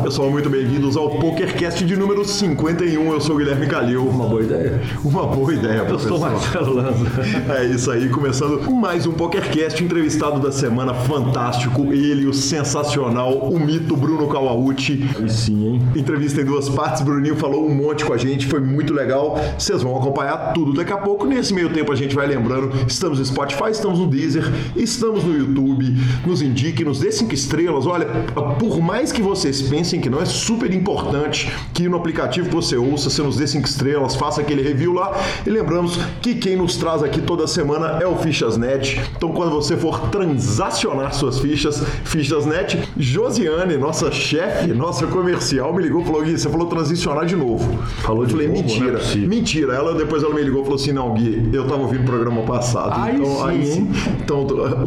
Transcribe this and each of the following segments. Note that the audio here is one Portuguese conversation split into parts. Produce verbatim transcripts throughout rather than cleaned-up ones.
pessoal, muito bem-vindos ao PokerCast de número cinquenta e um. Eu sou o Guilherme Calil. Uma boa ideia. Uma boa ideia, professor. Eu sou o Marcelo Lanza. É isso aí, começando mais um PokerCast, entrevistado da semana fantástico, ele, o sensacional, o mito Bruno Kawauchi. E sim, hein? Entrevista em duas partes, Bruninho falou um monte com a gente, foi muito legal. Vocês vão acompanhar tudo daqui a pouco. Nesse meio tempo a gente vai lembrando, estamos no Spotify, estamos no Deezer, estamos no YouTube. Nos indique, nos dê cinco estrelas. Olha, por mais que vocês pensem que não, é super importante que no aplicativo que você ouça, você nos dê cinco estrelas, faça aquele review lá. E lembramos que quem nos traz aqui toda semana é o Fichasnet. Então quando você for transacionar suas fichas, Fichasnet, Josiane, nossa chefe, nossa comercial, me ligou e falou: Gui, você falou transicionar de novo. Falou de eu falei, novo, mentira, né? mentira. Ela depois ela me ligou e falou assim: não, Gui, eu tava ouvindo o programa passado. Aí então, sim, aí hein? Então,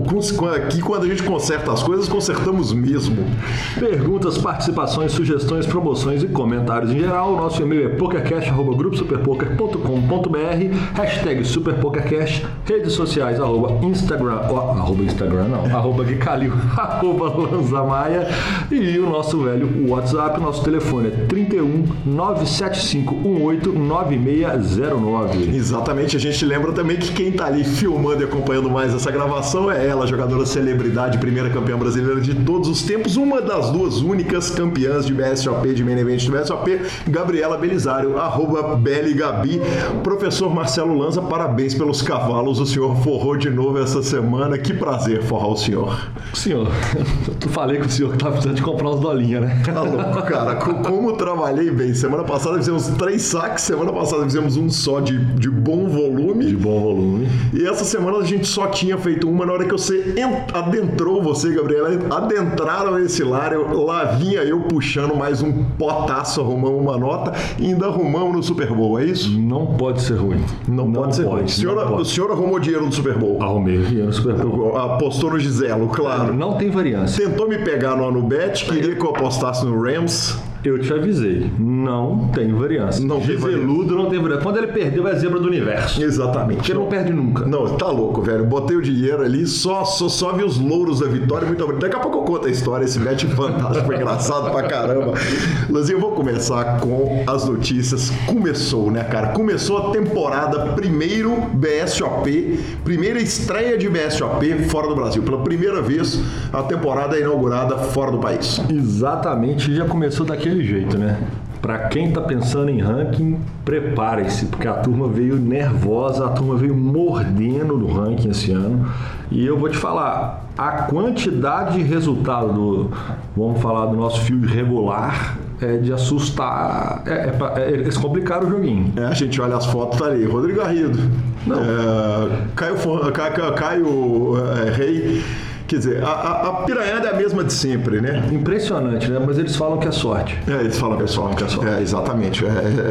aqui quando a gente conserta as coisas, consertamos mesmo. Perguntas, participações, sugestões, promoções e comentários em geral. O nosso e-mail é pokercast arroba grupo superpoker ponto com ponto b r, hashtag superpokercast, redes sociais, arroba Instagram, oh, arroba Instagram não, arroba Guicalil, arroba Lanzamaia, e o nosso velho WhatsApp, nosso telefone é trinta e um, nove sete cinco um oito, nove seis zero nove. Exatamente, a gente lembra também que quem tá ali filmando e acompanhando mais essa gravação é ela, jogadora celebridade, primeira campeã brasileira de todos os tempos, uma das duas únicas campeãs de B S O P, de main event de B S O P, Gabriela Belisário, arroba Beligabi. Professor Marcelo Lanza, parabéns pelos cavalos, o senhor forrou de novo essa semana, que prazer forrar o senhor. Senhor, eu falei com o senhor que tava precisando de comprar uns dolinhas, né? Tá louco, cara, como trabalhei bem, semana passada fizemos três saques, semana passada fizemos um só de, de bom volume. De bom volume. E essa semana a gente só tinha feito uma. Na hora que você adentrou, você, Gabriela, adentraram esse lar, eu, lá vinha eu puxando mais um potaço, arrumamos uma nota e ainda arrumamos no Super Bowl, é isso? Não pode ser ruim. Não, não pode ser pode, ruim. O senhor, pode. o senhor arrumou dinheiro no Super Bowl? Arrumei dinheiro no Super Bowl. Apostou no Giselo, claro. Não tem variância. Tentou me pegar no Anubet, queria que eu apostasse no Rams. Eu te avisei, não tem variância. Não tem Giseludo não tem variância. Quando ele perdeu, é zebra do universo. Exatamente. Porque ele não perde nunca. Não, tá louco, velho. Botei o dinheiro ali, só, só, só vi os louros da vitória. Muito obrigado. Daqui a pouco eu conto a história, esse bet fantástico, foi engraçado pra caramba. Lanzinho, eu vou começar com as notícias. Começou, né, cara? Começou a temporada, primeiro B S O P, primeira estreia de B S O P fora do Brasil. Pela primeira vez, a temporada é inaugurada fora do país. Exatamente, já começou daquele jeito, né? Para quem tá pensando em ranking, prepare-se, porque a turma veio nervosa, a turma veio mordendo no ranking esse ano. E eu vou te falar, a quantidade de resultado do, vamos falar do nosso field regular, é de assustar. É, é, é, eles complicaram o joguinho. É, a gente olha as fotos, tá ali. Rodrigo Garrido, Não. É, Caio, Caio, Caio é, Rei. Quer dizer, a, a, a piranhada é a mesma de sempre, né? Impressionante, né? Mas eles falam que é sorte. É, eles falam que é sorte. Que é, sorte. É, exatamente. É,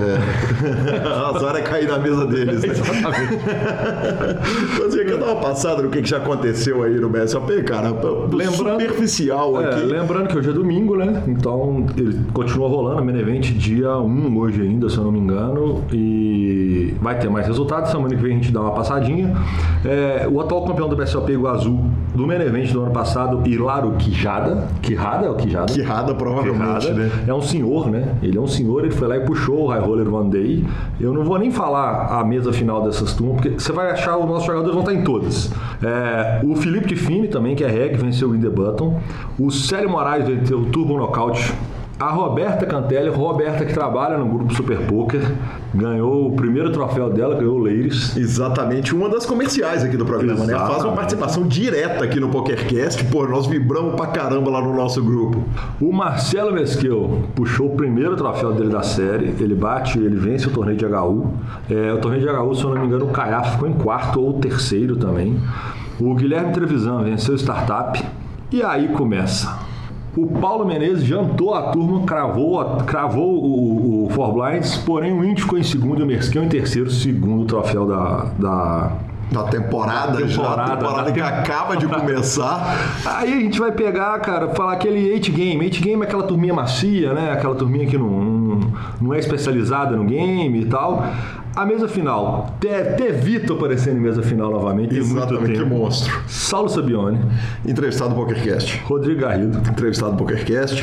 é... Azar é cair na mesa deles, né? Exatamente. Você quer dar uma passada no que já aconteceu aí no B S O P, cara? Lembrando, superficial é, aqui. Lembrando que hoje é domingo, né? Então, ele continua rolando, main event dia um hoje ainda, se eu não me engano. E vai ter mais resultados. Semana que vem a gente dá uma passadinha. É, o atual campeão do B S O P Iguaçu, do main event do ano passado, Hilaro Quijada. Quijada é o Quijada? Quijada, provavelmente, Quijada, né? É um senhor, né? Ele é um senhor, ele foi lá e puxou o High Roller One Day. Eu não vou nem falar a mesa final dessas turmas, porque você vai achar os nossos jogadores vão estar em todas. É, o Felipe Tifini também, que é reg, venceu o In The Button. O Célio Moraes venceu o Turbo Knockout. A Roberta Cantelli, Roberta que trabalha no grupo Super Poker, ganhou o primeiro troféu dela, ganhou o Ladies. Exatamente, uma das comerciais aqui do programa, Exatamente. né? Faz uma participação direta aqui no PokerCast, pô, nós vibramos pra caramba lá no nosso grupo. O Marcelo Mesquil puxou o primeiro troféu dele da série, ele bate, ele vence o torneio de H U. É, o torneio de H U, se eu não me engano, o Caiá ficou em quarto ou terceiro também. O Guilherme Trevisan venceu o Startup. E aí começa. O Paulo Menezes jantou a turma, cravou, cravou o, o Four Blinds, porém o Índio ficou em segundo e o Mesquil em terceiro, segundo troféu da... da Da temporada, da temporada já, a temporada da que tem... acaba de começar. Aí a gente vai pegar, cara, falar aquele eight game. eight game é aquela turminha macia, né? Aquela turminha que não, não, não é especializada no game e tal. A mesa final. Ter, ter Vitor aparecendo em mesa final novamente. Exatamente, que monstro. Saulo Sabione. Entrevistado do PokerCast. Rodrigo Garrido. Entrevistado do PokerCast.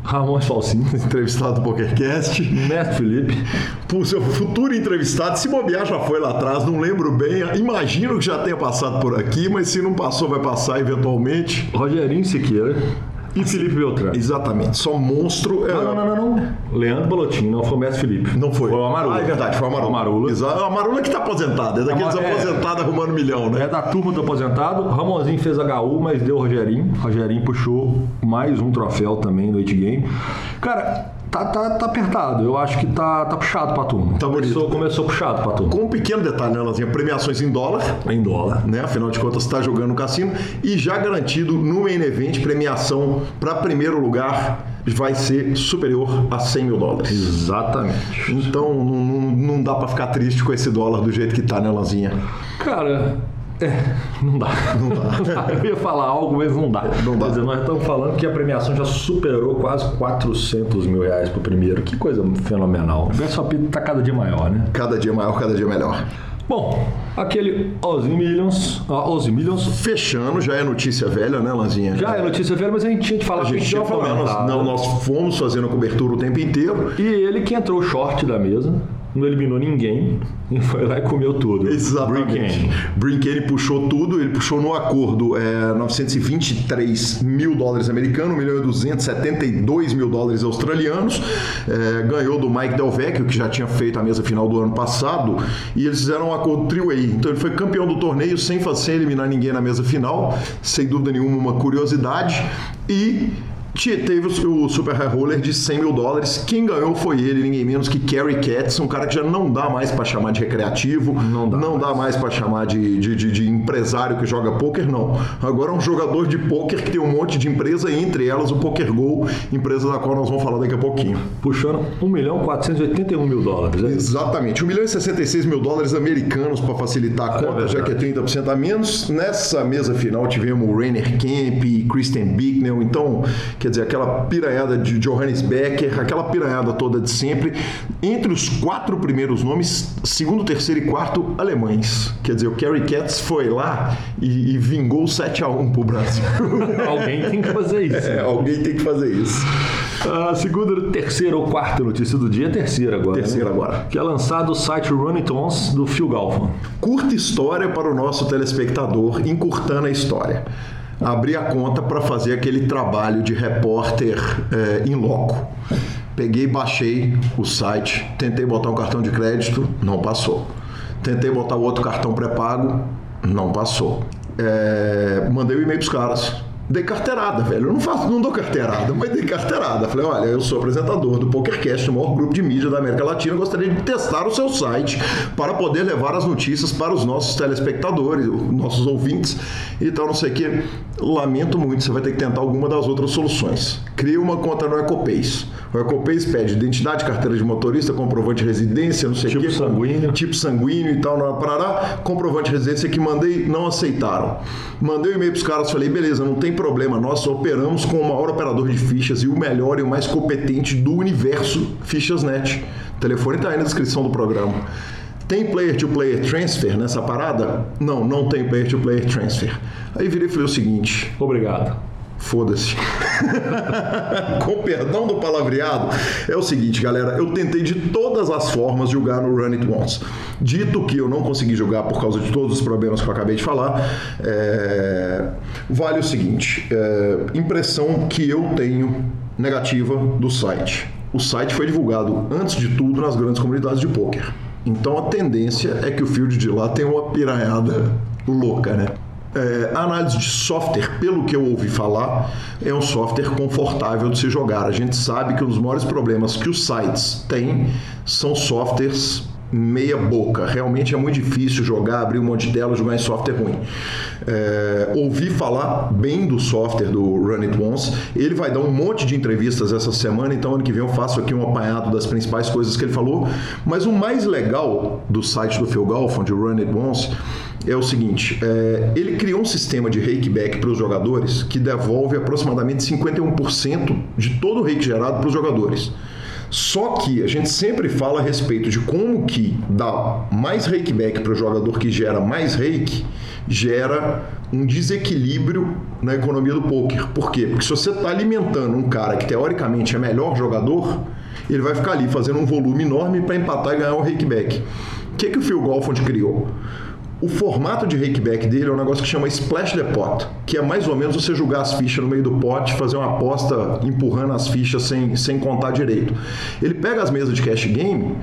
Ramon Falsinho. Entrevistado do PokerCast. Mestre Felipe. Por seu futuro entrevistado, se bobear já foi lá atrás, não lembro bem. Imagino que já tenha passado por aqui, mas se não passou, vai passar eventualmente. Rogerinho Siqueira. E Felipe Beltrán. Exatamente, só monstro. Não, não, não, não, não. Leandro Balotin, não foi o Mestre Felipe. Não foi. Foi o Amarula. Ah, é verdade, foi o Amarula. Amarula. Exato. O Amarula que tá aposentado, é daqueles é, aposentados arrumando milhão, né? É da turma do aposentado. Ramonzinho fez H U, mas deu o Rogerinho. Rogerinho puxou mais um troféu também no eight game. Cara, tá, tá, tá apertado. Eu acho que tá, tá puxado pra turma. Tá bonito. Começou, começou puxado pra turma. Com um pequeno detalhe, né, Lanzinha? Premiações em dólar. Em dólar. Né? Afinal de contas, está jogando no cassino. E já garantido no Main Event, premiação para primeiro lugar vai ser superior a cem mil dólares. Exatamente. Então não, não, não dá para ficar triste com esse dólar do jeito que tá, né, Lanzinha? Cara, é, não dá. Não dá. Eu ia falar algo, mas não dá. Não dá. Quer dizer, nós estamos falando que a premiação já superou quase quatrocentos mil reais pro primeiro. Que coisa fenomenal. O Best of tá cada dia maior, né? Cada dia maior, cada dia melhor. Bom, aquele Ozzy Millions, uh, Ozzy Millions... Fechando, já é notícia velha, né, Lanzinha? Já é notícia velha, mas a gente tinha que falar... A gente tinha falado, não, nós fomos fazendo a cobertura o tempo inteiro. E ele que entrou short da mesa, não eliminou ninguém, e foi lá e comeu tudo. Exatamente. Brinkane puxou tudo, ele puxou no acordo é, novecentos e vinte e três mil dólares americanos, um milhão e duzentos e setenta e dois mil dólares australianos, é, ganhou do Mike Del Vecchio, que já tinha feito a mesa final do ano passado, e eles fizeram um acordo three-way. Então ele foi campeão do torneio sem, sem eliminar ninguém na mesa final, sem dúvida nenhuma uma curiosidade, e... teve o Super High Roller de cem mil dólares. Quem ganhou foi ele, ninguém menos que Kerry Katz, um cara que já não dá mais para chamar de recreativo, não dá, não dá mais para chamar de, de, de, de empresário que joga pôquer, não. Agora é um jogador de pôquer que tem um monte de empresa, entre elas o PokerGo, empresa da qual nós vamos falar daqui a pouquinho. Puxando um milhão quatrocentos e oitenta e um mil dólares. É? Exatamente, um milhão e sessenta e seis mil dólares americanos para facilitar a conta, é já que é trinta por cento a menos. Nessa mesa final tivemos o Rainer Kemp, Christian Bicknell, então... quer dizer, aquela piranhada de Johannes Becker, aquela piranhada toda de sempre. Entre os quatro primeiros nomes, segundo, terceiro e quarto, alemães. Quer dizer, o Kerry Katz foi lá e, e vingou sete a um pro Brasil. Alguém tem que fazer isso. É, alguém tem que fazer isso. A segunda, terceira ou quarta notícia do dia é terceira agora. Terceira né? agora. Que é lançado o site Running Tons do Phil Galfond. Curta história para o nosso telespectador, encurtando a história. Abri a conta para fazer aquele trabalho de repórter é, in loco. Peguei, baixei o site, tentei botar um cartão de crédito, não passou. Tentei botar o outro cartão pré-pago, não passou. É, mandei o e-mail para os caras. Dei carteirada, velho. Eu não faço, não dou carteirada, mas dei carteirada. Falei, olha, eu sou apresentador do PokerCast, o maior grupo de mídia da América Latina. Gostaria de testar o seu site para poder levar as notícias para os nossos telespectadores, nossos ouvintes e tal, não sei o que. Lamento muito, você vai ter que tentar alguma das outras soluções. Cria uma conta no EcoPace. O EcoPace pede identidade, carteira de motorista, comprovante de residência, não sei o tipo que. Tipo sanguíneo. Tipo sanguíneo e tal, não parará. Comprovante de residência que mandei, não aceitaram. Mandei um e-mail para os caras, falei, beleza, não tem problema, nós operamos com o maior operador de fichas e o melhor e o mais competente do universo Fichas.net. O telefone está aí na descrição do programa. Tem player-to-player transfer nessa parada? Não, não tem player-to-player transfer. Aí virei e falei o seguinte... Obrigado. Foda-se. Com perdão do palavreado, é o seguinte, galera, eu tentei de todas as formas jogar no Run It Once. Dito que eu não consegui jogar por causa de todos os problemas que eu acabei de falar, é... vale o seguinte, é... impressão que eu tenho negativa do site. O site foi divulgado, antes de tudo, nas grandes comunidades de pôquer. Então a tendência é que o field de lá tenha uma piranhada louca, né? É, a análise de software, pelo que eu ouvi falar, é um software confortável de se jogar. A gente sabe que um dos maiores problemas que os sites têm são softwares meia boca. Realmente é muito difícil jogar, abrir um monte de tela e jogar em software ruim. É, ouvi falar bem do software do Run It Once. Ele vai dar um monte de entrevistas essa semana, então ano que vem eu faço aqui um apanhado das principais coisas que ele falou. Mas o mais legal do site do Phil Galfond, o Run It Once, é o seguinte, é, ele criou um sistema de rakeback para os jogadores que devolve aproximadamente cinquenta e um por cento de todo o rake gerado para os jogadores. Só que a gente sempre fala a respeito de como que dá mais rakeback para o jogador que gera mais rake, gera um desequilíbrio na economia do poker. Por quê? Porque se você está alimentando um cara que teoricamente é melhor jogador, ele vai ficar ali fazendo um volume enorme para empatar e ganhar um rakeback. O que, que o Phil Golfond criou? O formato de rakeback dele é um negócio que chama Splash the Pot, que é mais ou menos você jogar as fichas no meio do pote, fazer uma aposta empurrando as fichas sem, sem contar direito. Ele pega as mesas de cash game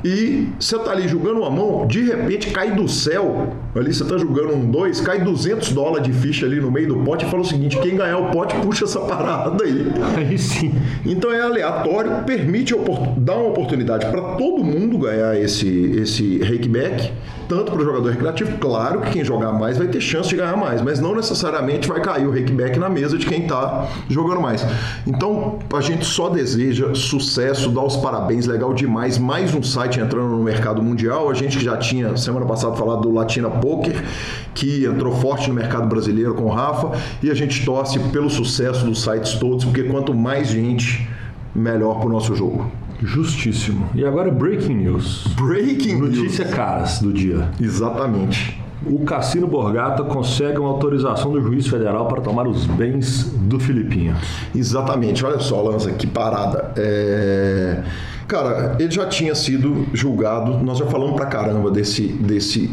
e você tá ali jogando uma mão, de repente cai do céu, ali você tá jogando um dois, cai duzentos dólares de ficha ali no meio do pote e fala o seguinte: quem ganhar o pote puxa essa parada aí. Aí sim. Então é aleatório, permite dar uma oportunidade para todo mundo ganhar esse, esse rakeback, tanto para o jogador recreativo. Claro que quem jogar mais vai ter chance de ganhar mais, mas não necessariamente vai cair o rakeback na mesa de quem está jogando mais. Então a gente só deseja sucesso, dá os parabéns, legal demais. Mais um site entrando no mercado mundial. A gente que já tinha semana passada falado do Latina Poker, que entrou forte no mercado brasileiro com o Rafa, e a gente torce pelo sucesso dos sites todos, porque quanto mais gente, melhor para o nosso jogo. Justíssimo. E agora Breaking News. Breaking News. Notícia caras do dia. Exatamente. O Cassino Borgata consegue uma autorização do juiz federal para tomar os bens do Filipinho. Exatamente. Olha só, Lanza, que parada. É... Cara, ele já tinha sido julgado, nós já falamos pra caramba desse, desse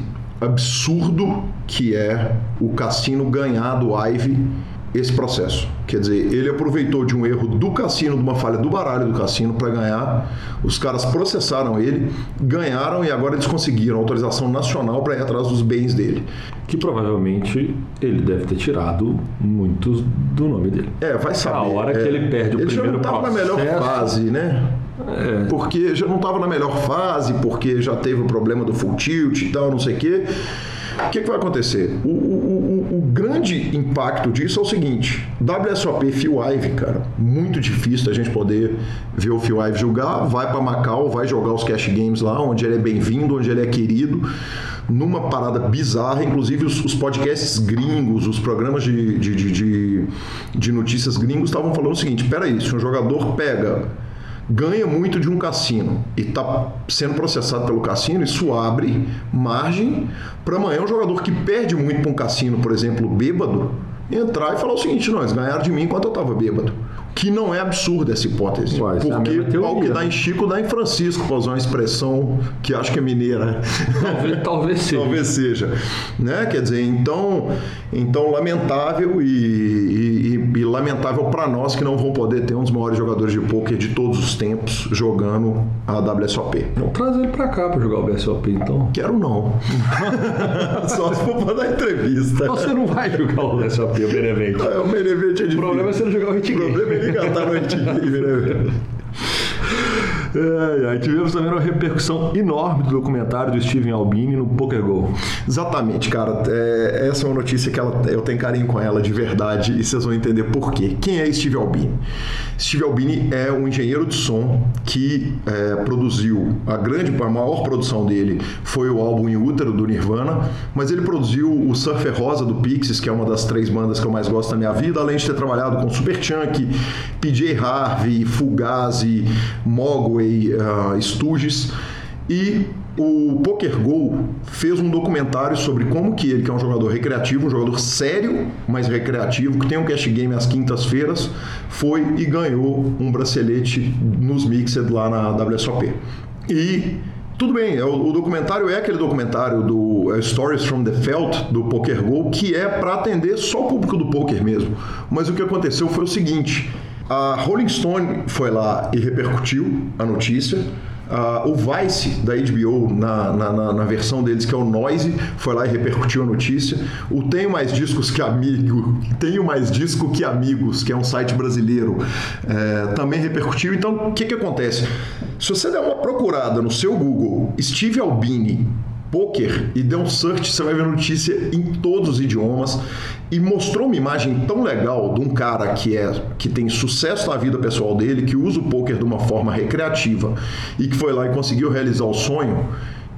absurdo que é o Cassino ganhar do Ivey esse processo. Quer dizer, ele aproveitou de um erro do cassino, de uma falha do baralho do cassino para ganhar. Os caras processaram ele, ganharam e agora eles conseguiram autorização nacional para ir atrás dos bens dele. Que provavelmente ele deve ter tirado muitos do nome dele. É, vai saber. A hora é, que ele perde o ele primeiro processo... Ele já não estava na melhor fase, né? É. Porque já não estava na melhor fase, porque já teve o problema do full tilt e tal, não sei o quê. O que, que vai acontecer? O, o, o, o grande impacto disso é o seguinte: W S O P Phil Ivey, cara, muito difícil a gente poder ver o Phil Ivey jogar. Vai para Macau, vai jogar os cash games lá, onde ele é bem-vindo, onde ele é querido, numa parada bizarra. Inclusive os, os podcasts gringos, os programas de, de, de, de, de notícias gringos estavam falando o seguinte: peraí, se um jogador pega... ganha muito de um cassino e está sendo processado pelo cassino, isso abre margem para amanhã um jogador que perde muito para um cassino, por exemplo, bêbado, entrar e falar o seguinte: não, eles ganharam de mim enquanto eu estava bêbado. Que não é absurda essa hipótese. Ué, porque é o que dá em Chico dá em Francisco, para usar uma expressão que acho que é mineira. Talvez, talvez seja. Talvez seja. Né? Quer dizer, então, então lamentável e, e, e lamentável para nós que não vão poder ter um dos maiores jogadores de pôquer de todos os tempos jogando a W S O P. Então traz ele para cá para jogar o W S O P, então. Quero não. Só se for para dar entrevista. Você não vai jogar o W S O P, o Benevento. É, o Benevento é difícil. O problema é você não jogar o Hit Game. O problema é engatar no Hit Game, né? É, aí tivemos também uma repercussão enorme do documentário do Steve Albini no PokerGo. Exatamente, cara. É, essa é uma notícia que ela, eu tenho carinho com ela de verdade e vocês vão entender por quê. Quem é Steve Albini? Steve Albini é um engenheiro de som que é, produziu, a grande, a maior produção dele foi o álbum Em Útero do Nirvana, mas ele produziu o Surfer Rosa do Pixies, que é uma das três bandas que eu mais gosto da minha vida, além de ter trabalhado com Superchunk, P J Harvey, Fugazi, Mogwai, Uh, Stooges, e o PokerGo fez um documentário sobre como que ele, que é um jogador recreativo, um jogador sério, mas recreativo, que tem um cash game às quintas-feiras, foi e ganhou um bracelete nos Mixed lá na W S O P. E tudo bem, o, o documentário é aquele documentário do uh, Stories from the Felt, do PokerGo, que é para atender só o público do poker mesmo. Mas o que aconteceu foi o seguinte: a Rolling Stone foi lá e repercutiu a notícia. Uh, o Vice, da H B O, na, na, na versão deles, que é o Noise, foi lá e repercutiu a notícia. O Tenho Mais Discos Que Amigo, Tenho Mais Disco Que Amigos, que é um site brasileiro, é, também repercutiu. Então, o que, que acontece? Se você der uma procurada no seu Google, Steve Albini Poker, e der um search, você vai ver notícia em todos os idiomas, e mostrou uma imagem tão legal de um cara que, é, que tem sucesso na vida pessoal dele, que usa o poker de uma forma recreativa e que foi lá e conseguiu realizar o sonho,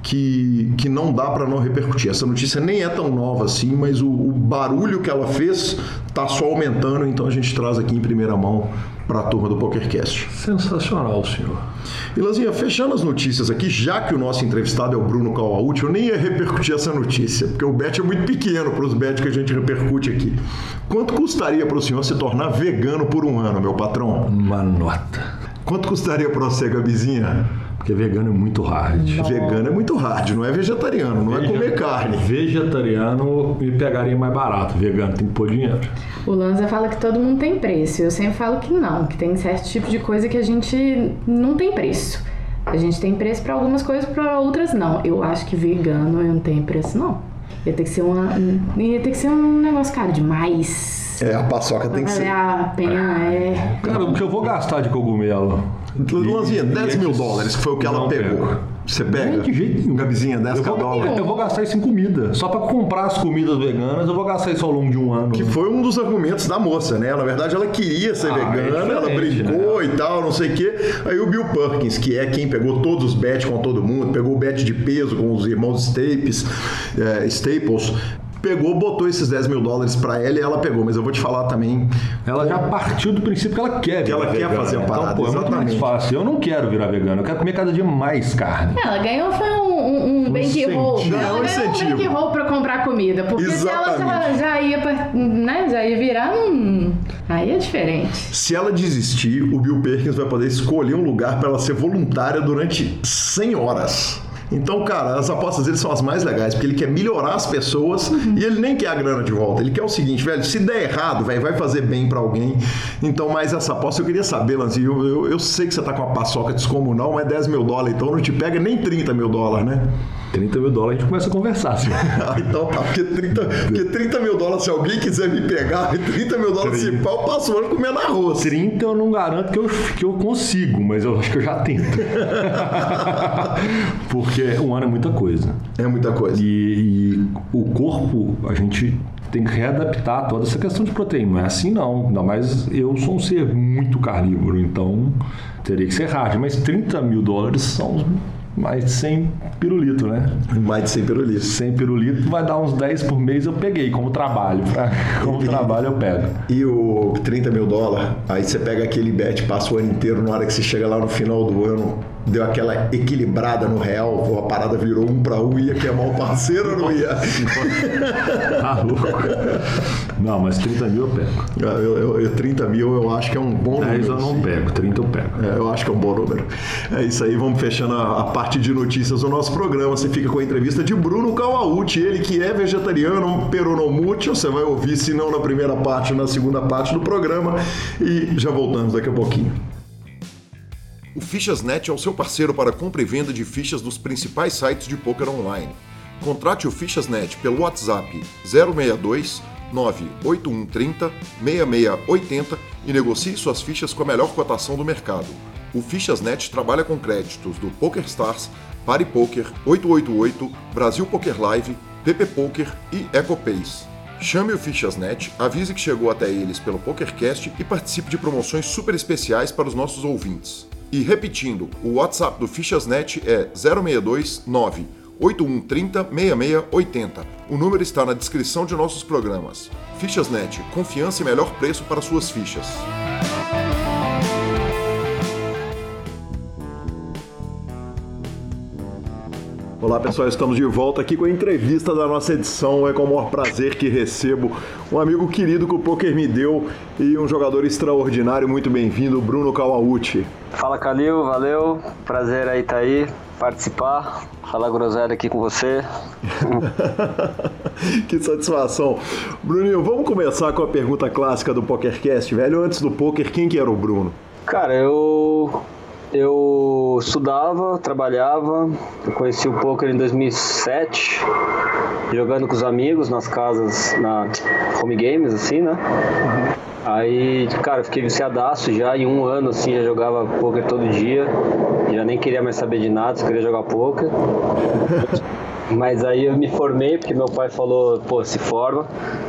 que, que não dá para não repercutir. Essa notícia nem é tão nova assim, mas o, o barulho que ela fez está só aumentando, então a gente traz aqui em primeira mão para a turma do PokerCast. Sensacional, senhor. E Lanzinha, fechando as notícias aqui, já que o nosso entrevistado é o Bruno Kawauchi, eu nem ia repercutir essa notícia, porque o bet é muito pequeno para os bets que a gente repercute aqui. Quanto custaria para o senhor se tornar vegano por um ano, meu patrão? Uma nota. Quanto custaria para você, Gabizinha? Porque vegano é muito hard. Não. Vegano é muito hard, não é vegetariano, não Veget... é comer carne. Vegetariano me pegaria mais barato, vegano tem que pôr dinheiro. O Lanza fala que todo mundo tem preço, eu sempre falo que não, que tem certo tipo de coisa que a gente não tem preço. A gente tem preço para algumas coisas, para outras não. Eu acho que vegano eu não tenho preço não. Ia ter que ser, uma, ia ter que ser um negócio caro demais. É, a paçoca tem que ser. A pena é... Cara, o que eu vou gastar de cogumelo? Lanzinha, dez mil dólares, que foi o que ela pegou. Pego. Você pega? Não, de jeito nenhum. Gabizinha, dez dólares. Eu vou gastar isso em comida. Só pra comprar as comidas veganas, eu vou gastar isso ao longo de um ano. Que foi um dos argumentos da moça, né? Na verdade, ela queria ser ah, vegana, é ela brincou, né? E tal, não sei o quê. Aí o Bill Perkins, que é quem pegou todos os bets com todo mundo, pegou o bet de peso com os irmãos Staples, é, Staples, pegou, botou esses dez mil dólares pra ela e ela pegou, mas eu vou te falar também... Ela já partiu do princípio que ela quer que ela quer vegana. fazer a parada, então, pô, é muito mais fácil. Eu não quero virar vegano, eu quero comer cada dia mais carne. Ela ganhou foi um, um, um bankroll. Ganhou ela um ganhou um bankroll pra comprar comida, porque Exatamente. se ela já, já, ia pra, né, já ia virar, hum, aí é diferente. Se ela desistir, o Bill Perkins vai poder escolher um lugar pra ela ser voluntária durante cem horas. Então, cara, as apostas dele são as mais legais, porque ele quer melhorar as pessoas uhum. e ele nem quer a grana de volta. Ele quer o seguinte, velho, se der errado, velho, vai fazer bem pra alguém. Então, mas essa aposta, eu queria saber, Lanzinho, eu, eu, eu sei que você tá com a paçoca descomunal, mas dez mil dólares, então não te pega nem trinta mil dólares, né? trinta mil dólares a gente começa a conversar, assim. Ah, então tá, porque trinta, porque trinta mil dólares, se alguém quiser me pegar, trinta mil dólares se pau, eu passo o ano comendo arroz. trinta eu não garanto que eu, que eu consigo, mas eu acho que eu já tento. Porque um ano é muita coisa. É muita coisa. E, e o corpo, a gente tem que readaptar toda essa questão de proteína. Não é assim não, ainda mais eu sou um ser muito carnívoro, então teria que ser hard. Mas trinta mil dólares são mais de cem pirulito, né? Mais de cem pirulito. cem pirulito vai dar uns dez por mês, eu peguei como trabalho. Pra, como e, trabalho eu pego. E o trinta mil dólares, aí você pega aquele bet, passa o ano inteiro, na hora que você chega lá no final do ano, deu aquela equilibrada no real, a parada virou um pra um, ia queimar o parceiro ou não ia? Tá louco. Não, mas trinta mil eu pego. Eu, eu, eu, trinta mil eu acho que é um bom número. dez eu não pego, trinta eu pego. É, eu acho que é um bom número. É isso aí, vamos fechando a, a parte de notícias do nosso programa. Você fica com a entrevista de Bruno Kawauchi, ele que é vegetariano, peronomútil, você vai ouvir, se não na primeira parte, na segunda parte do programa. E já voltamos daqui a pouquinho. O Fichas.net é o seu parceiro para compra e venda de fichas dos principais sites de poker online. Contrate o Fichas.net pelo WhatsApp zero seis dois nove oito um três zero seis seis oito zero e negocie suas fichas com a melhor cotação do mercado. O Fichas.net trabalha com créditos do PokerStars, PariPoker, oito oito oito, Brasil Poker Live, P P Poker e EcoPace. Chame o Fichas.net, avise que chegou até eles pelo PokerCast e participe de promoções super especiais para os nossos ouvintes. E repetindo, o WhatsApp do Fichas.net é zero seis dois nove oito um três zero seis seis oito zero. O número está na descrição de nossos programas. Fichas.net, confiança e melhor preço para suas fichas. Olá pessoal, estamos de volta aqui com a entrevista da nossa edição. É com o maior prazer que recebo um amigo querido que o poker me deu e um jogador extraordinário. Muito bem-vindo, Bruno Kawauchi. Fala Calil, valeu, prazer aí estar aí, participar, falar groselha aqui com você. Que satisfação. Bruninho, vamos começar com a pergunta clássica do PokerCast, velho. Antes do poker, quem que era o Bruno? Cara, eu... Eu estudava, trabalhava, eu conheci o poker em dois mil e sete, jogando com os amigos nas casas, na home games, assim, né? Uhum. Aí, cara, eu fiquei viciadaço já, em um ano, assim, já jogava poker todo dia, já nem queria mais saber de nada, só queria jogar poker. Mas aí eu me formei, porque meu pai falou, pô, se forma.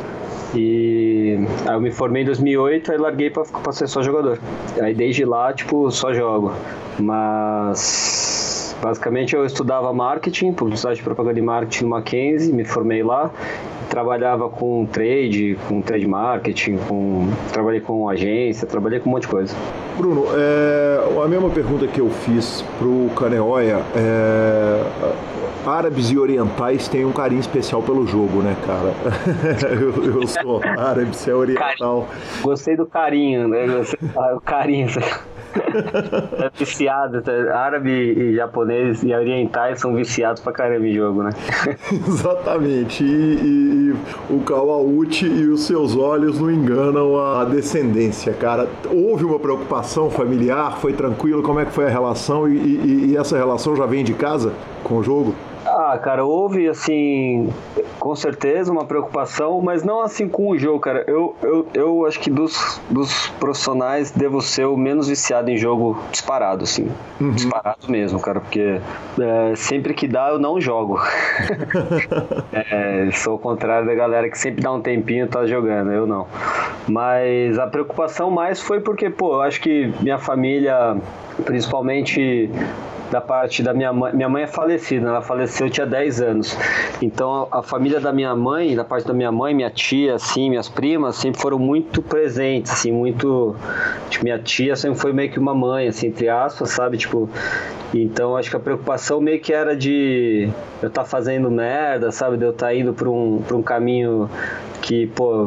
E aí eu me formei em dois mil e oito, aí larguei pra, pra ser só jogador. Aí desde lá, tipo, só jogo. Mas Basicamente eu estudava marketing, publicidade, propaganda e marketing no Mackenzie, me formei lá, trabalhava com trade, com trade marketing, com... trabalhei com agência, trabalhei com um monte de coisa. Bruno, é, a mesma pergunta que eu fiz pro Kaneoya, é, árabes e orientais têm um carinho especial pelo jogo, né, cara? eu, eu sou árabe, você é oriental. Gostei do carinho, né? O carinho. É viciado, árabe e japonês e orientais são viciados pra caramba em jogo, né? Exatamente, e, e, e o Kawauchi e os seus olhos não enganam a descendência, cara. Houve uma preocupação familiar, foi tranquilo, como é que foi a relação e, e, e essa relação já vem de casa com o jogo? Ah, cara, houve, assim, com certeza uma preocupação, mas não assim com o jogo, cara. Eu, eu, eu acho que dos, dos profissionais devo ser o menos viciado em jogo disparado, assim. Uhum. Disparado mesmo, cara, porque é, sempre que dá eu não jogo. é, sou o contrário da galera que sempre dá um tempinho e tá jogando, eu não. Mas a preocupação mais foi porque, pô, eu acho que minha família, principalmente... da parte da minha mãe, minha mãe é falecida, ela faleceu, eu tinha dez anos, então a, a família da minha mãe, da parte da minha mãe, minha tia, assim, minhas primas, sempre foram muito presentes, assim, muito, tipo, minha tia sempre foi meio que uma mãe, assim, entre aspas, sabe, tipo, então acho que a preocupação meio que era de eu estar tá fazendo merda, sabe, de eu estar tá indo para um, para um caminho que, pô,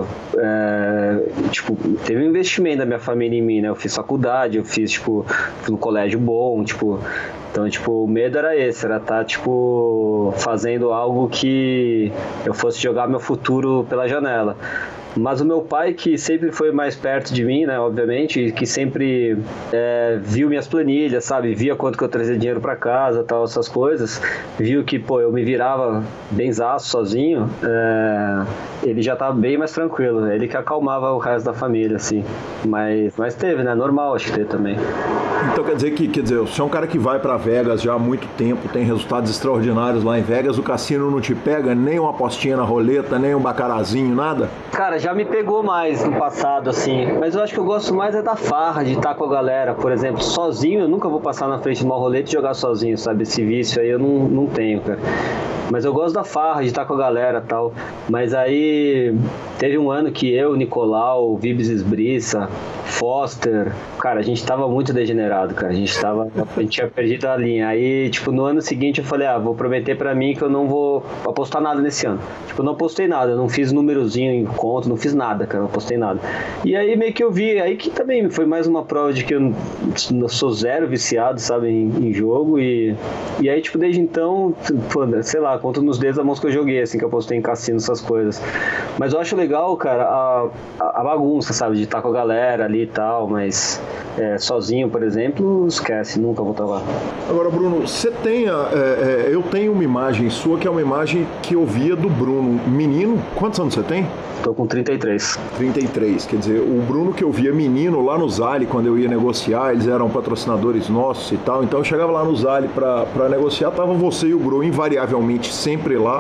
é, tipo, teve um investimento da minha família em mim, né, eu fiz faculdade, eu fiz, tipo, fui no colégio bom, tipo, então, tipo, o medo era esse, era estar, tipo, fazendo algo que eu fosse jogar meu futuro pela janela. Mas o meu pai, que sempre foi mais perto de mim, né, obviamente, que sempre é, viu minhas planilhas, sabe, via quanto que eu trazia dinheiro para casa, tal, essas coisas, viu que, pô, eu me virava benzaço sozinho, é, ele já tava bem mais tranquilo, ele que acalmava o resto da família, assim, mas, mas teve, né, normal acho que ter também. Então quer dizer que, quer dizer, você é um cara que vai para Vegas já há muito tempo, tem resultados extraordinários lá em Vegas, o cassino não te pega nem uma apostinha na roleta, nem um bacarazinho, nada? Cara, já me pegou mais no passado, assim, mas eu acho que eu gosto mais é da farra, de estar com a galera, por exemplo, sozinho, eu nunca vou passar na frente de uma roleta e jogar sozinho, sabe, esse vício aí eu não, não tenho, cara. Mas eu gosto da farra, de estar com a galera e tal. Mas aí teve um ano que eu, Nicolau, Vibes Esbriça, Foster, cara, a gente tava muito degenerado, cara. A gente tava, a gente tinha perdido a linha. Aí, tipo, no ano seguinte eu falei, ah, vou prometer pra mim que eu não vou apostar nada nesse ano. Tipo, eu não apostei nada, eu não fiz númerozinho em conta, não fiz nada, cara, não apostei nada. E aí meio que eu vi, aí que também foi mais uma prova de que eu, eu sou zero viciado, sabe, em, em jogo. E, e aí, tipo, desde então, pô, sei lá, conto nos dedos da mão que eu joguei, assim, que eu postei em cassino, essas coisas. Mas eu acho legal, cara, a, a, a bagunça, sabe, de estar com a galera ali e tal, mas é, sozinho, por exemplo, esquece, nunca vou estar lá. Agora, Bruno, você tem, a, é, é, eu tenho uma imagem sua que é uma imagem que eu via do Bruno, menino, quantos anos você tem? Tô com trinta e três. trinta e três, quer dizer, o Bruno que eu via menino lá no Zali, quando eu ia negociar, eles eram patrocinadores nossos e tal, então eu chegava lá no Zali pra, pra negociar, tava você e o Bruno invariavelmente sempre lá,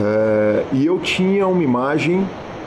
é, e eu tinha uma imagem,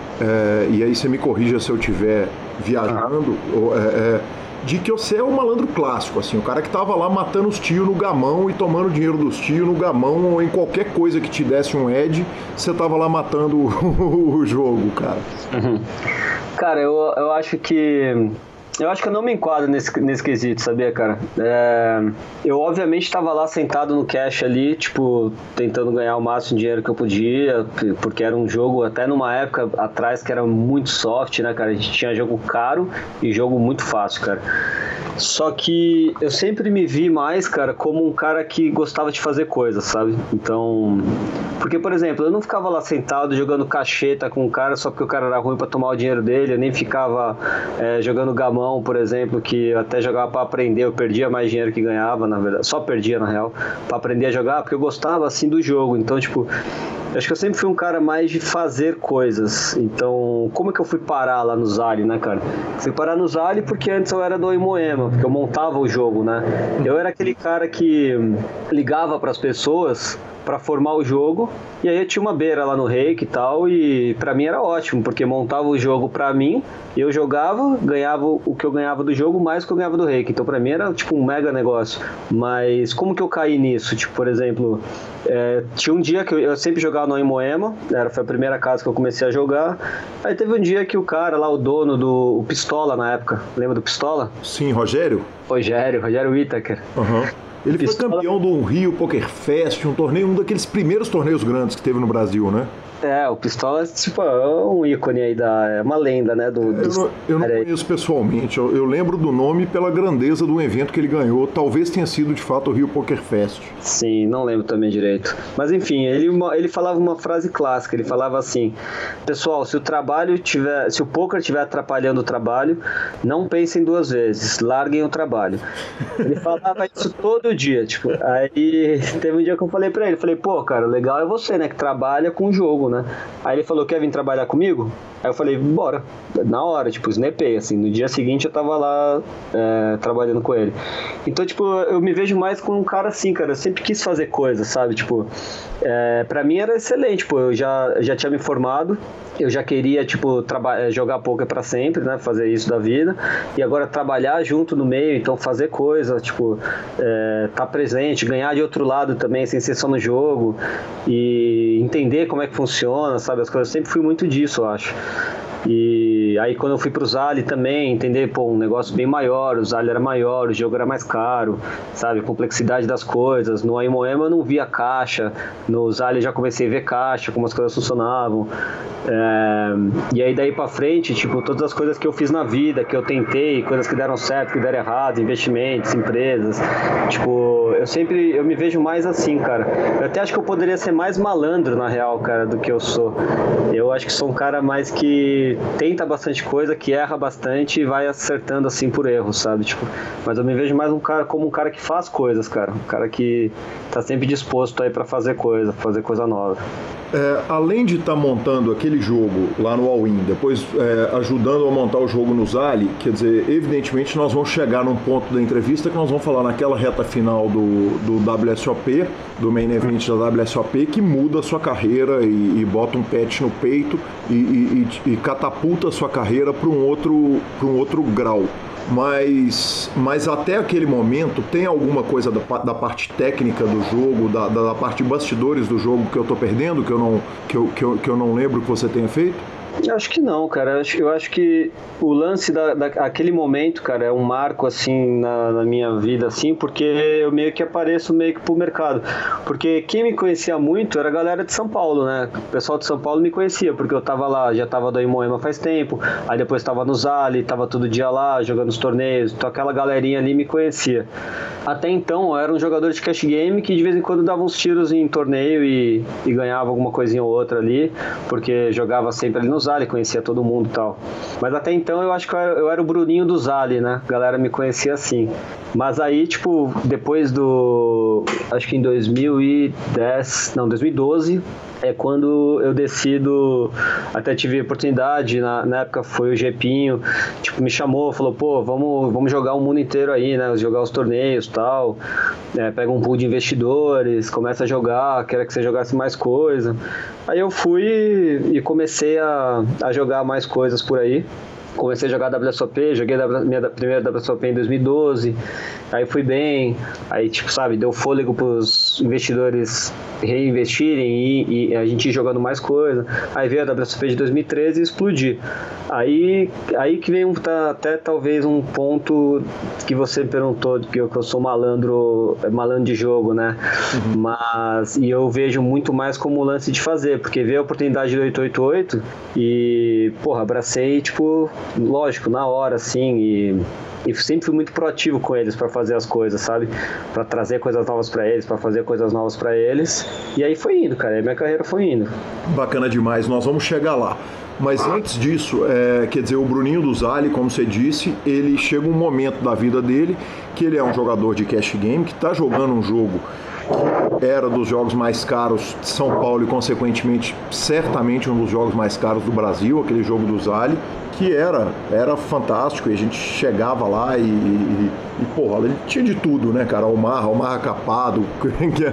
é, e aí você me corrija se eu estiver viajando, uhum. é, é, de que você é um malandro clássico, assim, o cara que tava lá matando os tios no gamão e tomando dinheiro dos tios no gamão ou em qualquer coisa que te desse um edge, você tava lá matando o, o jogo, cara. Uhum. Cara, eu, eu acho que... Eu acho que eu não me enquadro nesse, nesse quesito, sabia, cara? É, eu, obviamente, estava lá sentado no cash ali, tipo, tentando ganhar o máximo de dinheiro que eu podia, porque era um jogo, até numa época atrás, que era muito soft, né, cara? A gente tinha jogo caro e jogo muito fácil, cara. Só que eu sempre me vi mais, cara, como um cara que gostava de fazer coisas, sabe? Então... Porque, por exemplo, eu não ficava lá sentado jogando cacheta com o cara só porque o cara era ruim pra tomar o dinheiro dele, eu nem ficava é, jogando gamão, por exemplo, que eu até jogava pra aprender, eu perdia mais dinheiro que ganhava, na verdade, só perdia, na real, pra aprender a jogar, porque eu gostava, assim, do jogo. Então, tipo... Acho que eu sempre fui um cara mais de fazer coisas. Então, como é que eu fui parar lá no Zali, né, cara? Fui parar no Zali porque antes eu era do Imoema, porque eu montava o jogo, né? Eu era aquele cara que ligava pras pessoas para formar o jogo. E aí eu tinha uma beira lá no Reiki e tal, e pra mim era ótimo, porque montava o jogo pra mim, eu jogava, ganhava o que eu ganhava do jogo, mais o que eu ganhava do Reiki. Então pra mim era tipo um mega negócio. Mas como que eu caí nisso? Tipo, por exemplo, é, tinha um dia que eu, eu sempre jogava no Moema, era, foi a primeira casa que eu comecei a jogar. Aí teve um dia que o cara lá, o dono do o Pistola na época, lembra do Pistola? Sim, Rogério? Rogério, Rogério Whittaker. Aham. Uhum. Ele Pistola... foi campeão do Rio Poker Fest, um torneio, um daqueles primeiros torneios grandes que teve no Brasil, né? É, o Pistola tipo, é um ícone aí, da, é uma lenda, né? Do, do... Eu não, eu não conheço pessoalmente, eu, eu lembro do nome pela grandeza do evento que ele ganhou, talvez tenha sido de fato o Rio Poker Fest. Sim, não lembro também direito. Mas enfim, ele, ele falava uma frase clássica, ele falava assim: pessoal, se o trabalho tiver, se o poker estiver atrapalhando o trabalho, não pensem duas vezes, larguem o trabalho. Ele falava isso todo dia, tipo, aí teve um dia que eu falei pra ele, falei, pô, cara, o legal é você, né, que trabalha com o jogo, né? Aí ele falou, quer vir trabalhar comigo? Aí eu falei, bora, na hora, tipo, snapei, assim, no dia seguinte eu tava lá é, trabalhando com ele. Então, tipo, eu me vejo mais com um cara assim, cara, eu sempre quis fazer coisas, sabe, tipo, é, pra mim era excelente, tipo, eu já, já tinha me formado, eu já queria, tipo, traba- jogar poker pra sempre, né, fazer isso da vida, e agora trabalhar junto no meio, então fazer coisa, tipo, é, tá presente, ganhar de outro lado também, sem ser só no jogo, e entender como é que funciona, sabe, as coisas, eu sempre fui muito disso, eu acho. E aí quando eu fui pro Zali também, entender, pô, um negócio bem maior, o Zali era maior, o jogo era mais caro, sabe, a complexidade das coisas. No Aimoema eu não via caixa, no Zali eu já comecei a ver caixa, como as coisas funcionavam. É... E aí daí pra frente, tipo, todas as coisas que eu fiz na vida, que eu tentei, coisas que deram certo, que deram errado, investimentos, empresas, tipo, eu sempre, eu me vejo mais assim, cara. Eu até acho que eu poderia ser mais malandro, na real, cara, do que eu sou. Eu acho que sou um cara mais que tenta bastante coisa, que erra bastante e vai acertando assim por erro, sabe? Tipo, mas eu me vejo mais um cara como um cara que faz coisas, cara. Um cara que tá sempre disposto aí pra fazer coisa, fazer coisa nova. É, além de estar tá montando aquele jogo lá no All-In, depois é, ajudando a montar o jogo no Zali, quer dizer, evidentemente nós vamos chegar num ponto da entrevista que nós vamos falar naquela reta final do, do W S O P, do main event da W S O P, que muda a sua carreira e, e bota um patch no peito e, e, e catapulta a sua carreira para um outro, para um outro grau. Mas, mas até aquele momento tem alguma coisa da, da parte técnica do jogo, da, da parte de bastidores do jogo que eu tô perdendo, que eu não, que eu, que eu, que eu não lembro que você tenha feito? Eu acho que não, cara. Eu acho, eu acho que o lance da, daquele momento, cara, é um marco, assim, na, na minha vida, assim, porque eu meio que apareço meio que pro mercado. Porque quem me conhecia muito era a galera de São Paulo, né? O pessoal de São Paulo me conhecia, porque eu tava lá, já tava do Aimoema faz tempo, aí depois tava no Zali, tava todo dia lá, jogando os torneios, então aquela galerinha ali me conhecia. Até então, eu era um jogador de cash game que de vez em quando dava uns tiros em torneio e, e ganhava alguma coisinha ou outra ali, porque jogava sempre ali no Zali, conhecia todo mundo e tal. Mas até então eu acho que eu era, eu era o Bruninho do Zali, né? A galera me conhecia assim. Mas aí, tipo, depois do... Acho que em dois mil e dez... Não, dois mil e doze... É quando eu decido, até tive a oportunidade, na, na época foi o Gepinho, tipo, me chamou, falou, pô, vamos, vamos jogar o mundo inteiro aí, né, jogar os torneios e tal, é, pega um pool de investidores, começa a jogar, quero que você jogasse mais coisa. Aí eu fui e comecei a, a jogar mais coisas por aí. Comecei a jogar W S O P, joguei a minha primeira W S O P em dois mil e doze, aí fui bem, aí tipo, sabe, deu fôlego pros investidores reinvestirem e, e a gente ir jogando mais coisa. Aí veio a W S O P de dois mil e treze e explodi. Aí, aí que vem um, tá, até talvez um ponto que você perguntou, que eu, que eu sou malandro, malandro de jogo, né? Uhum. Mas, e eu vejo muito mais como lance de fazer, porque veio a oportunidade do oito oito oito e, porra, abracei, tipo, lógico, na hora, assim, e, e sempre fui muito proativo com eles para fazer as coisas, sabe? Para trazer coisas novas para eles, para fazer coisas novas para eles. E aí foi indo, cara, aí minha carreira foi indo. Bacana demais, nós vamos chegar lá. Mas antes disso, é, quer dizer, o Bruninho do Zali, como você disse, ele chega um momento da vida dele que ele é um jogador de cash game, que está jogando um jogo que era dos jogos mais caros de São Paulo e, consequentemente, certamente um dos jogos mais caros do Brasil, aquele jogo do Zali, que era, era fantástico, e a gente chegava lá e, e, e porra, ele tinha de tudo, né, cara? Almarra, almarra capado, é,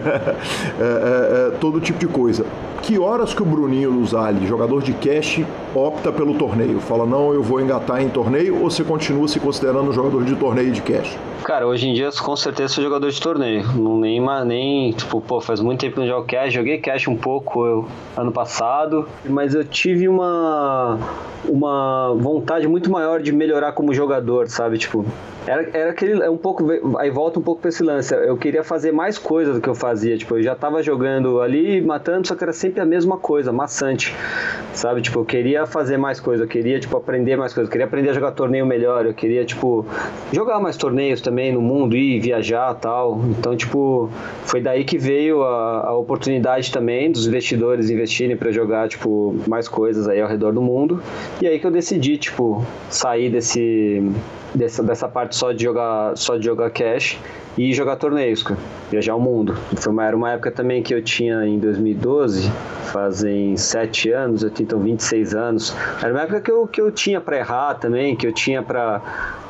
é, é, todo tipo de coisa. Que horas que o Bruninho Luzali, jogador de cash, opta pelo torneio? Fala, não, eu vou engatar em torneio, ou você continua se considerando um jogador de torneio de cash? Cara, hoje em dia, com certeza, sou jogador de torneio. Não, nem, nem, tipo, pô, faz muito tempo que não jogo cash. Joguei cash um pouco eu, ano passado, mas eu tive uma, uma vontade muito maior de melhorar como jogador, sabe? Tipo, era, era aquele, é um pouco, aí volta um pouco pra esse lance. Eu queria fazer mais coisa do que eu fazia. Tipo, eu já tava jogando ali, matando, só que era sempre a mesma coisa, maçante, sabe? Tipo, eu queria fazer mais coisa, eu queria, tipo, aprender mais coisa, eu queria aprender a jogar torneio melhor, eu queria, tipo, jogar mais torneios também no mundo, ir viajar e tal. Então, tipo, foi daí que veio a, a oportunidade também dos investidores investirem pra jogar, tipo, mais coisas aí ao redor do mundo. E aí que eu decidi, tipo, sair desse, dessa, dessa parte só de jogar, só de jogar cash e jogar torneios, cara. Viajar o mundo. Foi uma, era uma época também que eu tinha em dois mil e doze, fazem sete anos, eu tinha então vinte e seis anos. Era uma época que eu, que eu tinha pra errar também, que eu tinha pra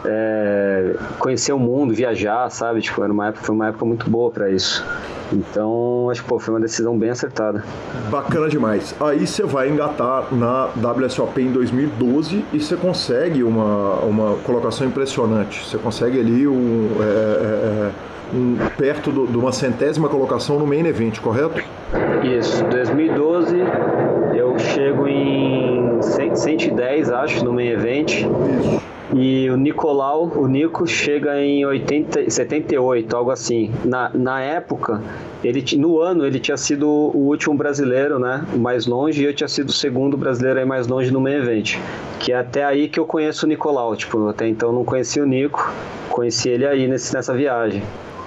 é, conhecer o mundo, viajar, sabe? Tipo, era uma época, foi uma época muito boa pra isso. Então, acho que pô, foi uma decisão bem acertada. Bacana demais. Aí você vai engatar na W S O P em dois mil e doze e você consegue uma, uma colocação impressionante. Você consegue ali um, é, é, um, perto do, de uma centésima colocação no Main Event, correto? Isso. dois mil e doze eu chego em cento e dez, acho, no Main Event. Isso. E o Nicolau, o Nico, chega em oitenta, setenta e oito, algo assim. Na, na época, ele, no ano, ele tinha sido o último brasileiro, né, mais longe, e eu tinha sido o segundo brasileiro aí mais longe no Main Event. Que é até aí que eu conheço o Nicolau. Tipo, até então eu não conhecia o Nico, conheci ele aí nesse, nessa viagem.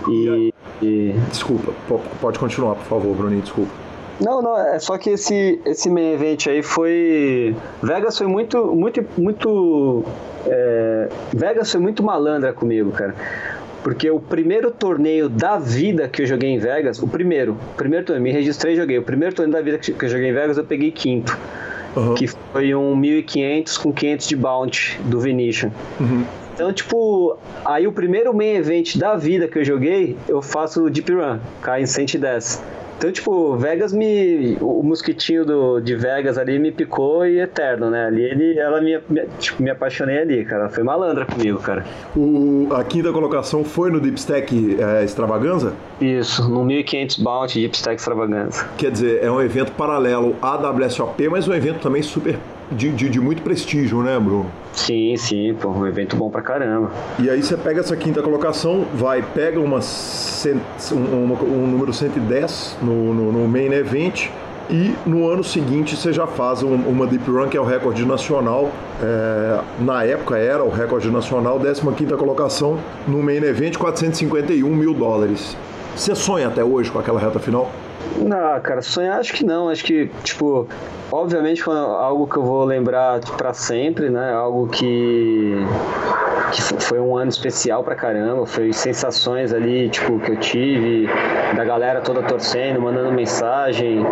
E, e... Desculpa, pode continuar, por favor, Bruninho, desculpa. Não, não, é só que esse, esse Main Event aí foi... Vegas foi muito, muito, muito... É... Vegas foi muito malandra comigo, cara. Porque o primeiro torneio da vida que eu joguei em Vegas, o primeiro, o primeiro torneio, me registrei e joguei, o primeiro torneio da vida que eu joguei em Vegas eu peguei quinto. Uhum. Que foi um mil e quinhentos com quinhentos de bounty do Venetian. Uhum. Então, tipo, aí o primeiro Main Event da vida que eu joguei, eu faço Deep Run, cai em cento e dez. Então, tipo, Vegas me... O mosquitinho do, de Vegas ali me picou e eterno, né? Ali ele, ela me, me, tipo, me apaixonei ali, cara. Ela foi malandra comigo, cara. O, a quinta colocação foi no Deep Stack é, Extravaganza? Isso, no mil e quinhentos Bounty Deep Stack Extravaganza. Quer dizer, é um evento paralelo à W S O P, mas um evento também super... De, de, de muito prestígio, né, Bruno? Sim, sim, pô, um evento bom pra caramba. E aí você pega essa quinta colocação, vai, pega uma, cent, um, um, um número cento e dez no, no, no Main Event, e no ano seguinte você já faz um, uma Deep Run, que é o recorde nacional, é, na época era o recorde nacional, décima quinta colocação no Main Event, quatrocentos e cinquenta e um mil dólares. Você sonha até hoje com aquela reta final? Não, cara, sonhar acho que não, acho que, tipo, obviamente foi algo que eu vou lembrar pra sempre, né, algo que, que foi um ano especial pra caramba, foi sensações ali, tipo, que eu tive, da galera toda torcendo, mandando mensagem,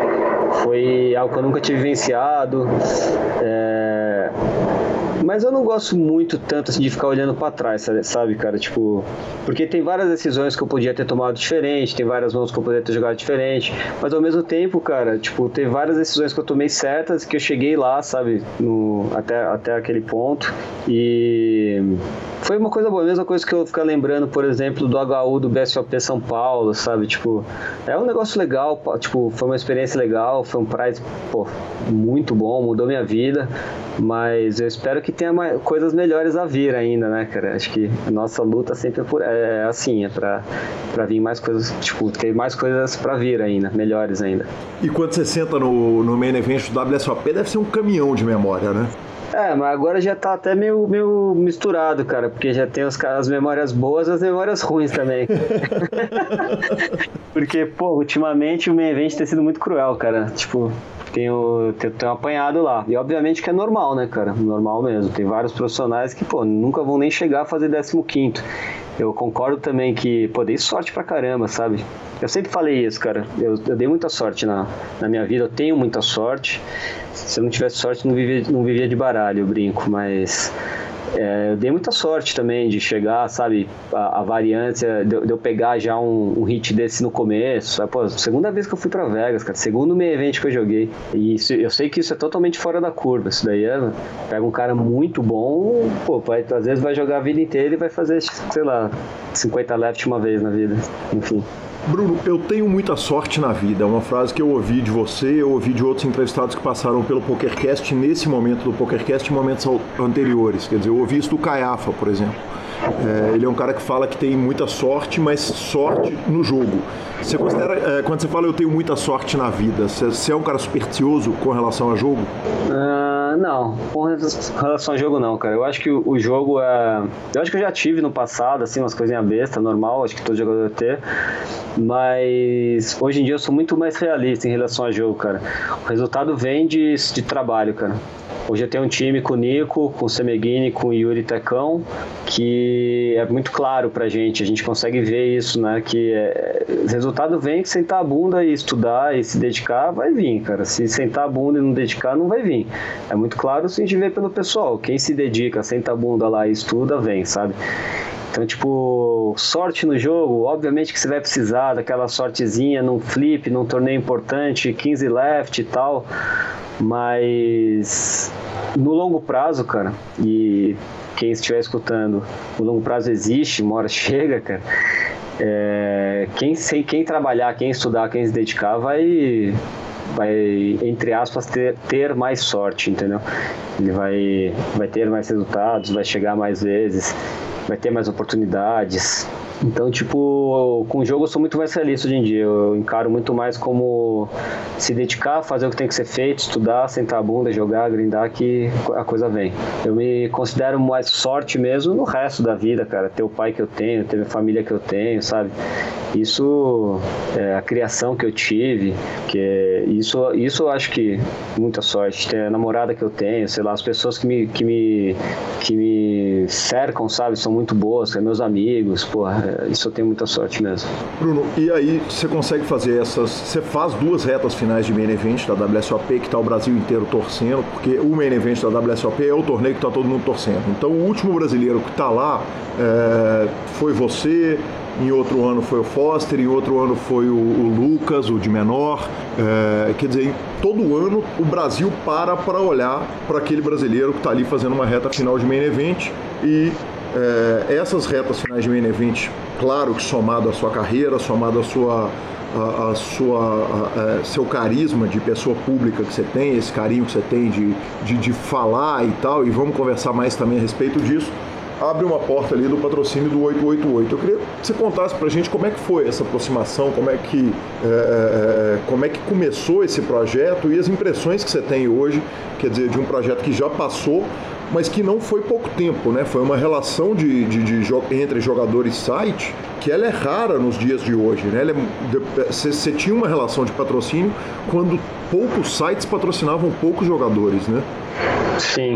foi algo que eu nunca tive vivenciado, é... Mas eu não gosto muito tanto assim, de ficar olhando pra trás, sabe, cara? Tipo, porque tem várias decisões que eu podia ter tomado diferente, tem várias mãos que eu poderia ter jogado diferente, mas ao mesmo tempo, cara, tipo, tem várias decisões que eu tomei certas que eu cheguei lá, sabe, no, até, até aquele ponto. E foi uma coisa boa, a mesma coisa que eu ficar lembrando, por exemplo, do H U do B S O P São Paulo, sabe? Tipo, é um negócio legal, tipo, foi uma experiência legal, foi um prize, pô, muito bom, mudou minha vida, mas eu espero que tenha mais, coisas melhores a vir ainda, né, cara? Acho que a nossa luta sempre é, por, é assim, é pra, pra vir mais coisas, tipo, ter mais coisas pra vir ainda, melhores ainda. E quando você senta no, no Main Event do W S O P, deve ser um caminhão de memória, né? É, mas agora já tá até meio, meio misturado, cara, porque já tem os, as memórias boas e as memórias ruins também. Porque, pô, ultimamente o Main Event tem sido muito cruel, cara. Tipo, tenho, tenho, tenho apanhado lá. E obviamente que é normal, né, cara? Normal mesmo. Tem vários profissionais que, pô, nunca vão nem chegar a fazer décimo quinto. Eu concordo também que, pô, dei sorte pra caramba, sabe? Eu sempre falei isso, cara. Eu, eu dei muita sorte na, na minha vida, eu tenho muita sorte. Se eu não tivesse sorte, não vivia, não vivia de baralho, eu brinco, mas... É, eu dei muita sorte também de chegar, sabe, a, a variância, de, de eu pegar já um, um hit desse no começo, sabe? Pô, segunda vez que eu fui pra Vegas, cara, segundo main event que eu joguei, e isso, eu sei que isso é totalmente fora da curva, isso daí é, pega um cara muito bom, pô, vai, às vezes vai jogar a vida inteira e vai fazer, sei lá, cinquenta left uma vez na vida, enfim. Bruno, eu tenho muita sorte na vida, é uma frase que eu ouvi de você, eu ouvi de outros entrevistados que passaram pelo PokerCast nesse momento do PokerCast e momentos anteriores, quer dizer, eu ouvi isso do Caiafa, por exemplo. É, ele é um cara que fala que tem muita sorte, mas sorte no jogo. Você considera, é, quando você fala eu tenho muita sorte na vida, você, você é um cara supersticioso com relação a jogo? Uh, não, com relação a jogo não, cara. Eu acho que o, o jogo é... Eu acho que eu já tive no passado, assim, umas coisinhas bestas, normal, acho que todo jogador deve ter. Mas hoje em dia eu sou muito mais realista em relação a jogo, cara. O resultado vem de, de trabalho, cara. Hoje eu tenho um time com o Nico, com o Semeghini, com o Yuri Tecão, que é muito claro pra gente, a gente consegue ver isso, né, que é, o resultado vem que sentar a bunda e estudar e se dedicar, vai vir, cara. Se sentar a bunda e não dedicar, não vai vir. É muito claro se a gente vê pelo pessoal, quem se dedica, senta a bunda lá e estuda, vem, sabe? Então, tipo, sorte no jogo, obviamente que você vai precisar daquela sortezinha num flip, num torneio importante, quinze left e tal, mas no longo prazo, cara, e quem estiver escutando, o longo prazo existe, uma hora chega, cara, é, quem, quem trabalhar, quem estudar, quem se dedicar vai... vai, entre aspas, ter, ter mais sorte, entendeu? Ele vai, vai ter mais resultados, vai chegar mais vezes, vai ter mais oportunidades. Então, tipo, com o jogo eu sou muito mais realista hoje em dia. Eu encaro muito mais como se dedicar, fazer o que tem que ser feito, estudar, sentar a bunda, jogar, grindar, que a coisa vem. Eu me considero mais sorte mesmo no resto da vida, cara. Ter o pai que eu tenho, ter a família que eu tenho, sabe? Isso é a criação que eu tive, que isso, isso eu acho que muita sorte. Ter a namorada que eu tenho, sei lá, as pessoas que me, que me, que me cercam, sabe? São muito boas, são meus amigos, porra. Isso eu tenho muita sorte mesmo. Bruno, e aí você consegue fazer essas... Você faz duas retas finais de main event da W S O P, que está o Brasil inteiro torcendo, porque o main event da W S O P é o torneio que está todo mundo torcendo. Então o último brasileiro que está lá é, foi você, em outro ano foi o Foster, em outro ano foi o, o Lucas, o de menor. É, quer dizer, todo ano o Brasil para para olhar para aquele brasileiro que está ali fazendo uma reta final de main event e... É, essas retas finais de main event, claro que somado à sua carreira, somado à sua, a, a sua, a, a, seu carisma de pessoa pública que você tem, esse carinho que você tem de, de, de falar e tal, e vamos conversar mais também a respeito disso, abre uma porta ali do patrocínio do oito oito oito. Eu queria que você contasse pra gente como é que foi essa aproximação, como é que, é, como é que começou esse projeto e as impressões que você tem hoje, quer dizer, de um projeto que já passou, mas que não foi pouco tempo, né? Foi uma relação de, de, de, de, entre jogador e site que ela é rara nos dias de hoje, né? Você é, tinha uma relação de patrocínio quando poucos sites patrocinavam poucos jogadores, né? Sim.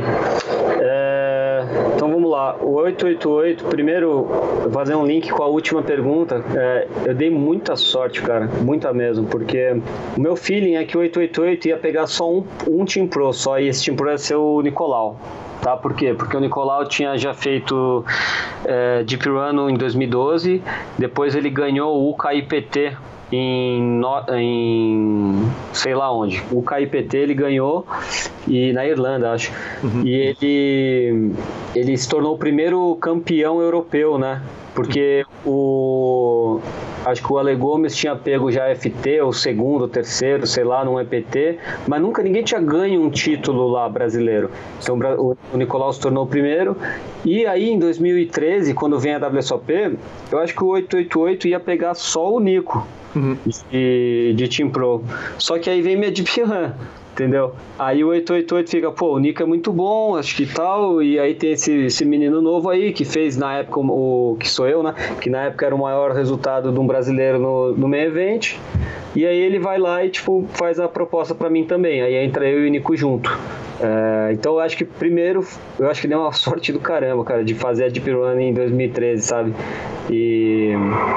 É, então vamos lá. O oito oito oito, primeiro, vou fazer um link com a última pergunta. É, eu dei muita sorte, cara, muita mesmo, porque o meu feeling é que o oito oito oito ia pegar só um, um Team Pro, só, e esse Team Pro ia ser o Nicolau. Tá? Por quê? Porque o Nicolau tinha já feito é, Deep Run em dois mil e doze, depois ele ganhou o K I P T em, no, em sei lá onde. O K I P T ele ganhou e, na Irlanda, acho. Uhum. E ele, ele se tornou o primeiro campeão europeu, né? Porque o... acho que o Ale Gomes tinha pego já F T, o segundo, o terceiro, sei lá, num E P T, mas nunca ninguém tinha ganho um título lá brasileiro. Então o Nicolau se tornou o primeiro. E aí em dois mil e treze, quando vem a W S O P, eu acho que o oito oito oito ia pegar só o Nico. Uhum. de, de Team Pro. Só que aí vem minha Deep Run. entendeu? Aí o oito oito oito fica, pô, o Nico é muito bom, acho que tal, e aí tem esse, esse menino novo aí, que fez na época, o que sou eu, né, que na época era o maior resultado de um brasileiro no, no main event, e aí ele vai lá e, tipo, faz a proposta pra mim também, aí entra eu e o Nico junto. É, então eu acho que primeiro, eu acho que deu uma sorte do caramba, cara, de fazer a Deep Run em dois mil e treze, sabe? E...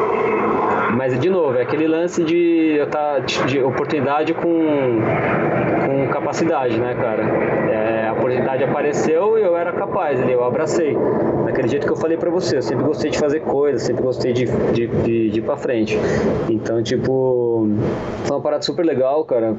Mas, de novo, é aquele lance de eu tá de oportunidade com, com capacidade, né, cara? É, a oportunidade apareceu e eu era capaz, eu abracei. Daquele jeito que eu falei pra você, eu sempre gostei de fazer coisas, sempre gostei de, de, de, de ir pra frente. Então, tipo, foi uma parada super legal, cara.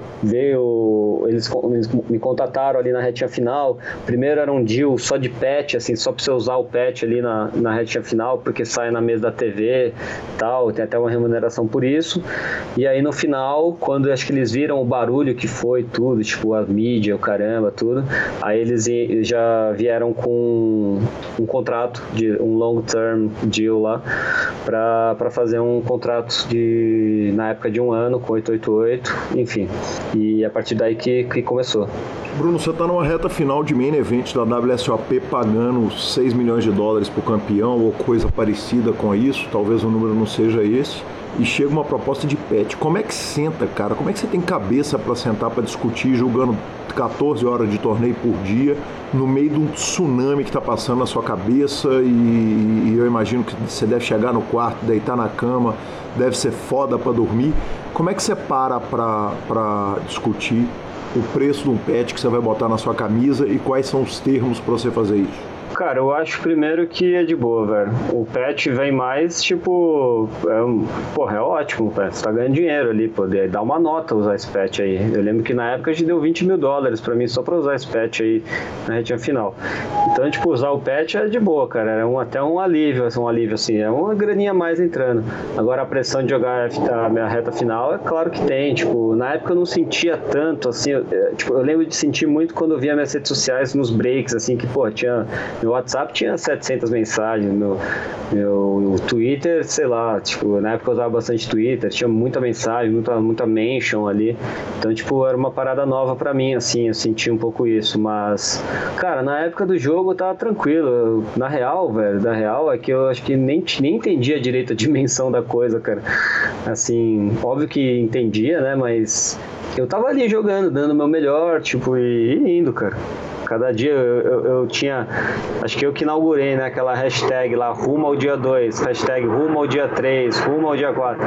Veio, eles, eles me contataram ali na retinha final. Primeiro era um deal só de patch, assim, só pra você usar o patch ali na, na retinha final, porque sai na mesa da T V e tal, tem até uma remuneração por isso. E aí no final, quando acho que eles viram o barulho que foi tudo, tipo a mídia, o caramba, tudo, aí eles já vieram com um contrato, de um long term deal lá, pra, pra fazer um contrato de, na época de um ano com oito oito oito, enfim. E a partir daí que, que começou. Bruno, você está numa reta final de main event da W S O P pagando seis milhões de dólares pro campeão ou coisa parecida com isso, talvez o número não seja esse, e chega uma proposta de patch. Como é que senta, cara? Como é que você tem cabeça para sentar para discutir jogando quatorze horas de torneio por dia no meio de um tsunami que está passando na sua cabeça e, e eu imagino que você deve chegar no quarto, deitar na cama, deve ser foda para dormir. Como é que você para para discutir o preço de um patch que você vai botar na sua camisa e quais são os termos para você fazer isso? Cara, eu acho primeiro que é de boa, velho. O patch vem mais, tipo... É, porra, é ótimo, velho. Você tá ganhando dinheiro ali, poder dar uma nota usar esse patch aí. Eu lembro que na época a gente deu vinte mil dólares pra mim só pra usar esse patch aí na retinha final. Então, tipo, usar o patch é de boa, cara. É um, até um alívio, um alívio, assim. É uma graninha a mais entrando. Agora, a pressão de jogar a minha reta final, é claro que tem. Tipo, na época eu não sentia tanto, assim... Eu, tipo, eu lembro de sentir muito quando eu via minhas redes sociais nos breaks, assim, que, pô, tinha... Meu WhatsApp tinha setecentas mensagens, meu, meu Twitter, sei lá, tipo, na época eu usava bastante Twitter, tinha muita mensagem, muita, muita mention ali, então, tipo, era uma parada nova pra mim, assim, eu senti um pouco isso, mas, cara, na época do jogo eu tava tranquilo, eu, na real, velho, na real é que eu acho que nem, nem entendia direito a dimensão da coisa, cara, assim, óbvio que entendia, né, mas eu tava ali jogando, dando o meu melhor, tipo, e, e indo, cara. Cada dia eu, eu, eu tinha, acho que eu que inaugurei, né, aquela hashtag lá, rumo ao dia dois, hashtag rumo ao dia três, rumo ao dia quatro.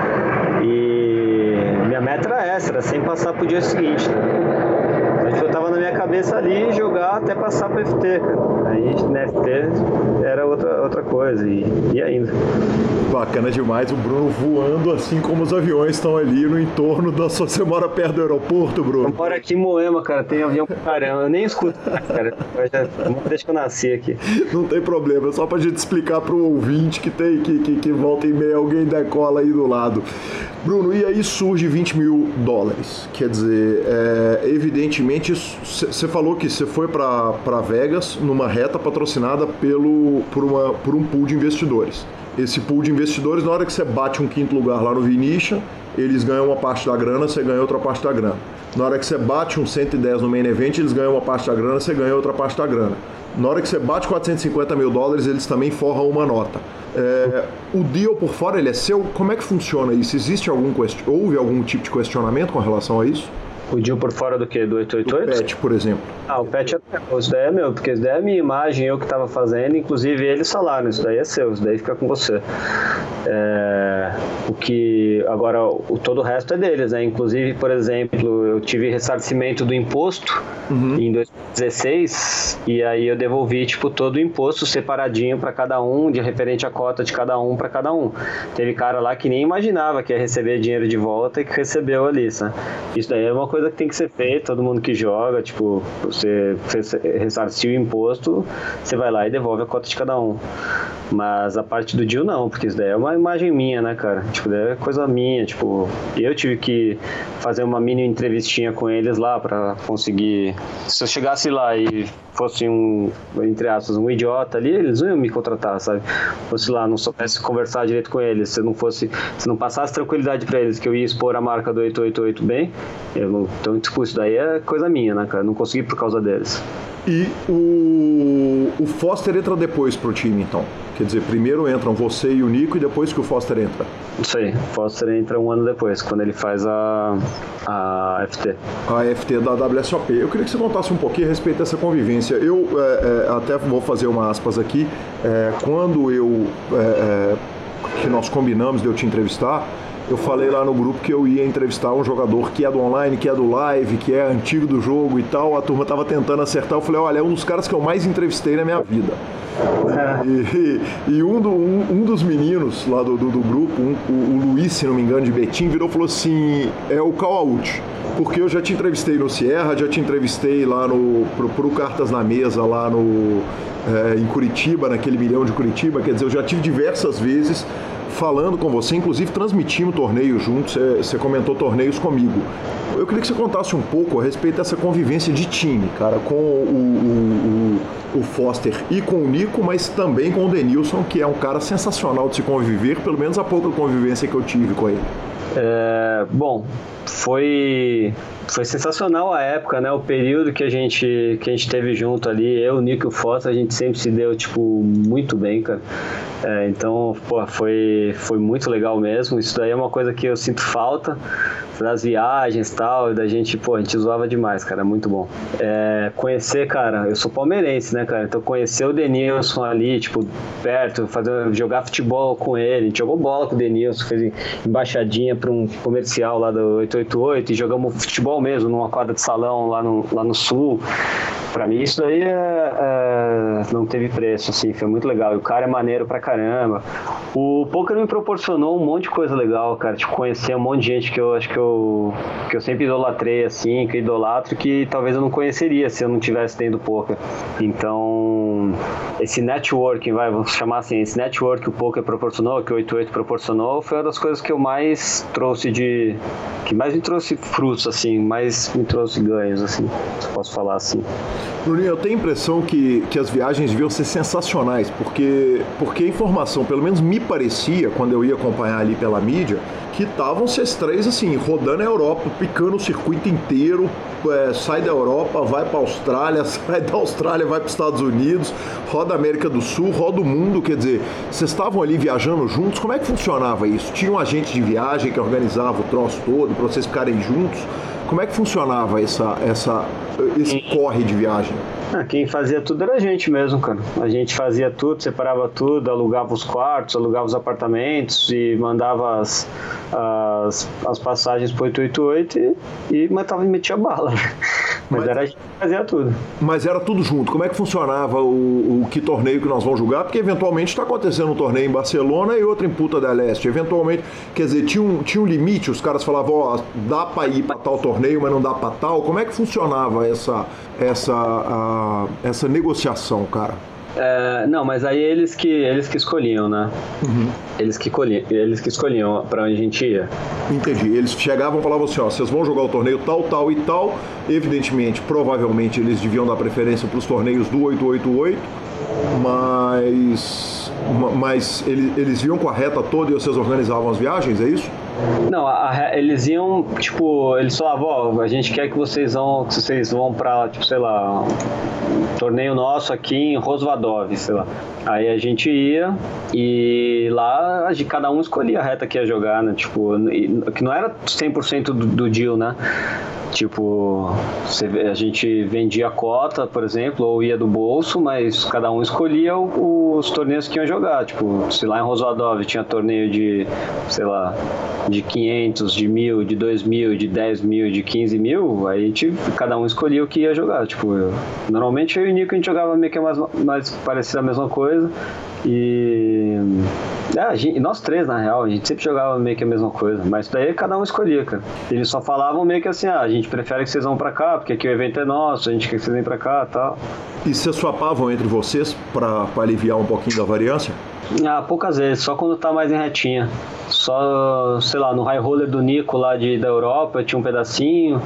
E minha meta era essa, era sem passar pro dia seguinte, né? Eu tava na minha cabeça ali jogar até passar pro F T, cara. Aí no F T era outra, outra coisa, e, e ainda. Bacana demais, o Bruno voando assim como os aviões estão ali no entorno da sua... Você mora perto do aeroporto, Bruno? Eu moro aqui em Moema, cara, tem avião pra caramba, eu nem escuto, cara, eu já, desde que eu nasci aqui. Não tem problema, é só pra gente explicar pro ouvinte que tem, que, que, que volta e meia alguém decola aí do lado. Bruno, e aí surge vinte mil dólares, quer dizer, é, evidentemente, você falou que você foi pra, pra Vegas numa reta patrocinada pelo, por, uma, por um pool de investidores. Esse pool de investidores, na hora que você bate um quinto lugar lá no Vinicius, eles ganham uma parte da grana, você ganha outra parte da grana. Na hora que você bate um cento e dez no main event, eles ganham uma parte da grana, você ganha outra parte da grana. Na hora que você bate quatrocentos e cinquenta mil dólares, eles também forram uma nota. É, o deal por fora, ele é seu? Como é que funciona isso? Existe algum, houve algum tipo de questionamento com relação a isso? O deal por fora do quê? Do oito oito oito? Do patch, por exemplo. Ah, o patch é meu. Isso daí é meu, porque isso daí é a minha imagem, eu que estava fazendo, inclusive eles falaram, isso daí é seu, isso daí fica com você. É, o que, agora, o, todo o resto é deles, né? Inclusive, por exemplo, eu tive ressarcimento do imposto uhum. em dois mil e dezesseis, e aí eu devolvi, tipo, todo o imposto separadinho para cada um, de referente à cota de cada um para cada um. Teve cara lá que nem imaginava que ia receber dinheiro de volta e que recebeu ali, sabe? Isso daí é uma coisa que tem que ser feita, todo mundo que joga, tipo, você ressarciu o imposto, você vai lá e devolve a cota de cada um. Mas a parte do Jill não, porque isso daí é uma imagem minha, né, cara? Tipo, daí é coisa minha, tipo, eu tive que fazer uma mini entrevistinha com eles lá pra conseguir... Se eu chegasse lá e fosse um, entre aspas, um idiota ali, eles não iam me contratar, sabe? Fosse lá, não soubesse conversar direito com eles, se não fosse, se não passasse tranquilidade pra eles que eu ia expor a marca do oito oito oito bem, eu não, então, tipo, isso daí é coisa minha, né, cara? Não consegui por causa deles. E o, o Foster entra depois pro time, então? Quer dizer, primeiro entram você e o Nico e depois que o Foster entra? Isso aí, o Foster entra um ano depois, quando ele faz a, a F T. A F T da W S O P. Eu queria que você contasse um pouquinho a respeito dessa convivência. Eu é, é, até vou fazer uma aspas aqui. É, quando eu... É, é, que nós combinamos de eu te entrevistar, eu falei lá no grupo que eu ia entrevistar um jogador que é do online, que é do live, que é antigo do jogo e tal. A turma tava tentando acertar. Eu falei, olha, é um dos caras que eu mais entrevistei na minha vida. É. E, e um, do, um, um dos meninos lá do, do, do grupo, um, o, o Luiz, se não me engano, de Betim, virou e falou assim, é o Cauaúti. Porque eu já te entrevistei no Sierra, já te entrevistei lá no, pro, pro Cartas na Mesa, lá no, é, em Curitiba, naquele milhão de Curitiba. Quer dizer, eu já tive diversas vezes falando com você, inclusive transmitindo torneios juntos, você comentou torneios comigo. Eu queria que você contasse um pouco a respeito dessa convivência de time, cara, com o, o, o Foster e com o Nico, mas também com o Denilson, que é um cara sensacional de se conviver, pelo menos a pouca convivência que eu tive com ele. É, bom, foi, foi sensacional a época, né? O período que a gente, que a gente teve junto ali, eu, o Nico e o Foster, a gente sempre se deu, tipo, muito bem, cara. É, então, pô, foi, foi muito legal mesmo. Isso daí é uma coisa que eu sinto falta das viagens e tal, da gente, pô, a gente zoava demais, cara, muito bom. É, conhecer, cara, eu sou palmeirense, né, cara, então conhecer o Denilson ali, tipo, perto, fazer, jogar futebol com ele, a gente jogou bola com o Denilson, fez embaixadinha pra um comercial lá do oito oito oito e jogamos futebol mesmo, numa quadra de salão lá no, lá no sul. Pra mim isso daí é, é, não teve preço, assim, foi muito legal, e o cara é maneiro pra caramba. O poker me proporcionou um monte de coisa legal, cara, tipo, conhecer um monte de gente que eu acho que eu que eu sempre idolatrei, assim, que eu idolatro, que talvez eu não conheceria se eu não tivesse dentro do poker. Então, esse networking, vai, vou chamar assim, esse network que o poker proporcionou, que o oito oito proporcionou, foi uma das coisas que eu mais trouxe de... que mais me trouxe frutos, assim, mais me trouxe ganhos, assim, se posso falar assim. Bruninho, eu tenho a impressão que, que as viagens deviam ser sensacionais, porque, porque a informação, pelo menos me parecia, quando eu ia acompanhar ali pela mídia, que estavam vocês três, assim, rodando a Europa, picando o circuito inteiro, é, sai da Europa, vai para a Austrália, sai da Austrália, vai para os Estados Unidos, roda a América do Sul, roda o mundo, quer dizer, vocês estavam ali viajando juntos, como é que funcionava isso? Tinha um agente de viagem que organizava o troço todo, para vocês ficarem juntos? Como é que funcionava essa, essa, esse corre de viagem? Ah, quem fazia tudo era a gente mesmo, cara. A gente fazia tudo, separava tudo, alugava os quartos, alugava os apartamentos e mandava as, as, as passagens pro oito oito oito e, e matava e metia bala. Mas, mas era a gente que fazia tudo. Mas era tudo junto. Como é que funcionava o, o que torneio que nós vamos jogar? Porque eventualmente está acontecendo um torneio em Barcelona e outro em Punta del Este. Eventualmente, quer dizer, tinha um, tinha um limite, os caras falavam, ó, dá para ir para tal torneio, mas não dá para tal. Como é que funcionava essa, essa, a, essa negociação, cara? É, não, mas aí eles que, eles que escolhiam, né? Uhum. Eles, que colhiam, eles que escolhiam pra onde a gente ia. Entendi. Eles chegavam e falavam assim, ó, vocês vão jogar o torneio tal, tal e tal. Evidentemente, provavelmente, eles deviam dar preferência pros torneios do oito oito oito, mas, mas eles, eles iam com a reta toda e vocês organizavam as viagens, é isso? Não, a, a, eles iam, tipo, eles falavam, ó, a gente quer que vocês vão, que vocês vão pra, tipo, sei lá, um torneio nosso aqui em Rosvadov, sei lá. Aí a gente ia e lá a gente, cada um escolhia a reta que ia jogar, né, tipo, que não era cem por cento do, do deal, né. Tipo, a gente vendia a cota, por exemplo, ou ia do bolso, mas cada um escolhia os torneios que iam jogar. Tipo, se lá em Rosvadov tinha torneio de, sei lá, de quinhentos, de mil, de dois mil, de dez mil, de quinze mil, aí a gente, cada um escolhia o que ia jogar. Tipo, eu, normalmente eu e o Nico a gente jogava meio que mais, mais parecido a mesma coisa. E é, a gente, nós três, na real, a gente sempre jogava meio que a mesma coisa, mas daí cada um escolhia, cara. Eles só falavam meio que assim, ah, a gente prefere que vocês vão pra cá, porque aqui o evento é nosso, a gente quer que vocês venham pra cá e tal. E vocês swapavam entre vocês pra, pra aliviar um pouquinho da variância? Ah, poucas vezes, só quando tá mais em retinha. Só, sei lá, no high roller do Nico lá de, da Europa eu tinha um pedacinho,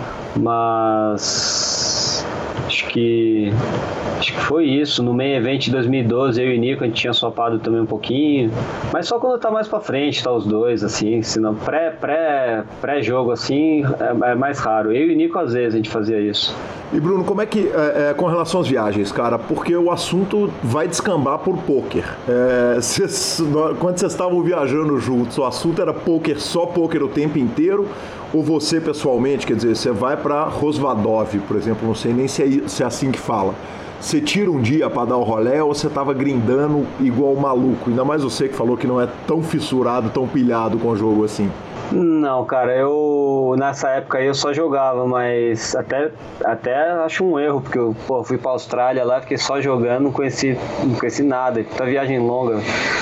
mas acho que acho que foi isso. No main event de dois mil e doze eu e o Nico a gente tinha swapado também um pouquinho, mas só quando tá mais pra frente, tá os dois, assim, senão pré, pré, pré-jogo assim é, é mais raro. Eu e o Nico às vezes a gente fazia isso. E Bruno, como é que, é, é, com relação às viagens, cara, porque o assunto vai descambar por pôquer. É, cês, quando vocês estavam viajando juntos, o assunto era pôquer, só pôquer o tempo inteiro? Ou você, pessoalmente, quer dizer, você vai pra Rosvadov, por exemplo, não sei nem se é, se é assim que fala. Você tira um dia pra dar o rolê ou você tava grindando igual maluco? Ainda mais você que falou que não é tão fissurado, tão pilhado com o jogo assim. Não, cara, eu nessa época aí eu só jogava, mas até, até acho um erro, porque eu pô, fui pra Austrália lá, fiquei só jogando, não conheci, não conheci nada, puta viagem longa.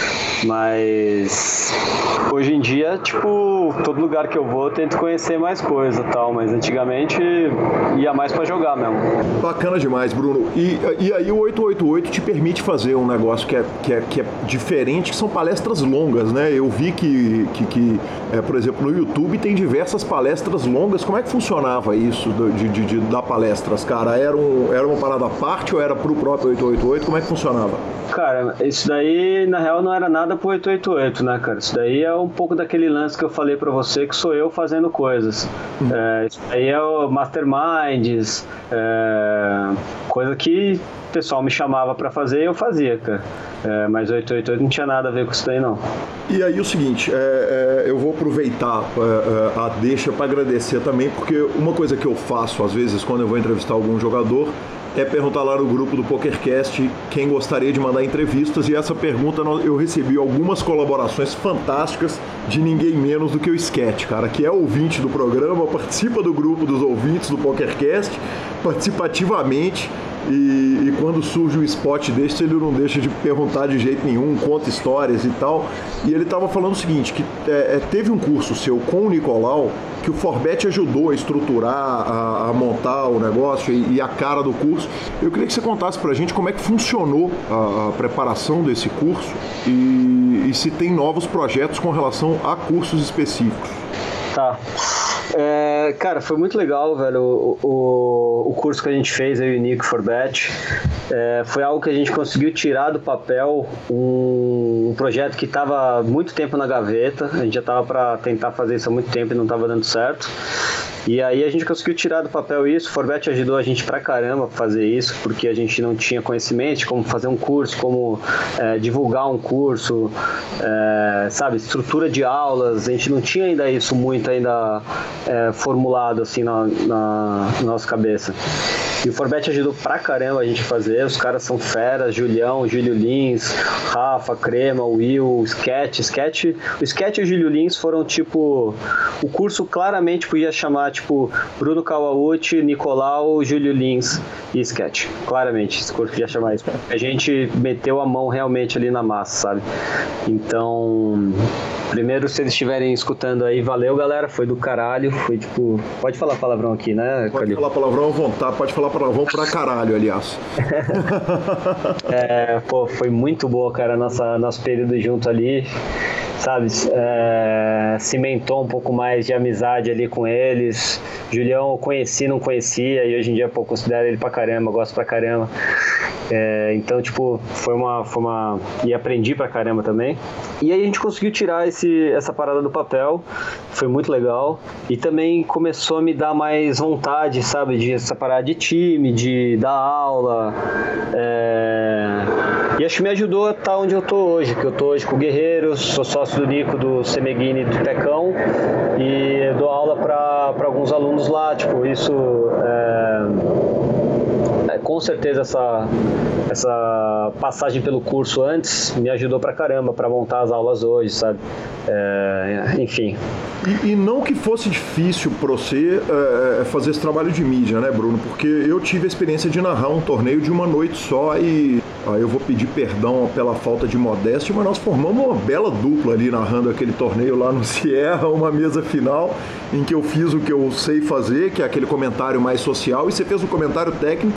Mas hoje em dia, tipo, todo lugar que eu vou eu tento conhecer mais coisa e tal, mas antigamente ia mais pra jogar mesmo. Bacana demais, Bruno. E, e aí o oito oito oito te permite fazer um negócio que é, que é, que é diferente, que são palestras longas, né? Eu vi que, que, que é, por exemplo, no YouTube tem diversas palestras longas. Como é que funcionava isso de, de, de dar palestras, cara? Era, um, era uma parada à parte ou era pro próprio oito oito oito? Como é que funcionava? Cara, isso daí na real não era nada pro oito oito oito, né, cara? Isso daí é um pouco daquele lance que eu falei pra você, que sou eu fazendo coisas. Uhum. É, isso daí é o Masterminds, é, coisa que o pessoal me chamava pra fazer e eu fazia, cara. É, mas oito oito oito não tinha nada a ver com isso daí, não. E aí o seguinte, é, é, eu vou aproveitar é, a deixa pra agradecer também, porque uma coisa que eu faço às vezes quando eu vou entrevistar algum jogador é perguntar lá no grupo do PokerCast quem gostaria de mandar entrevistas, e essa pergunta eu recebi algumas colaborações fantásticas de ninguém menos do que o Sketch, cara, que é ouvinte do programa, participa do grupo dos ouvintes do PokerCast, participa ativamente. E, e quando surge um spot desse, ele não deixa de perguntar de jeito nenhum, conta histórias e tal. E ele estava falando o seguinte, que é, teve um curso seu com o Nicolau que o Forbet ajudou a estruturar, a, a montar o negócio e, e a cara do curso. Eu queria que você contasse pra gente como é que funcionou a, a preparação desse curso e, e se tem novos projetos com relação a cursos específicos. Tá. É, cara, foi muito legal, velho, o, o, o curso que a gente fez, eu e o Nico Forbet. É, foi algo que a gente conseguiu tirar do papel, um, um projeto que estava muito tempo na gaveta. A gente já estava para tentar fazer isso há muito tempo e não estava dando certo. E aí a gente conseguiu tirar do papel isso. O Forbet ajudou a gente pra caramba a fazer isso, porque a gente não tinha conhecimento de como fazer um curso, como é, divulgar um curso, é, sabe, estrutura de aulas. A gente não tinha ainda isso muito ainda é, formulado assim na, na, na nossa cabeça. E o Forbet ajudou pra caramba a gente a fazer. Os caras são feras, Julião, Júlio Lins, Rafa, Crema, Will, Sketch. Sketch o Sketch e o Júlio Lins foram tipo... O curso claramente podia chamar tipo Bruno Kawauchi, Nicolau, Júlio Lins e Sketch. Claramente, esse curso podia chamar isso. A gente meteu a mão realmente ali na massa, sabe? Então... Primeiro, se eles estiverem escutando aí, valeu, galera, foi do caralho, foi tipo... Pode falar palavrão aqui, né, Pode Calil? falar palavrão à vontade, pode falar palavrão pra caralho, aliás. É, pô, foi muito boa, cara, nossa, nosso período junto ali, sabe, é, cimentou um pouco mais de amizade ali com eles. Julião eu conheci, não conhecia, e hoje em dia, pô, considero ele pra caramba, gosto pra caramba. É, então, tipo, foi uma, foi uma... E aprendi pra caramba também. E aí a gente conseguiu tirar esse, essa parada do papel, foi muito legal. E também começou a me dar mais vontade, sabe, de essa parada de time, de dar aula. É... E acho que me ajudou a estar onde eu tô hoje, que eu tô hoje com o Guerreiro, sou sócio do Nico, do Semeghini e do Tecão, e dou aula para alguns alunos lá, tipo, isso... É... Com certeza essa, essa passagem pelo curso antes me ajudou pra caramba pra montar as aulas hoje, sabe? É, enfim. E, e não que fosse difícil pra você é, fazer esse trabalho de mídia, né, Bruno? Porque eu tive a experiência de narrar um torneio de uma noite só e aí eu vou pedir perdão pela falta de modéstia, mas nós formamos uma bela dupla ali narrando aquele torneio lá no Sierra, uma mesa final em que eu fiz o que eu sei fazer, que é aquele comentário mais social, e você fez um comentário técnico de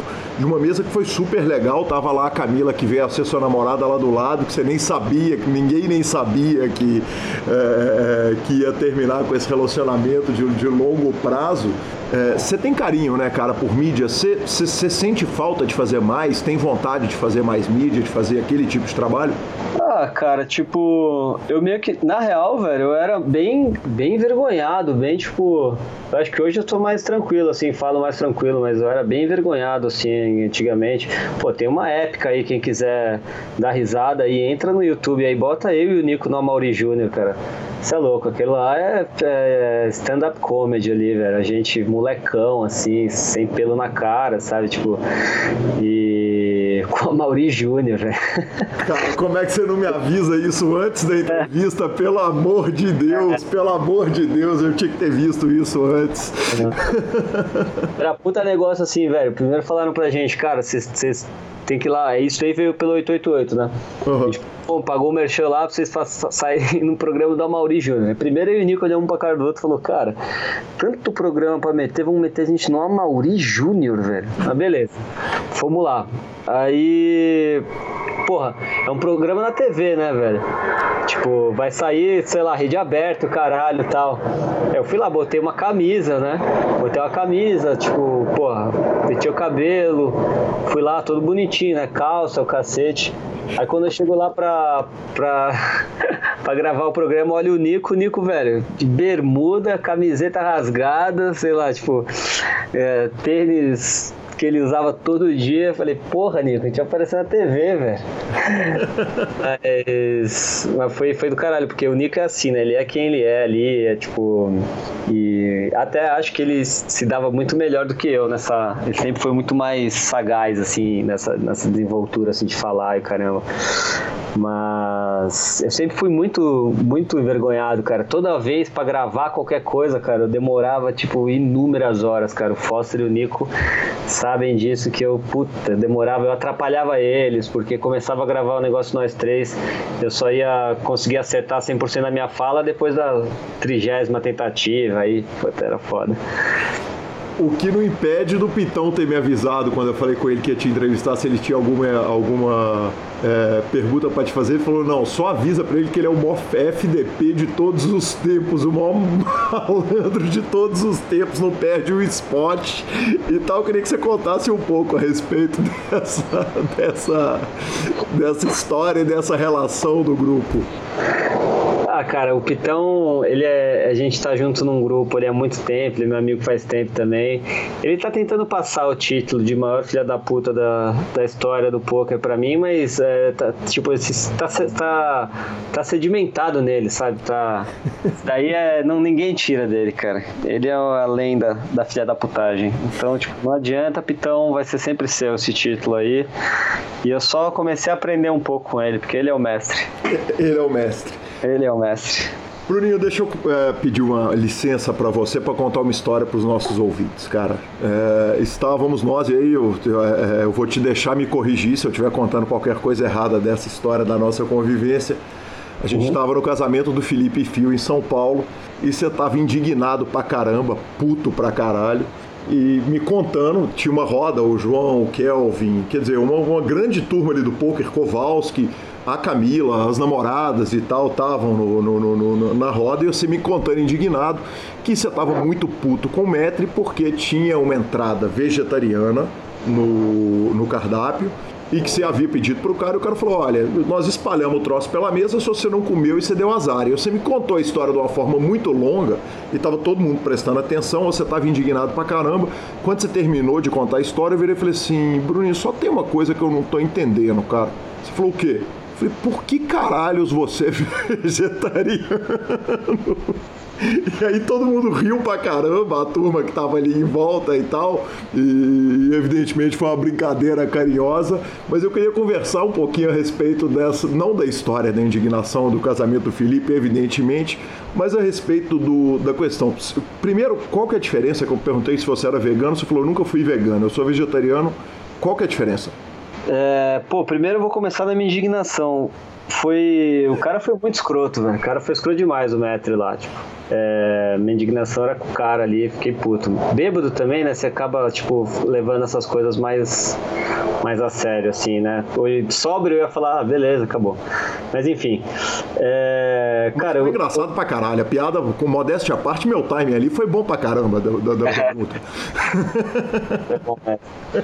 de uma mesa que foi super legal. Tava lá a Camila, que veio a ser sua namorada lá do lado, que você nem sabia, que ninguém nem sabia que, é, que ia terminar com esse relacionamento de, de longo prazo. Você é, tem carinho, né, cara, por mídia? Você sente falta de fazer mais? Tem vontade de fazer mais mídia, de fazer aquele tipo de trabalho? Ah, cara, tipo, eu meio que, na real, velho, eu era bem, bem envergonhado, bem, tipo, eu acho que hoje eu tô mais tranquilo, assim, falo mais tranquilo, mas eu era bem envergonhado, assim, antigamente. Pô, tem uma épica aí, quem quiser dar risada aí, entra no YouTube aí, bota eu e o Nico no Amaury Júnior, cara. Isso é louco, aquilo lá é, é stand-up comedy ali, velho, a gente molecão, assim, sem pelo na cara, sabe, tipo, e com o Amaury Júnior, velho. Cara, como é que você não me avisa isso antes da entrevista? É. Pelo amor de Deus, é. pelo amor de Deus, eu tinha que ter visto isso antes. É. Era puta negócio assim, velho, primeiro falaram pra gente, cara, vocês tem que ir lá, isso aí veio pelo oito oito oito, né? Uhum. A gente bom, pagou o merchan lá pra vocês saírem no programa do Amaury Júnior. Primeiro eu e o Nico olhamos um pra cara do outro e falou, cara, tanto programa pra meter, vamos meter a gente no Amaury Júnior, velho. Mas beleza, fomos lá. Aí, porra, é um programa na T V, né, velho? Tipo, vai sair, sei lá, rede aberta, caralho e tal. Eu fui lá, botei uma camisa, né? Botei uma camisa, tipo, porra, meti o cabelo, fui lá todo bonitinho, né? Calça, o cacete. Aí quando eu chego lá pra, pra, pra gravar o programa, olha o Nico, o Nico, velho, de bermuda, camiseta rasgada, sei lá, tipo, é, tênis que ele usava todo dia. Eu falei, porra, Nico, a gente vai aparecer na T V, velho. Mas, mas foi, foi do caralho, porque o Nico é assim, né? Ele é quem ele é ali, é tipo... E até acho que ele se dava muito melhor do que eu nessa... Ele sempre foi muito mais sagaz, assim, nessa, nessa desenvoltura, assim, de falar e caramba. Mas eu sempre fui muito, muito envergonhado, cara. Toda vez pra gravar qualquer coisa, cara, eu demorava, tipo, inúmeras horas, cara. O Foster e o Nico sabem disso, que eu, puta, demorava, eu atrapalhava eles, porque começava a gravar o negócio nós três, eu só ia conseguir acertar cem por cento da minha fala depois da trigésima tentativa, aí, puta, era foda. O que não impede do Pitão ter me avisado quando eu falei com ele que ia te entrevistar, se ele tinha alguma, alguma é, pergunta pra te fazer. Ele falou, não, só avisa pra ele que ele é o maior F D P de todos os tempos, o maior malandro de todos os tempos, não perde um spot e tal. Eu queria que você contasse um pouco a respeito dessa, dessa, dessa história e dessa relação do grupo. Ah, cara, o Pitão, ele é, a gente tá junto num grupo ali há muito tempo, ele é meu amigo faz tempo também. Ele tá tentando passar o título de maior filha da puta da, da história do poker pra mim, mas é, tá, tipo, esse, tá, tá, tá sedimentado nele, sabe? Tá, daí é, não, ninguém tira dele, cara. Ele é a lenda da filha da putagem. Então, tipo, não adianta, Pitão, vai ser sempre seu esse título aí. E eu só comecei a aprender um pouco com ele, porque ele é o mestre. Ele é o mestre. Ele é o mestre. Bruninho, deixa eu é, pedir uma licença para você para contar uma história para os nossos ouvintes, cara. É, estávamos nós, e aí eu, eu, é, eu vou te deixar me corrigir se eu estiver contando qualquer coisa errada dessa história da nossa convivência. A gente estava uhum. no casamento do Felipe e Fio em São Paulo e você estava indignado pra caramba, puto pra caralho. E me contando, tinha uma roda, o João, o Kelvin, quer dizer, uma, uma grande turma ali do poker, Kowalski, a Camila, as namoradas e tal, estavam no, no, no, no, na roda, e você me contando indignado que você estava muito puto com o Metri porque tinha uma entrada vegetariana no, no cardápio e que você havia pedido para o cara, e o cara falou, olha, nós espalhamos o troço pela mesa, se você não comeu e você deu azar. E você me contou a história de uma forma muito longa e estava todo mundo prestando atenção, você estava indignado pra caramba. Quando você terminou de contar a história, eu virei e falei assim, Bruninho, só tem uma coisa que eu não tô entendendo, cara. Você falou o quê? Eu falei, por que caralhos você é vegetariano? E aí todo mundo riu pra caramba, a turma que tava ali em volta e tal, e evidentemente foi uma brincadeira carinhosa, mas eu queria conversar um pouquinho a respeito dessa, não da história da indignação do casamento do Felipe, evidentemente, mas a respeito do, da questão. Primeiro, qual que é a diferença, que eu perguntei se você era vegano, você falou, eu nunca fui vegano, eu sou vegetariano, qual que é a diferença? É, pô, primeiro eu vou começar da minha indignação. Foi. O cara foi muito escroto, velho. O cara foi escroto demais, o Metri lá, tipo. É, minha indignação era com o cara ali, fiquei puto. Bêbado também, né? Você acaba, tipo, levando essas coisas mais, mais a sério, assim, né? Sóbrio eu ia falar, ah, beleza, acabou. Mas enfim. É, cara, foi eu, engraçado eu... pra caralho. A piada, com modéstia à parte, meu timing ali foi bom pra caramba da, da, da pergunta. É bom, né?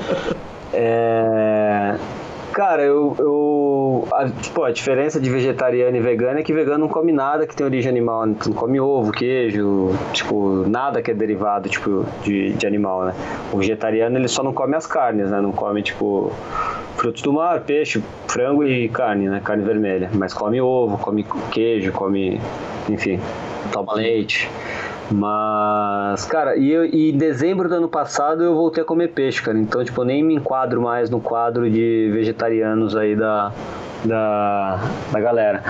É... Cara, eu, eu a, tipo, a diferença de vegetariano e vegano é que vegano não come nada que tem origem animal, né? Não come ovo, queijo, tipo, nada que é derivado, tipo, de, de animal, né? O vegetariano, ele só não come as carnes, né? Não come, tipo, frutos do mar, peixe, frango e carne, né? Carne vermelha. Mas come ovo, come queijo, come, enfim, toma leite. Mas, cara, e, eu, e em dezembro do ano passado eu voltei a comer peixe, cara. Então, tipo, eu nem me enquadro mais no quadro de vegetarianos aí da, da, da galera.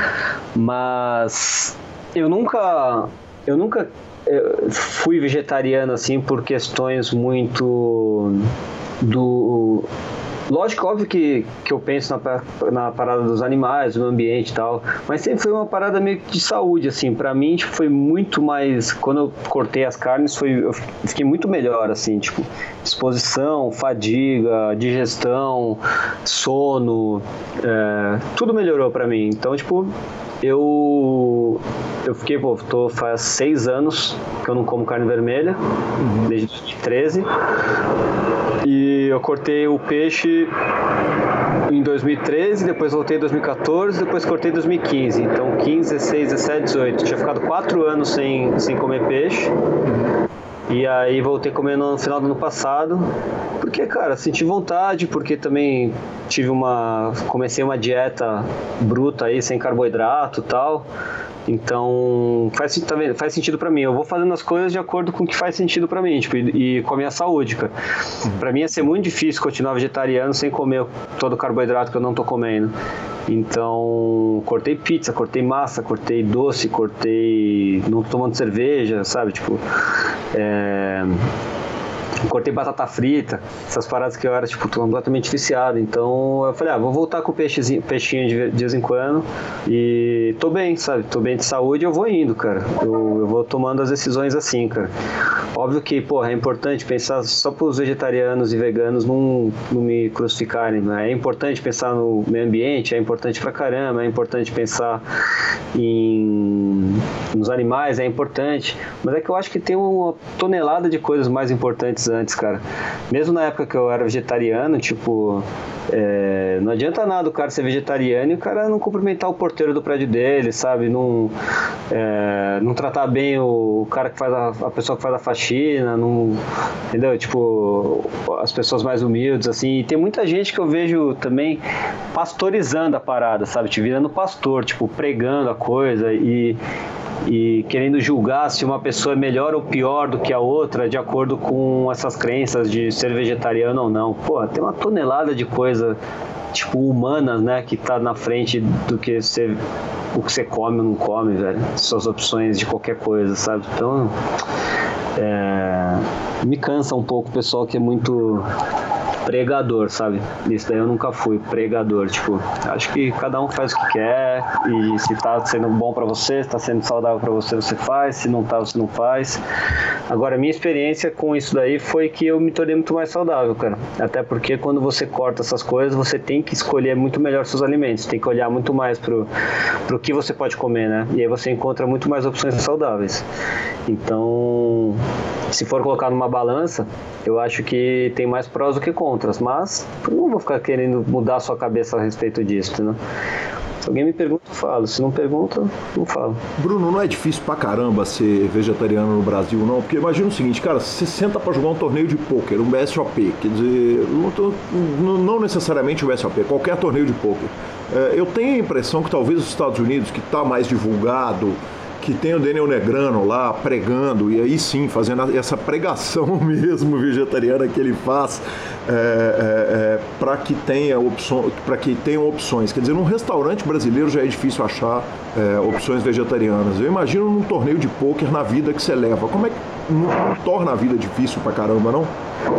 Mas eu nunca, eu nunca eu fui vegetariano, assim, por questões muito do... Lógico, óbvio que, que eu penso na, na parada dos animais, no ambiente e tal, mas sempre foi uma parada meio que de saúde, assim, pra mim, tipo, foi muito mais, quando eu cortei as carnes, foi, eu fiquei muito melhor, assim, tipo, disposição, fadiga, digestão, sono, é, tudo melhorou pra mim, então, tipo, eu, eu fiquei, pô, tô, faz seis anos que eu não como carne vermelha, desde dois mil e treze, e eu cortei o peixe em dois mil e treze, depois voltei em dois mil e quatorze, depois cortei em dois mil e quinze. Então quinze, dezesseis, dezessete, dezoito. Tinha ficado quatro anos sem, sem comer peixe. E aí voltei a comer no final do ano passado. Porque, cara, senti vontade, porque também tive uma... Comecei uma dieta bruta aí, sem carboidrato e tal. Então, faz, tá vendo? Faz sentido pra mim. Eu vou fazendo as coisas de acordo com o que faz sentido pra mim, tipo, e, e com a minha saúde, cara. Pra mim ia ser muito difícil continuar vegetariano sem comer todo o carboidrato que eu não tô comendo. Então, cortei pizza, cortei massa, cortei doce, cortei... não tô tomando cerveja, sabe? Tipo, é... cortei batata frita, essas paradas que eu era, tipo, completamente viciado. Então eu falei, ah, vou voltar com o peixinho, peixinho de vez em quando. E tô bem, sabe? Tô bem de saúde e eu vou indo, cara. Eu, eu vou tomando as decisões assim, cara. Óbvio que, porra, é importante pensar só pros vegetarianos e veganos não, não me crucificarem, né? É importante pensar no meio ambiente, é importante pra caramba, é importante pensar em... nos animais, é importante. Mas é que eu acho que tem uma tonelada de coisas mais importantes antes, cara. Mesmo na época que eu era vegetariano, tipo, é, não adianta nada o cara ser vegetariano e o cara não cumprimentar o porteiro do prédio dele, sabe? Não, é, não tratar bem o, o cara que faz a, a pessoa que faz a faxina, não, entendeu? Tipo, as pessoas mais humildes, assim. E tem muita gente que eu vejo também pastorizando a parada, sabe? Te virando pastor, tipo, pregando a coisa e e querendo julgar se uma pessoa é melhor ou pior do que a outra de acordo com essas crenças de ser vegetariano ou não. Pô, tem uma tonelada de coisa, tipo, humanas, né, que tá na frente do que você, o que você come ou não come, velho. Suas opções de qualquer coisa, sabe? Então, é, me cansa um pouco o pessoal que é muito pregador, sabe? Isso daí eu nunca fui pregador, tipo, acho que cada um faz o que quer e se tá sendo bom pra você, se tá sendo saudável pra você, você faz, se não tá, você não faz. Agora, minha experiência com isso daí foi que eu me tornei muito mais saudável, cara. Até porque quando você corta essas coisas, você tem que escolher muito melhor seus alimentos, tem que olhar muito mais pro, pro que você pode comer, né? E aí você encontra muito mais opções saudáveis. Então, se for colocar numa balança, eu acho que tem mais prós do que contras, mas eu não vou ficar querendo mudar a sua cabeça a respeito disso, né? Se alguém me pergunta, eu falo. Se não pergunta, não falo. Bruno, não é difícil pra caramba ser vegetariano no Brasil, não? Porque imagina o seguinte, cara, você senta pra jogar um torneio de pôquer, um B S O P, quer dizer, não, tô, não necessariamente o B S O P, qualquer torneio de pôquer. É, eu tenho a impressão que talvez os Estados Unidos, que tá mais divulgado, que tem o Daniel Negrano lá pregando, e aí sim, fazendo essa pregação mesmo vegetariana que ele faz, é, é, é, para que tenha opções, para que tenham opções. Quer dizer, num restaurante brasileiro já é difícil achar é, opções vegetarianas. Eu imagino num torneio de pôquer na vida que você leva. Como é que não, não torna a vida difícil pra caramba, não? Ah,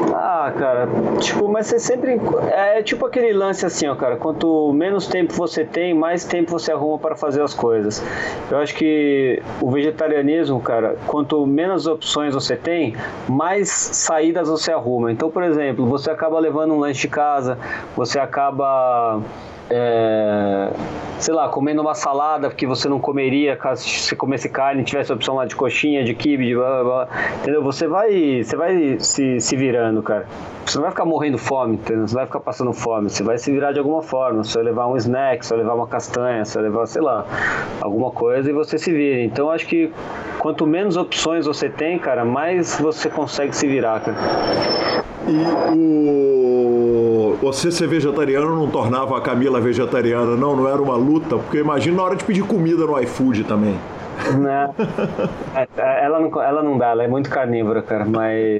Ah, cara, tipo, mas você sempre... É tipo aquele lance assim, ó, cara, quanto menos tempo você tem, mais tempo você arruma para fazer as coisas. Eu acho que o vegetarianismo, cara, quanto menos opções você tem, mais saídas você arruma. Então, por exemplo, você acaba levando um lanche de casa, você acaba... É, sei lá, comendo uma salada que você não comeria caso você comesse carne e tivesse a opção lá de coxinha, de quibe, de blá, blá, blá, entendeu? Você vai, você vai se, se virando, cara. Você não vai ficar morrendo fome, entendeu? Você vai ficar passando fome, você vai se virar de alguma forma. Você vai levar um snack, você vai levar uma castanha, você vai levar, sei lá, alguma coisa e você se vira. Então, acho que quanto menos opções você tem, cara, mais você consegue se virar, cara. E o... você ser vegetariano não tornava a Camila vegetariana, não? Não era uma luta? Porque imagina na hora de pedir comida no iFood também. Não, ela não, ela não dá, ela é muito carnívora, cara, mas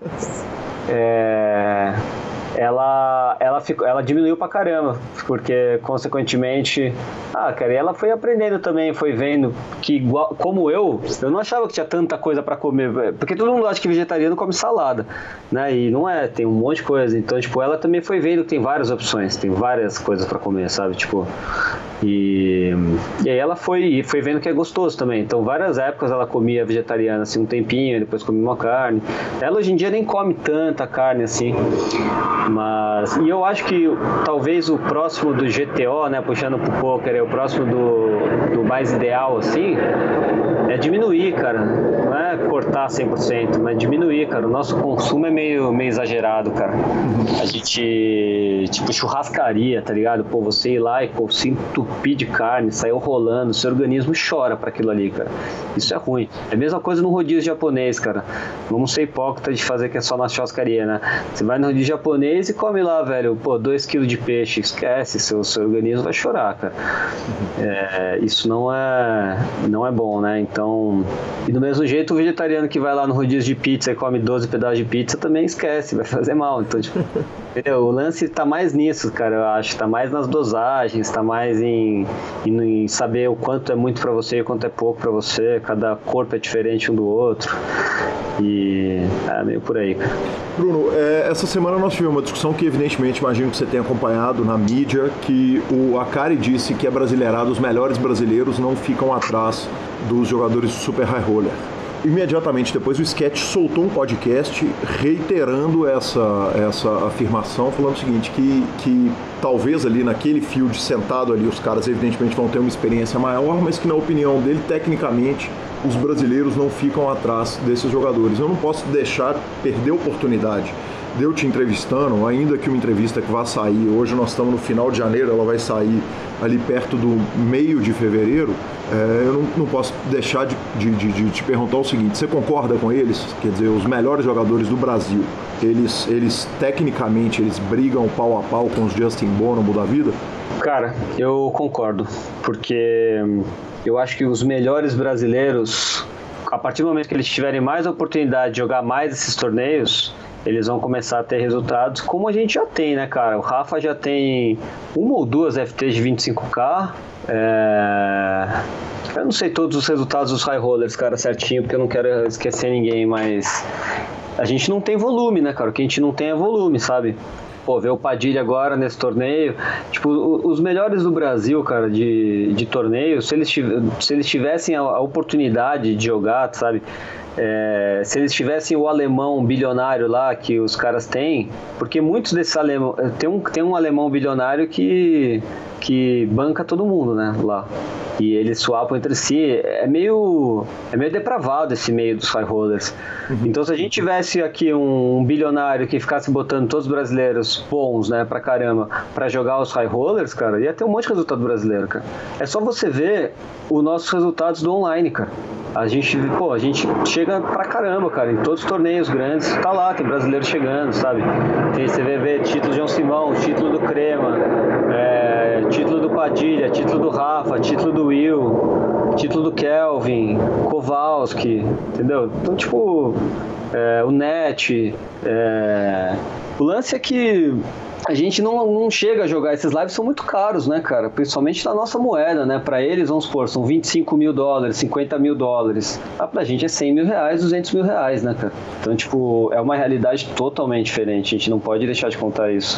é, ela, ela, ficou, ela diminuiu pra caramba, porque consequentemente, ah, cara, e ela foi aprendendo também, foi vendo que igual, como eu, eu não achava que tinha tanta coisa pra comer, porque todo mundo acha que vegetariano come salada, né, e não é, tem um monte de coisa, então, tipo, ela também foi vendo que tem várias opções, tem várias coisas pra comer, sabe, tipo, e, e aí ela foi, foi vendo que é gostoso também, então várias épocas ela comia vegetariana, assim, um tempinho, depois comia uma carne, ela hoje em dia nem come tanta carne, assim, mas, e eu acho que talvez o próximo do G T O, né, puxando pro poker, é o próximo do, do mais ideal, assim, é diminuir, cara, não é cortar cem por cento, mas diminuir, cara, o nosso consumo é meio, meio exagerado, cara, a gente, tipo, churrascaria, tá ligado, pô, você ir lá e, pô, se entupir de carne, saiu rolando, seu organismo chora pra aquilo ali, cara, isso é ruim, é a mesma coisa no rodízio japonês, cara, vamos ser hipócritas de fazer que é só na churrascaria, né, você vai no rodízio japonês e come lá, velho, pô, dois quilos de peixe, esquece, seu, seu organismo vai chorar, cara, é, isso não é, não é bom, né, então, e do mesmo jeito o vegetariano que vai lá no rodízio de pizza e come doze pedaços de pizza também esquece, vai fazer mal, então, tipo, entendeu? O lance tá mais nisso, cara, eu acho, tá mais nas dosagens, tá mais em, em, em saber o quanto é muito pra você e o quanto é pouco pra você, cada corpo é diferente um do outro, e é meio por aí, cara. Bruno, é, essa semana nós tivemos uma discussão que evidentemente imagino que você tenha acompanhado na mídia, que o Akari disse que é brasileirado, os melhores brasileiros não ficam atrás dos jogadores do Super High Roller. Imediatamente depois o Sketch soltou um podcast reiterando essa, essa afirmação, falando o seguinte, que, que talvez ali naquele field sentado ali os caras evidentemente vão ter uma experiência maior, mas que na opinião dele, tecnicamente, os brasileiros não ficam atrás desses jogadores. Eu não posso deixar perder a oportunidade de eu te entrevistando, ainda que uma entrevista que vá sair, hoje nós estamos no final de janeiro, ela vai sair ali perto do meio de fevereiro, é, eu não, não posso deixar de, de, de, de te perguntar o seguinte, você concorda com eles? Quer dizer, os melhores jogadores do Brasil, eles, eles tecnicamente, eles brigam pau a pau com os Justin Bonomo da vida? Cara, eu concordo, porque eu acho que os melhores brasileiros, a partir do momento que eles tiverem mais oportunidade de jogar mais esses torneios, eles vão começar a ter resultados como a gente já tem, né, cara? O Rafa já tem uma ou duas F Ts de vinte e cinco K. É... Eu não sei todos os resultados dos high rollers, cara, certinho, porque eu não quero esquecer ninguém, mas a gente não tem volume, né, cara? O que a gente não tem é volume, sabe? Pô, ver o Padilha agora nesse torneio, tipo, os melhores do Brasil, cara, de, de torneio, se eles, se eles tivessem a, a oportunidade de jogar, sabe? É, se eles tivessem o alemão bilionário lá que os caras têm, porque muitos desses alemães, tem um, tem um alemão bilionário que, que banca todo mundo, né, lá, e eles swapam entre si, é meio, é meio depravado esse meio dos high rollers. Uhum. Então se a gente tivesse aqui um, um bilionário que ficasse botando todos os brasileiros bons, né, pra caramba, pra jogar os high rollers, cara, ia ter um monte de resultado brasileiro, cara. É só você ver os nossos resultados do online, cara. A gente, pô, a gente chega pra caramba, cara, em todos os torneios grandes, tá lá, tem brasileiro chegando, sabe? Tem, você vê, vê título de João Simão, título do Crema, é, título do Padilha, título do Rafa, título do Will, título do Kelvin, Kowalski, entendeu? Então, tipo, é, o Net, é, o lance é que a gente não, não chega a jogar. Esses lives são muito caros, né, cara? Principalmente na nossa moeda, né? Pra eles, vamos supor, são vinte e cinco mil dólares, cinquenta mil dólares. Ah, pra gente é cem mil reais, duzentos mil reais, né, cara? Então, tipo, é uma realidade totalmente diferente. A gente não pode deixar de contar isso.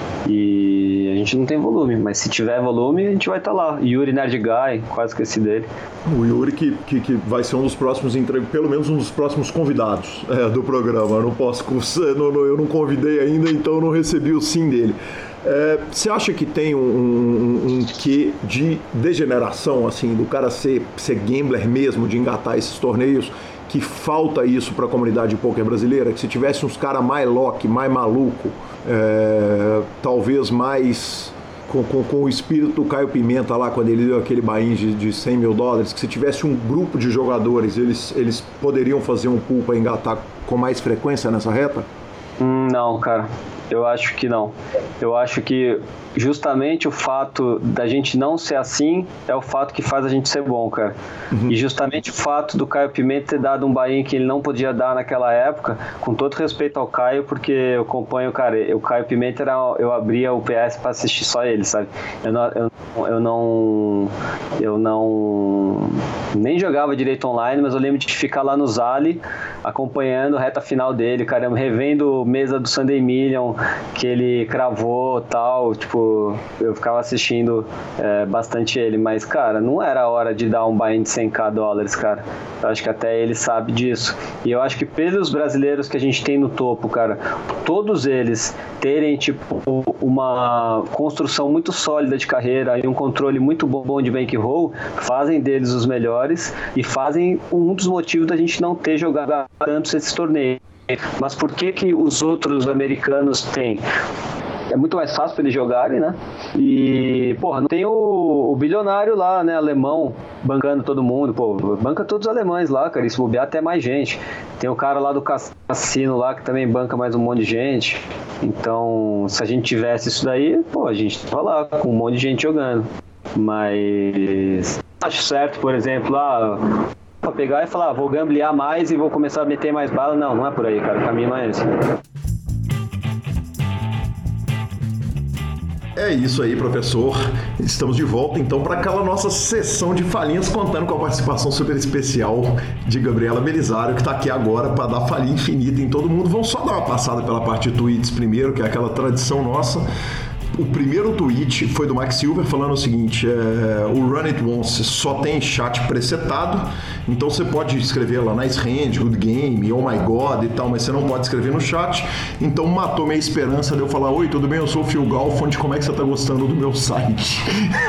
E a gente não tem volume, mas se tiver volume, a gente vai estar tá lá. Yuri Nerd Guy, quase esqueci dele. O Yuri que, que, que vai ser um dos próximos, pelo menos um dos próximos convidados é, do programa. Eu não posso, eu não convidei ainda, então eu não recebi o sim dele. É, você acha que tem um, um, um quê de degeneração, assim, do cara ser, ser gambler mesmo, de engatar esses torneios, que falta isso para a comunidade de poker brasileira? Que se tivesse uns caras mais lock, mais maluco, é, talvez mais com, com, com o espírito do Caio Pimenta lá, quando ele deu aquele buy-in de, de cem mil dólares, que se tivesse um grupo de jogadores, eles, eles poderiam fazer um pool para engatar com mais frequência nessa reta? Não, cara. Eu acho que não. Eu acho que justamente o fato da gente não ser assim é o fato que faz a gente ser bom, cara. Uhum. E justamente o fato do Caio Pimenta ter dado um buy-in que ele não podia dar naquela época, com todo respeito ao Caio, porque eu acompanho, cara, o Caio Pimenta, era, eu abria o P S pra assistir só ele, sabe? Eu não, eu, eu não... Eu não... nem jogava direito online, mas eu lembro de ficar lá no Zali, acompanhando a reta final dele, caramba, revendo mesa do Sunday Million, que ele cravou e tal, tipo, eu ficava assistindo é, bastante ele, mas, cara, não era a hora de dar um buy-in de cem mil dólares, cara. Eu acho que até ele sabe disso. E eu acho que pelos brasileiros que a gente tem no topo, cara, todos eles terem, tipo, uma construção muito sólida de carreira e um controle muito bom de bankroll, fazem deles os melhores e fazem um dos motivos da gente não ter jogado tantos esses torneios. Mas por que que os outros americanos têm? É muito mais fácil para eles jogarem, né? E, porra, não tem o, o bilionário lá, né, alemão, bancando todo mundo. Pô, banca todos os alemães lá, cara, e se bobear até mais gente. Tem o cara lá do cassino lá, que também banca mais um monte de gente. Então, se a gente tivesse isso daí, pô, a gente tava lá com um monte de gente jogando. Mas acho certo, por exemplo, lá... pra pegar e falar, ah, vou gamblear mais e vou começar a meter mais bala. Não, não é por aí, cara, o caminho não é esse. É isso aí, professor. Estamos de volta, então, para aquela nossa sessão de falinhas, contando com a participação super especial de Gabriela Belisário, que está aqui agora para dar falinha infinita em todo mundo. Vamos só dar uma passada pela parte de tweets primeiro, que é aquela tradição nossa. O primeiro tweet foi do Mike Silver falando o seguinte, é, o Run It Once só tem chat presetado, então você pode escrever lá Nice Hand, Good Game, Oh My God e tal, mas você não pode escrever no chat, então matou minha esperança de eu falar, oi, tudo bem? Eu sou o Phil Galfond, como é que você tá gostando do meu site?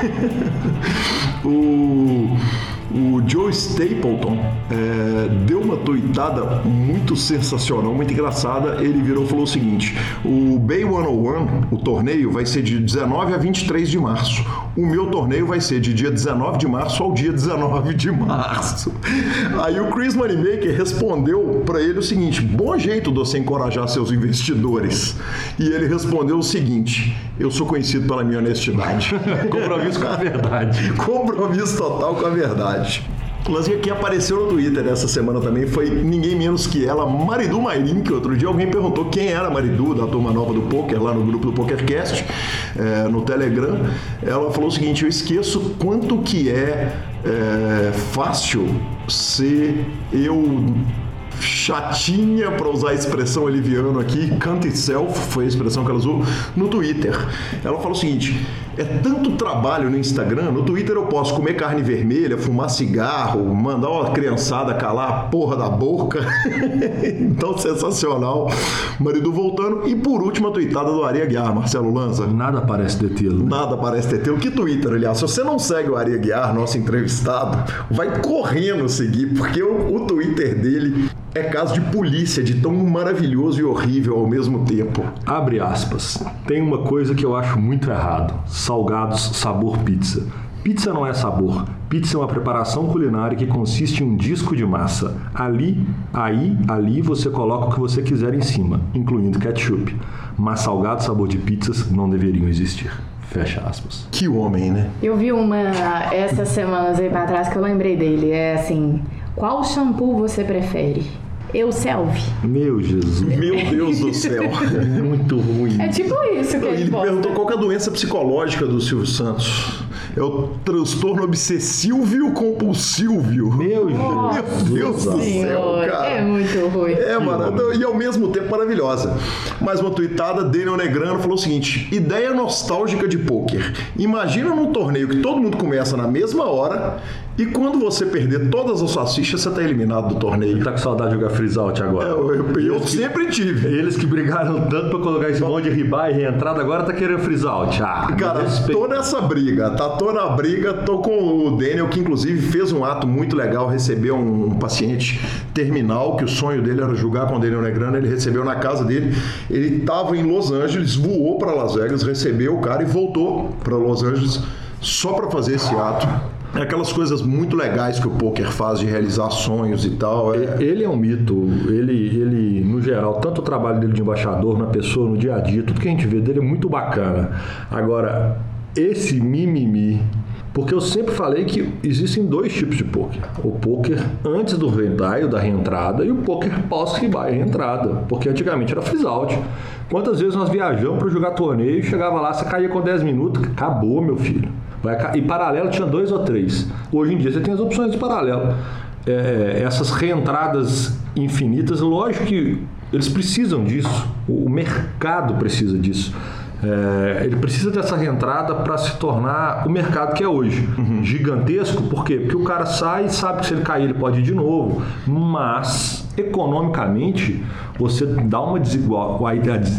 o... O Joe Stapleton é, deu uma tuitada muito sensacional, muito engraçada. Ele virou e falou o seguinte: o Bay cento e um, o torneio, vai ser de dezenove a vinte e três de março. O meu torneio vai ser de dia dezenove de março ao dia dezenove de março. Aí o Chris Moneymaker respondeu para ele o seguinte: bom jeito de você encorajar seus investidores. E ele respondeu o seguinte: eu sou conhecido pela minha honestidade. Compromisso com a verdade. Compromisso total com a verdade. O lance que apareceu no Twitter essa semana também foi ninguém menos que ela, Maridu Mairim, que outro dia alguém perguntou quem era a Maridu, da turma nova do poker, lá no grupo do PokerCast, é, no Telegram. Ela falou o seguinte: eu esqueço quanto que é, é fácil ser eu... chatinha, para usar a expressão aliviano aqui, can't itself, foi a expressão que ela usou no Twitter. Ela falou o seguinte: é tanto trabalho no Instagram, no Twitter eu posso comer carne vermelha, fumar cigarro, mandar uma criançada calar a porra da boca. Então, sensacional. Marido voltando. E por último, a tweetada do Ari Aguiar, Marcelo Lanza. Nada parece detê-lo. Nada parece detê-lo. Que Twitter, aliás, se você não segue o Ari Aguiar, nosso entrevistado, vai correndo seguir, porque o, o Twitter dele é caso de polícia, de tão maravilhoso e horrível ao mesmo tempo. Abre aspas. Tem uma coisa que eu acho muito errado. Salgados sabor pizza. Pizza não é sabor. Pizza é uma preparação culinária que consiste em um disco de massa. Ali, aí, ali você coloca o que você quiser em cima, incluindo ketchup. Mas salgados sabor de pizzas não deveriam existir. Fecha aspas. Que homem, né? Eu vi uma essas semanas aí pra trás que eu lembrei dele. É assim: qual shampoo você prefere? Eu Selvi. Meu Jesus. Meu Deus do céu. Muito ruim. É tipo isso que Ele ele posta. perguntou qual que é a doença psicológica do Silvio Santos. É o transtorno obsessivo compulsivo. Meu Nossa Jesus. Meu Deus do céu, Senhor, cara. é muito ruim. É, mano, e ao mesmo tempo maravilhosa. Mais uma tuitada, Daniel Negrano falou o seguinte: ideia nostálgica de pôquer. Imagina num torneio que todo mundo começa na mesma hora e quando você perder todas as suas fichas, você tá eliminado do torneio. Tá com saudade de jogar freeze out agora? Eu, eu- eu sempre tive. Eles que brigaram tanto pra colocar esse monte de riba e reentrada, agora tá querendo freeze out. Ah, Cara, respeito. tô nessa briga, tá? Tô na briga, tô com o Daniel, que inclusive fez um ato muito legal, recebeu um, um paciente terminal, que o sonho dele era jogar com o Daniel Negrano, ele recebeu na casa dele, ele tava em Los Angeles, voou pra Las Vegas, recebeu o cara e voltou pra Los Angeles só pra fazer esse ato. É aquelas coisas muito legais que o poker faz de realizar sonhos e tal. É... Ele é um mito, ele, ele, no geral, tanto o trabalho dele de embaixador na pessoa, no dia a dia, tudo que a gente vê dele é muito bacana. Agora, esse mimimi, porque eu sempre falei que existem dois tipos de poker. O poker antes do rebuy, da reentrada, e o poker pós-rebuy, reentrada. Porque antigamente era freeze out. Quantas vezes nós viajamos para jogar torneio, chegava lá, você caía com dez minutos, acabou, meu filho. Vai ca... E paralelo tinha dois ou três. Hoje em dia você tem as opções de paralelo. É, essas reentradas infinitas, lógico que eles precisam disso. O mercado precisa disso. É, ele precisa dessa reentrada para se tornar o mercado que é hoje. Uhum. Gigantesco, por quê? Porque o cara sai e sabe que se ele cair ele pode ir de novo, mas economicamente você dá uma desigual, a,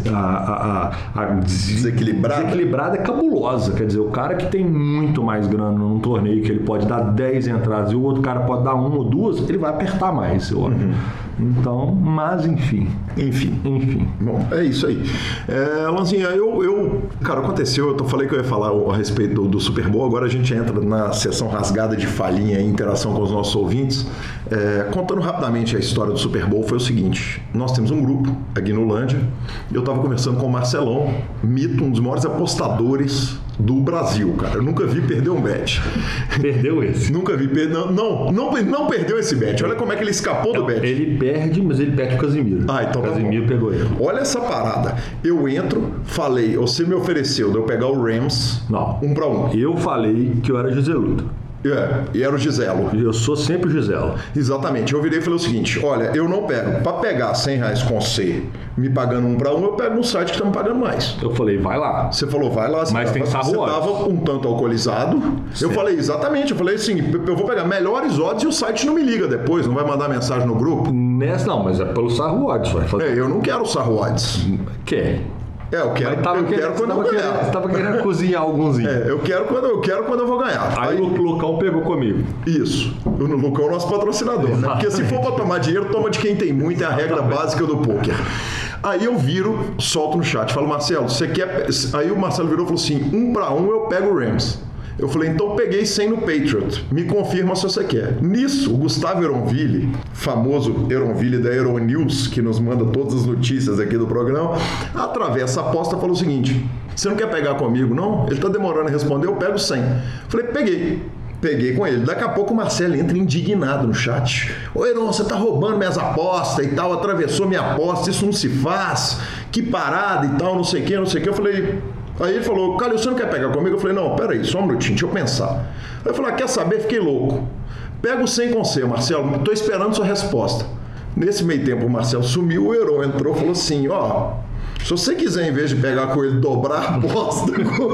a, a, a desequilibrada. desequilibrada é cabulosa. Quer dizer, o cara que tem muito mais grana num torneio, que ele pode dar dez entradas e o outro cara pode dar uma ou duas, ele vai apertar mais, eu acho. Uhum. Então, mas enfim. Enfim. Enfim. Bom, é isso aí. É, Lanzinha, eu, eu... Cara, aconteceu, eu falei que eu ia falar a respeito do, do Super Bowl, agora a gente entra na sessão rasgada de falinha e interação com os nossos ouvintes. É, contando rapidamente a história do Super Bowl, foi o seguinte: nós temos um grupo aqui no Lândia, eu estava conversando com o Marcelão, mito, um dos maiores apostadores do Brasil, cara. Eu nunca vi perder um bet. Perdeu esse? Nunca vi perder. Não, não, não, não perdeu esse bet. Olha como é que ele escapou do bet. Ele perde, mas ele perde o Casimiro. Ah, então o Casimiro tá pegou ele. Olha essa parada. Eu entro, falei, você me ofereceu de eu pegar o Rams. Não. Um pra um. Eu falei que eu era Giseludo. É, e era o Giselo. Eu sou sempre o Giselo. Exatamente. Eu virei e falei o seguinte: olha, eu não pego. Pra pegar cem reais com C, me pagando um pra um, eu pego no site que tá me pagando mais. Eu falei, vai lá. Você falou, vai lá. Mas tava, tem você sabor. tava um tanto alcoolizado. Certo. Eu falei, exatamente. Eu falei assim, eu vou pegar melhores odds e o site não me liga depois, não vai mandar mensagem no grupo. Nessa não, mas é pelo Sarro Odds, vai fazer. É, eu não quero o Sarro Odds. Quer? É, eu quero, Tava eu querendo, quero quando eu tava ganhar. querendo, Você tava querendo cozinhar algumzinho. É, eu quero quando eu quero quando eu vou ganhar. Aí, Aí o Lucão pegou comigo. Isso. O Lucão é o nosso patrocinador, né? Porque se for pra tomar dinheiro, toma de quem tem muito, é a regra básica do poker. Aí eu viro, solto no chat, falo, Marcelo, você quer... Aí o Marcelo virou e falou assim, um pra um eu pego o Rams. Eu falei, então peguei cem no Patriot. Me confirma se você quer. Nisso, o Gustavo Eronville, famoso Eronville da Euronews, que nos manda todas as notícias aqui do programa, atravessa a aposta e falou o seguinte: você não quer pegar comigo, não? Ele tá demorando a responder, eu pego cem. Falei, peguei. Peguei com ele. Daqui a pouco o Marcelo entra indignado no chat. Ô, Heron, você tá roubando minhas apostas e tal, atravessou minha aposta, isso não se faz. Que parada e tal, não sei o que, não sei o que. Eu falei... Aí ele falou, Calil, você não quer pegar comigo? Eu falei, não, peraí, só um minutinho, deixa eu pensar. Aí eu falei, ah, quer saber? Fiquei louco. Pega o cem com C, Marcelo, tô esperando sua resposta. Nesse meio tempo o Marcelo sumiu, o Heron entrou e falou assim, ó, se você quiser, em vez de pegar com ele, dobrar a aposta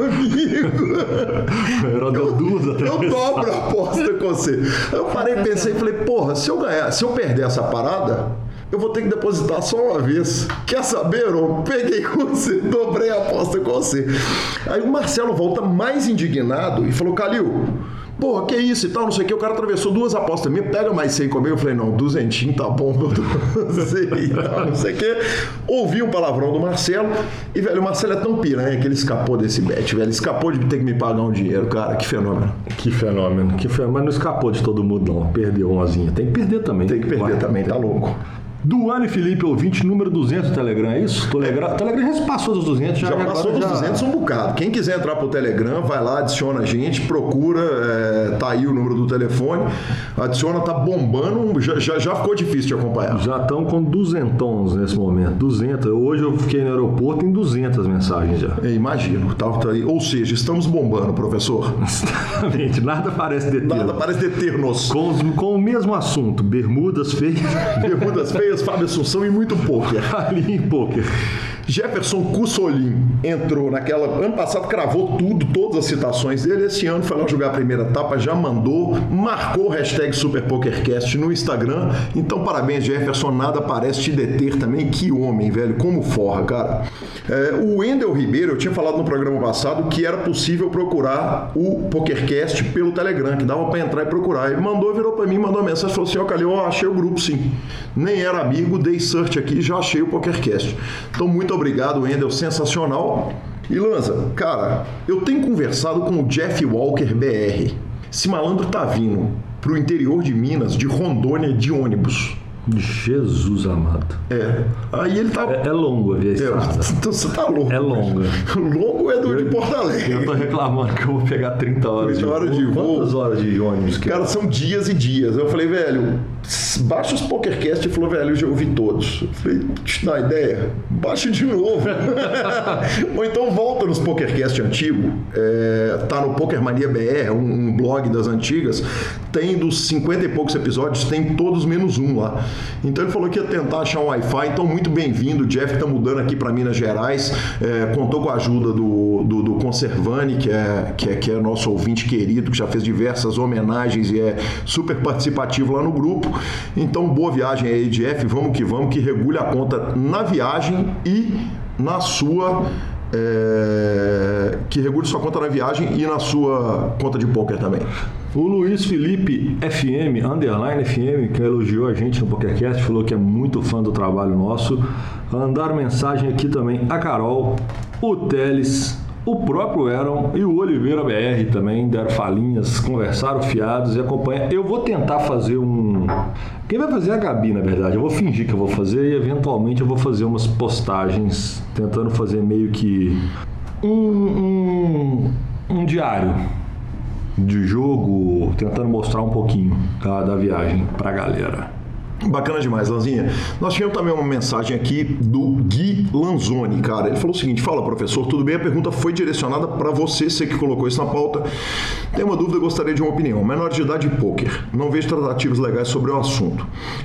comigo, Heron deu duas, eu, eu dobro a aposta com você. Eu parei e pensei e falei, porra, se eu ganhar, se eu perder essa parada, eu vou ter que depositar só uma vez. Quer saber, eu peguei com você, dobrei a aposta com você. Aí o Marcelo volta mais indignado e falou, Calil, porra, que isso e tal, não sei o que, o cara atravessou duas apostas minhas, pega mais cem comigo. Eu falei, não, duzentinho tá bom, e tal, não sei o que. Ouvi um palavrão do Marcelo e, velho, o Marcelo é tão piranha que ele escapou desse bet, velho, ele escapou de ter que me pagar um dinheiro, cara, que fenômeno. Que fenômeno, que fenômeno, mas não escapou de todo mundo não, perdeu umazinha, tem que perder também. Tem que perder Vai, também, tem. tá louco. Duane Felipe, ouvinte número duzentos do Telegram, é isso? Telegram, Telegram já passou dos duzentos. Já, já passou dos já... duzentos um bocado. Quem quiser entrar pro Telegram, vai lá, adiciona a gente, procura, é, tá aí o número do telefone, adiciona, tá bombando, já, já, já ficou difícil de acompanhar. Já estão com duzentons nesse momento, duzentos. Hoje eu fiquei no aeroporto em duzentas mensagens já. Eu imagino, tá, tá aí. Ou seja, estamos bombando, professor. Exatamente, nada parece deter. Nada parece deter-nos. Com, com o mesmo assunto, bermudas feias. Bermudas feias. Fábio Assunção e muito pôquer. Ali em pôquer. Jefferson Cussolin entrou naquela... Ano passado cravou tudo, todas as citações dele. Esse ano foi lá jogar a primeira etapa, já mandou, marcou o hashtag SuperPokerCast no Instagram. Então, parabéns, Jefferson. Nada parece te deter também. Que homem, velho. Como forra, cara. É, o Wendel Ribeiro, eu tinha falado no programa passado que era possível procurar o PokerCast pelo Telegram, que dava pra entrar e procurar. Ele mandou, virou pra mim, mandou uma mensagem, falou assim, ó, Calil, eu achei o grupo, sim. Nem era amigo, dei search aqui, já achei o PokerCast. Então, muito obrigado, Wendel, sensacional. E Lanza, cara, eu tenho conversado com o Jeff Walker B R. Esse malandro tá vindo pro interior de Minas, de Rondônia, de ônibus. Jesus amado. É. Aí ele tá... É, é longo a via estrada. Então você tá louco. É longa. Longo é do eu, de Porto Alegre. Eu tô reclamando que eu vou pegar trinta horas trinta horas de voo. Quantas horas de ônibus? Que cara, são dias e dias. Eu falei, velho, baixa os PokerCast. Ele falou, velho, eu já ouvi todos. Eu falei, te dá uma ideia? Baixa de novo. Ou então volta nos PokerCast antigo. É, tá no Poker Mania B R, um, um blog das antigas. Tem dos cinquenta e poucos episódios, tem todos menos um lá. Então ele falou que ia tentar achar um Wi-Fi. Então muito bem-vindo, o Jeff está mudando aqui para Minas Gerais, é, contou com a ajuda do, do, do Conservani, que é, que, é, que é nosso ouvinte querido, que já fez diversas homenagens e é super participativo lá no grupo. Então boa viagem aí, Jeff, vamos que vamos, que regule a conta na viagem e na sua... É, que regule sua conta na viagem e na sua conta de poker também. O Luiz Felipe F M, underline F M, que elogiou a gente no PokerCast, falou que é muito fã do trabalho nosso. Mandaram mensagem aqui também a Carol, o Teles, o próprio Aaron e o Oliveira B R também deram falinhas, conversaram fiados e acompanham. Eu vou tentar fazer um... Quem vai fazer é a Gabi, na verdade. Eu vou fingir que eu vou fazer e eventualmente eu vou fazer umas postagens tentando fazer meio que um, um, um diário de jogo, tentando mostrar um pouquinho da, da viagem pra galera. Bacana demais, Lanzinha. Nós tivemos também uma mensagem aqui do Gui Lanzoni, cara. Ele falou o seguinte, fala, professor, tudo bem? A pergunta foi direcionada para você, você que colocou isso na pauta. Tem uma dúvida, gostaria de uma opinião. Menor de idade e pôquer. Não vejo tratativas legais sobre o assunto.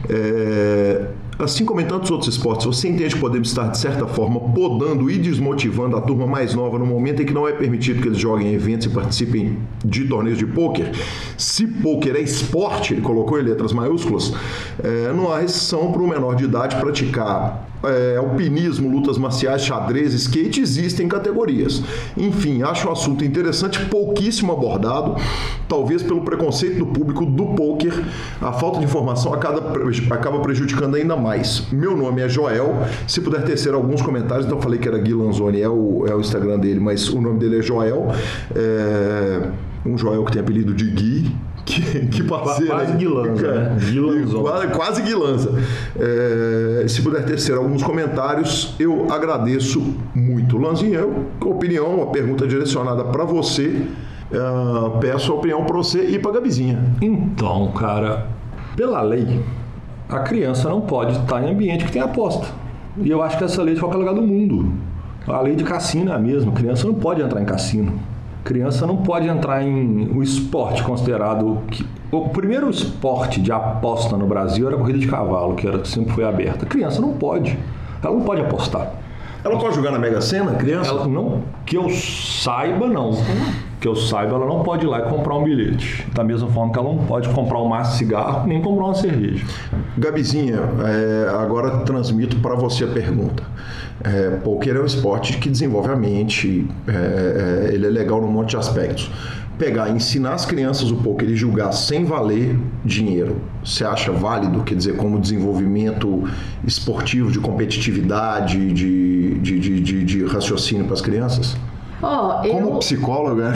É... Assim como em tantos outros esportes, você entende que podemos estar, de certa forma, podando e desmotivando a turma mais nova no momento em que não é permitido que eles joguem em eventos e participem de torneios de pôquer? Se pôquer é esporte, ele colocou em letras maiúsculas, é, não há restrição para o menor de idade praticar é, alpinismo, lutas marciais, xadrez, skate, existem categorias. Enfim, acho um assunto interessante, pouquíssimo abordado, talvez pelo preconceito do público do pôquer, a falta de informação acaba, acaba prejudicando ainda mais. Meu nome é Joel, se puder tecer alguns comentários, então falei que era Gui Lanzoni, é o, é o Instagram dele, mas o nome dele é Joel, é, um Joel que tem apelido de Gui. Que, que parceiro. Quase Guilanza, né? Quase, quase Guilanza. É, se puder tecer alguns comentários, eu agradeço muito. Lanzinha, eu, com opinião, uma pergunta direcionada para você. Uh, peço a opinião para você e para a Gabizinha. Então, cara, pela lei, a criança não pode estar em ambiente que tem aposta. E eu acho que essa lei é de qualquer lugar do mundo. A lei de cassino é a mesma. A criança não pode entrar em cassino. Criança não pode entrar em o esporte considerado... Que, o primeiro esporte de aposta no Brasil era a corrida de cavalo, que era, sempre foi aberta. Criança não pode. Ela não pode apostar. Ela pode jogar na Mega Sena, criança? Ela não, que eu saiba, não. Que eu saiba, ela não pode ir lá e comprar um bilhete. Da mesma forma que ela não pode comprar um maço de cigarro, nem comprar uma cerveja. Gabizinha, é, agora transmito para você a pergunta. É, pôquer é um esporte que desenvolve a mente, é, é, ele é legal num monte de aspectos. Pegar, ensinar as crianças o pôquer e julgar sem valer dinheiro, você acha válido? Quer dizer, como desenvolvimento esportivo, de competitividade, de, de, de, de, de raciocínio para as crianças? Ó, Como eu, psicóloga,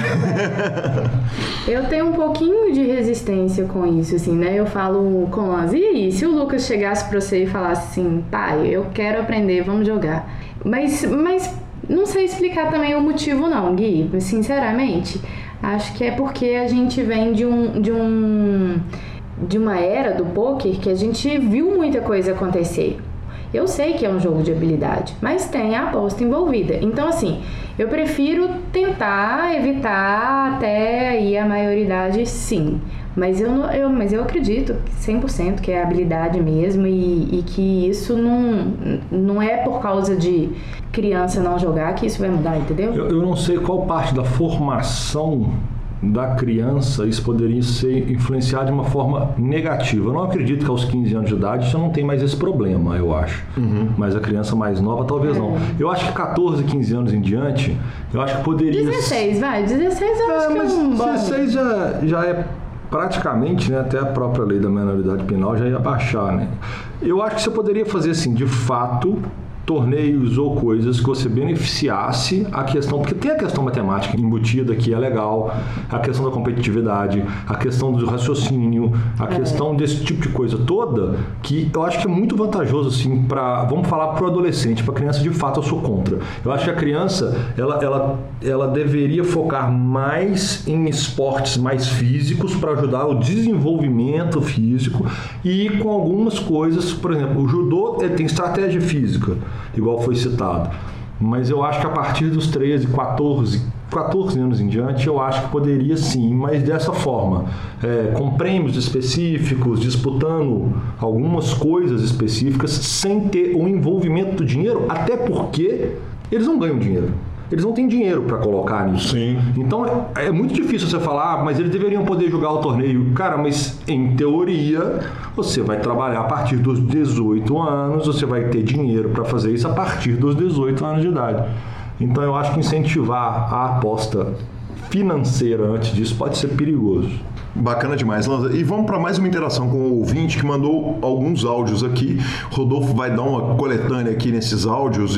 eu tenho um pouquinho de resistência com isso, assim, né? Eu falo com o Lanz, e aí, se o Lucas chegasse pra você e falasse assim, pai, eu quero aprender, vamos jogar. Mas, mas não sei explicar também o motivo não, Gui, sinceramente. Acho que é porque a gente vem de um... De um de uma era do poker que a gente viu muita coisa acontecer. Eu sei que é um jogo de habilidade, mas tem a aposta envolvida. Então, assim, eu prefiro tentar evitar até aí a maioridade, sim. Mas eu, eu, mas eu acredito cem por cento que é habilidade mesmo e, e que isso não, não é por causa de criança não jogar que isso vai mudar, entendeu? Eu, eu não sei qual parte da formação da criança isso poderia ser influenciado de uma forma negativa. Eu não acredito que aos quinze anos de idade você não tem mais esse problema, eu acho. Uhum. Mas a criança mais nova talvez é. não. Eu acho que catorze, quinze anos em diante, eu acho que poderia... dezesseis, vai. dezesseis eu é, acho que é um bom... dezesseis já, já é praticamente, né, até a própria lei da menoridade penal já ia baixar, né? Eu acho que você poderia fazer assim, de fato... torneios ou coisas que você beneficiasse a questão, porque tem a questão matemática embutida que é legal, a questão da competitividade, a questão do raciocínio, a é. questão desse tipo de coisa toda, que eu acho que é muito vantajoso assim para, vamos falar para o adolescente, para a criança, de fato eu sou contra. Eu acho que a criança, ela, ela, ela deveria focar mais em esportes mais físicos para ajudar o desenvolvimento físico e com algumas coisas, por exemplo, o judô ele tem estratégia física, igual foi citado. Mas eu acho que a partir dos treze, quatorze, quatorze anos em diante, eu acho que poderia sim, mas dessa forma, é, com prêmios específicos, disputando algumas coisas específicas, sem ter o envolvimento do dinheiro, até porque eles não ganham dinheiro. Eles não têm dinheiro para colocar nisso. Sim. Então é, é muito difícil você falar, ah, mas eles deveriam poder jogar o torneio. Cara, mas em teoria você vai trabalhar a partir dos dezoito anos, você vai ter dinheiro para fazer isso a partir dos dezoito anos de idade. Então eu acho que incentivar a aposta financeira antes disso pode ser perigoso. Bacana demais, Lanza. E vamos para mais uma interação com o ouvinte que mandou alguns áudios aqui. Rodolfo vai dar uma coletânea aqui nesses áudios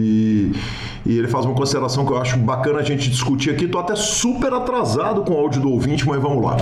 e, e ele faz uma consideração que eu acho bacana a gente discutir aqui. Estou até super atrasado com o áudio do ouvinte, mas vamos lá.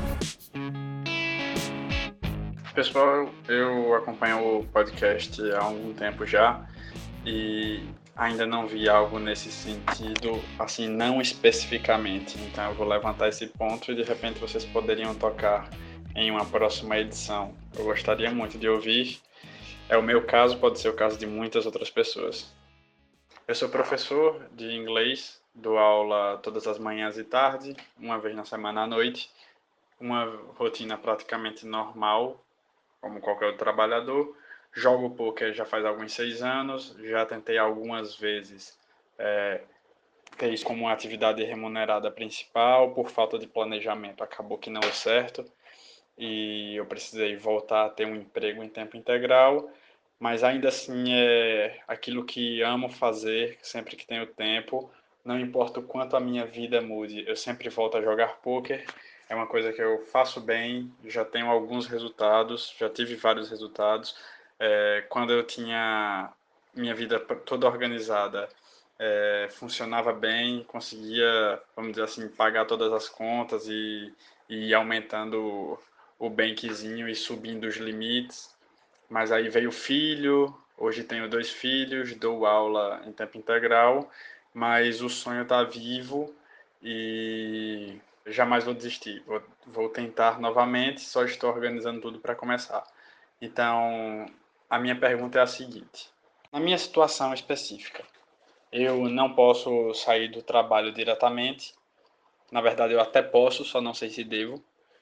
Pessoal, eu acompanho o podcast há algum tempo já e ainda não vi algo nesse sentido, assim, não especificamente. Então eu vou levantar esse ponto e de repente vocês poderiam tocar em uma próxima edição. Eu gostaria muito de ouvir. É o meu caso, pode ser o caso de muitas outras pessoas. Eu sou professor de inglês, dou aula todas as manhãs e tarde, uma vez na semana à noite. Uma rotina praticamente normal, como qualquer outro trabalhador. Jogo poker já faz alguns seis anos, já tentei algumas vezes é, ter isso como uma atividade remunerada principal, por falta de planejamento acabou que não deu certo e eu precisei voltar a ter um emprego em tempo integral, mas ainda assim é aquilo que amo fazer sempre que tenho tempo, não importa o quanto a minha vida mude, eu sempre volto a jogar poker. É uma coisa que eu faço bem, já tenho alguns resultados, já tive vários resultados. É, quando eu tinha minha vida toda organizada, é, funcionava bem, conseguia, vamos dizer assim, pagar todas as contas e, e ir aumentando o bankzinho e subindo os limites. Mas aí veio o filho, hoje tenho dois filhos, dou aula em tempo integral, mas o sonho está vivo e jamais vou desistir. Vou, vou tentar novamente, só estou organizando tudo para começar. Então, a minha pergunta é a seguinte. Na minha situação específica, eu não posso sair do trabalho diretamente. Na verdade, eu até posso, só não sei se devo.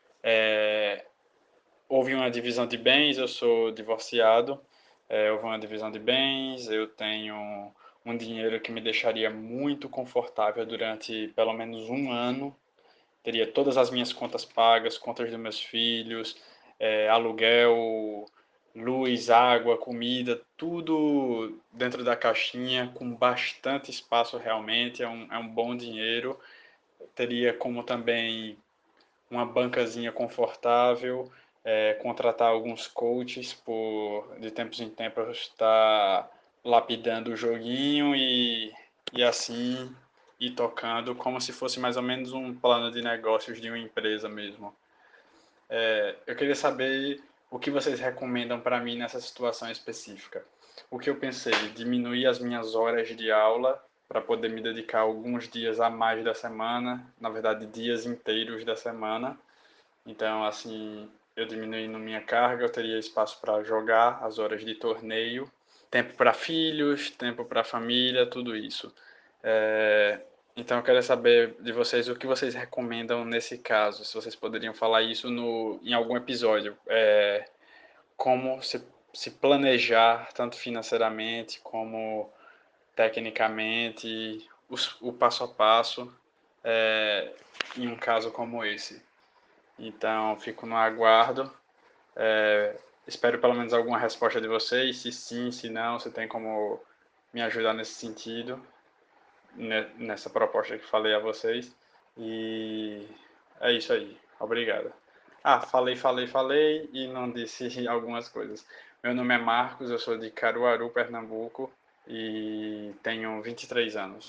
É, houve uma divisão de bens, eu sou divorciado. É, houve uma divisão de bens, eu tenho um dinheiro que me deixaria muito confortável durante pelo menos um ano. Teria todas as minhas contas pagas, contas dos meus filhos, é, aluguel, luz, água, comida, tudo dentro da caixinha, com bastante espaço realmente, é um, é um bom dinheiro. Teria como também uma bancazinha confortável, é, contratar alguns coaches por, de tempos em tempos, estar lapidando o joguinho e, e assim ir tocando como se fosse mais ou menos um plano de negócios de uma empresa mesmo. É, eu queria saber o que vocês recomendam para mim nessa situação específica. O que eu pensei, diminuir as minhas horas de aula para poder me dedicar alguns dias a mais da semana, na verdade dias inteiros da semana. Então, assim, eu diminuindo minha carga, eu teria espaço para jogar, as horas de torneio, tempo para filhos, tempo para família, tudo isso. É, então, eu quero saber de vocês o que vocês recomendam nesse caso, se vocês poderiam falar isso no, em algum episódio. É, como se, se planejar, tanto financeiramente como tecnicamente, o, o passo a passo, é, em um caso como esse. Então, fico no aguardo. É, espero pelo menos alguma resposta de vocês. Se sim, se não, se tem como me ajudar nesse sentido, nessa proposta que falei a vocês. E é isso aí. Obrigado. Ah, falei, falei, falei e não disse algumas coisas. Meu nome é Marcos, eu sou de Caruaru, Pernambuco e tenho vinte e três anos.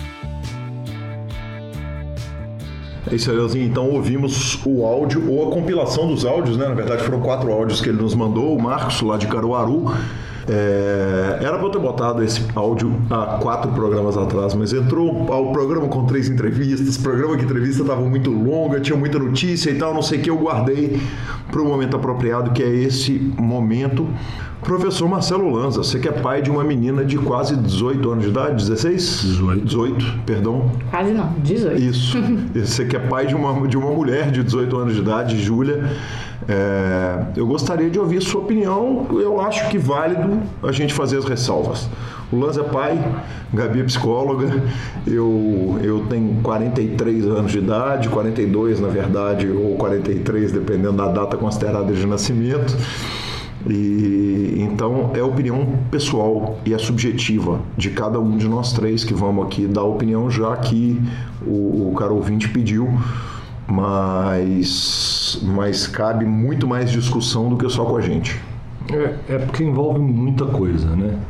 É isso aí, Leozinho. Então ouvimos o áudio, ou a compilação dos áudios, né? Na verdade foram quatro áudios que ele nos mandou, o Marcos, lá de Caruaru. É... Era para eu ter botado esse áudio há quatro programas atrás, mas entrou ao programa com três entrevistas, programa que a entrevista estava muito longa, tinha muita notícia e tal, não sei o que, eu guardei para o momento apropriado, que é esse momento. Professor Marcelo Lanza, você que é pai de uma menina de quase dezoito anos de idade, dezesseis? dezoito. dezoito, perdão. Quase não, dezoito. Isso. Você que é pai de uma, de uma mulher de dezoito anos de idade, Júlia. É, eu gostaria de ouvir sua opinião. Eu acho que válido a gente fazer as ressalvas. O Lanza é pai, Gabi é psicóloga, eu, eu tenho quarenta e três anos de idade, quarenta e dois na verdade, ou quarenta e três, dependendo da data considerada de nascimento. E então é opinião pessoal e é subjetiva de cada um de nós três que vamos aqui dar opinião, já que o, o cara ouvinte pediu, mas, mas cabe muito mais discussão do que só com a gente. É, é porque envolve muita coisa, né?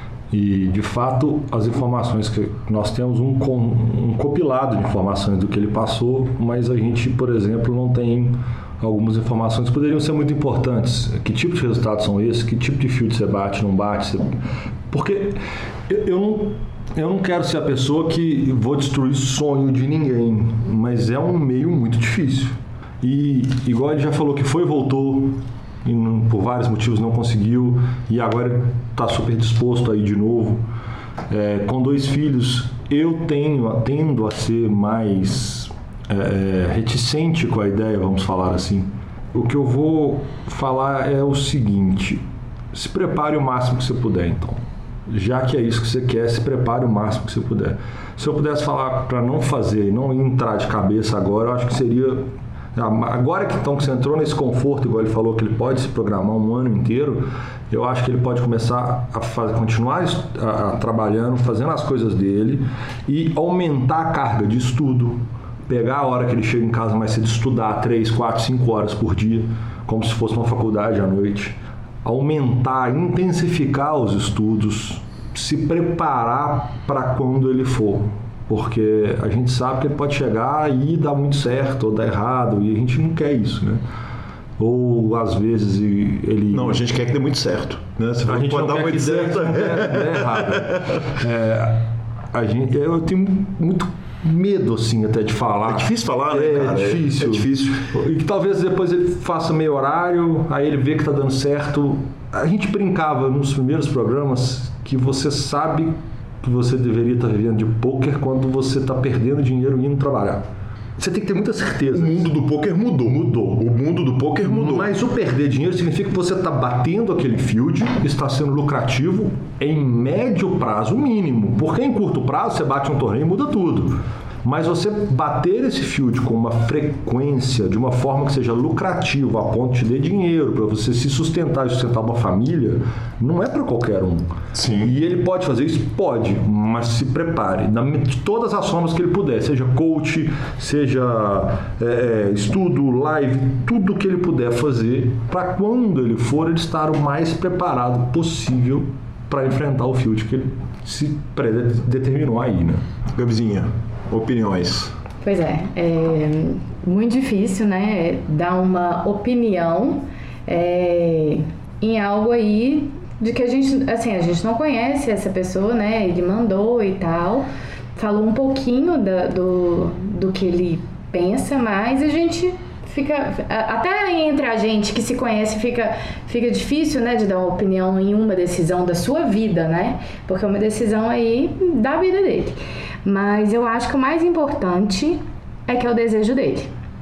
E de fato as informações que nós temos um, um compilado de informações do que ele passou, mas a gente, por exemplo, não tem algumas informações que poderiam ser muito importantes. Que tipo de resultados são esses? Que tipo de field você bate, não bate? Você... Porque eu, eu, não, eu não quero ser a pessoa que vou destruir sonho de ninguém, mas é um meio muito difícil. E igual ele já falou que foi e voltou, e não, por vários motivos não conseguiu, e agora está super disposto aí de novo. É, com dois filhos, eu tenho, tendo a ser mais... É, reticente com a ideia, vamos falar assim. O que eu vou falar é o seguinte: se prepare o máximo que você puder, então. Já que é isso que você quer, se prepare o máximo que você puder. Se eu pudesse falar para não fazer, não entrar de cabeça agora, eu acho que seria... Agora que, então, que você entrou nesse conforto, igual ele falou, que ele pode se programar um ano inteiro, eu acho que ele pode começar a fazer, continuar a, a, trabalhando, fazendo as coisas dele e aumentar a carga de estudo. Pegar a hora que ele chega em casa mais cedo, estudar três, quatro, cinco horas por dia, como se fosse uma faculdade à noite. Aumentar, intensificar os estudos, se preparar para quando ele for. Porque a gente sabe que ele pode chegar e dar muito certo ou dar errado, e a gente não quer isso, né? Ou às vezes ele... Não, a gente quer que dê muito certo, né? Você a gente pode não dar quer muito que certo. Dê, dê errado. É, a gente, eu tenho muito medo, assim, até de falar. É difícil falar, né, é, cara? É difícil. É difícil. E que talvez depois ele faça meio horário, aí ele vê que tá dando certo. A gente brincava nos primeiros programas que você sabe que você deveria estar vivendo de pôquer quando você está perdendo dinheiro indo trabalhar. Você tem que ter muita certeza. O mundo do pôquer mudou. Mudou. O mundo do pôquer mudou. Mas o perder dinheiro significa que você está batendo aquele field, está sendo lucrativo em médio prazo mínimo. Porque em curto prazo você bate um torneio e muda tudo. Mas você bater esse field com uma frequência, de uma forma que seja lucrativa, a ponto de dê dinheiro, para você se sustentar e sustentar uma família, não é para qualquer um. Sim. E ele pode fazer isso? Pode, mas se prepare, de todas as formas que ele puder, seja coach, seja é, estudo, live, tudo que ele puder fazer, para quando ele for, ele estar o mais preparado possível para enfrentar o field que ele se determinou aí, né? Gabizinha. Opiniões. Pois é, é muito difícil, né, dar uma opinião é, em algo aí de que a gente, assim, a gente não conhece essa pessoa, né, ele mandou e tal, falou um pouquinho da, do, do que ele pensa, mas a gente fica, até entre a gente que se conhece, fica, fica difícil, né, de dar uma opinião em uma decisão da sua vida, né, porque é uma decisão aí da vida dele. Mas eu acho que o mais importante é que é o desejo dele.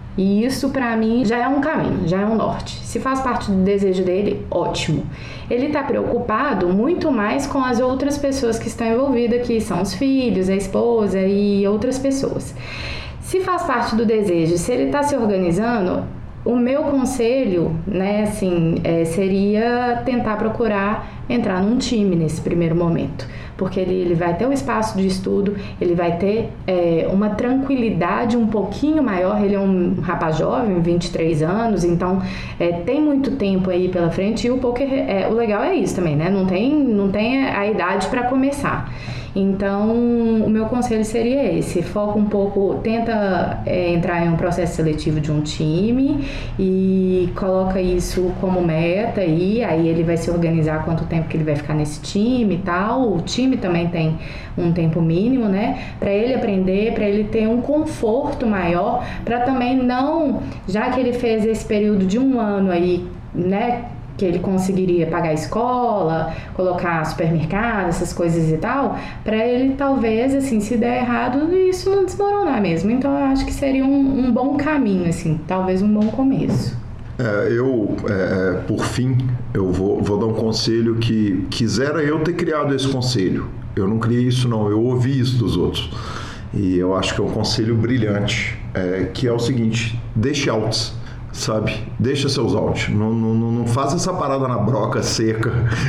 E isso, pra mim, já é um caminho, já é um norte. Se faz parte do desejo dele, ótimo. Ele tá preocupado muito mais com as outras pessoas que estão envolvidas, que são os filhos, a esposa e outras pessoas. Se faz parte do desejo, se ele tá se organizando, o meu conselho, né, assim, é, seria tentar procurar entrar num time nesse primeiro momento. Porque ele, ele vai ter um espaço de estudo, ele vai ter é, uma tranquilidade um pouquinho maior. Ele é um rapaz jovem, vinte e três anos, então é, tem muito tempo aí pela frente. E o poker, é, o legal é isso também, né? Não tem, não tem a idade para começar. Então, o meu conselho seria esse: foca um pouco, tenta é, entrar em um processo seletivo de um time e coloca isso como meta, e aí ele vai se organizar quanto tempo que ele vai ficar nesse time e tal. O time também tem um tempo mínimo, né, para ele aprender, para ele ter um conforto maior, para também não, já que ele fez esse período de um ano aí, né, que ele conseguiria pagar a escola, colocar supermercado, essas coisas e tal, para ele talvez, assim, se der errado, isso não desmoronar mesmo. Então eu acho que seria um, um bom caminho, assim, talvez um bom começo. É, eu, é, por fim, eu vou, vou dar um conselho que quisera eu ter criado esse conselho. Eu não criei isso não, eu ouvi isso dos outros. E eu acho que é um conselho brilhante, é, que é o seguinte: deixe altos. Sabe? Deixa seus out. Não, não, não faz essa parada na broca seca,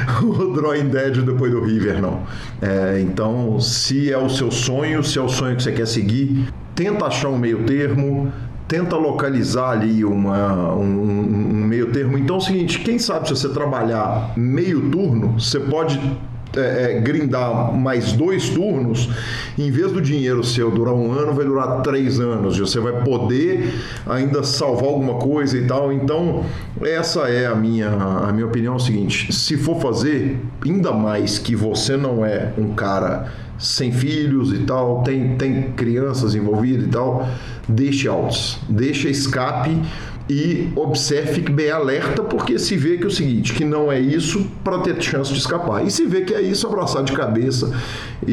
o Drawing Dead depois do River, não. É, então, se é o seu sonho, se é o sonho que você quer seguir, tenta achar um meio termo, tenta localizar ali uma, um, um meio termo. Então é o seguinte: quem sabe se você trabalhar meio turno, você pode É, é, grindar mais dois turnos, em vez do dinheiro seu durar um ano, vai durar três anos, e você vai poder ainda salvar alguma coisa e tal. Então, essa é a minha, a minha opinião. É o seguinte: se for fazer, ainda mais que você não é um cara sem filhos e tal, tem, tem crianças envolvidas e tal, deixe altos, deixe escape. E observe, fique bem alerta, porque se vê que é o seguinte, que não é isso, para ter chance de escapar. E se vê que é isso, abraçar de cabeça e,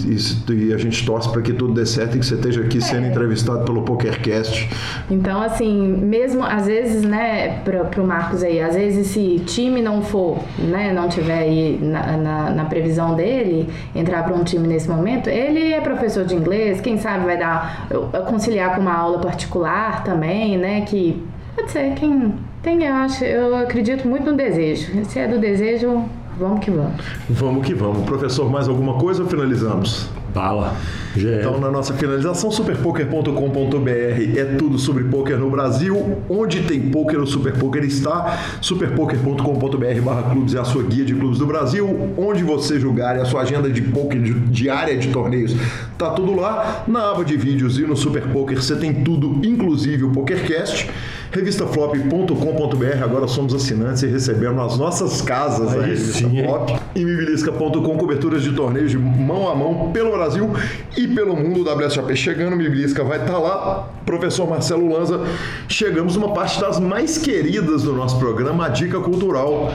e, e a gente torce para que tudo dê certo e que você esteja aqui é. sendo entrevistado pelo PokerCast. Então, assim, mesmo às vezes, né, para pro Marcos aí, às vezes se time não for, né, não tiver aí na, na, na previsão dele, entrar para um time nesse momento, ele é professor de inglês, quem sabe vai dar, conciliar com uma aula particular também, né, que pode ser, quem tem, eu acho, eu acredito muito no desejo. Se é do desejo, vamos que vamos. Vamos que vamos. Professor, mais alguma coisa ou finalizamos? Bala. Já é. Então, na nossa finalização, super poker ponto com ponto b r é tudo sobre poker no Brasil. Onde tem poker, o Super Poker está. super poker ponto com ponto b r barra clubes é a sua guia de clubes do Brasil. Onde você julgar, é a sua agenda de poker diária de torneios. Tá tudo lá. Na aba de vídeos e no Super Poker você tem tudo, inclusive o PokerCast. revista flop ponto com ponto b r, agora somos assinantes e recebemos nas nossas casas Aí a Revista sim, Flop. E mibilisca ponto com, coberturas de torneios de mão a mão pelo Brasil e pelo mundo. O W S J P chegando, Mibilisca vai estar lá. Professor Marcelo Lanza, chegamos numa parte das mais queridas do nosso programa, a dica cultural.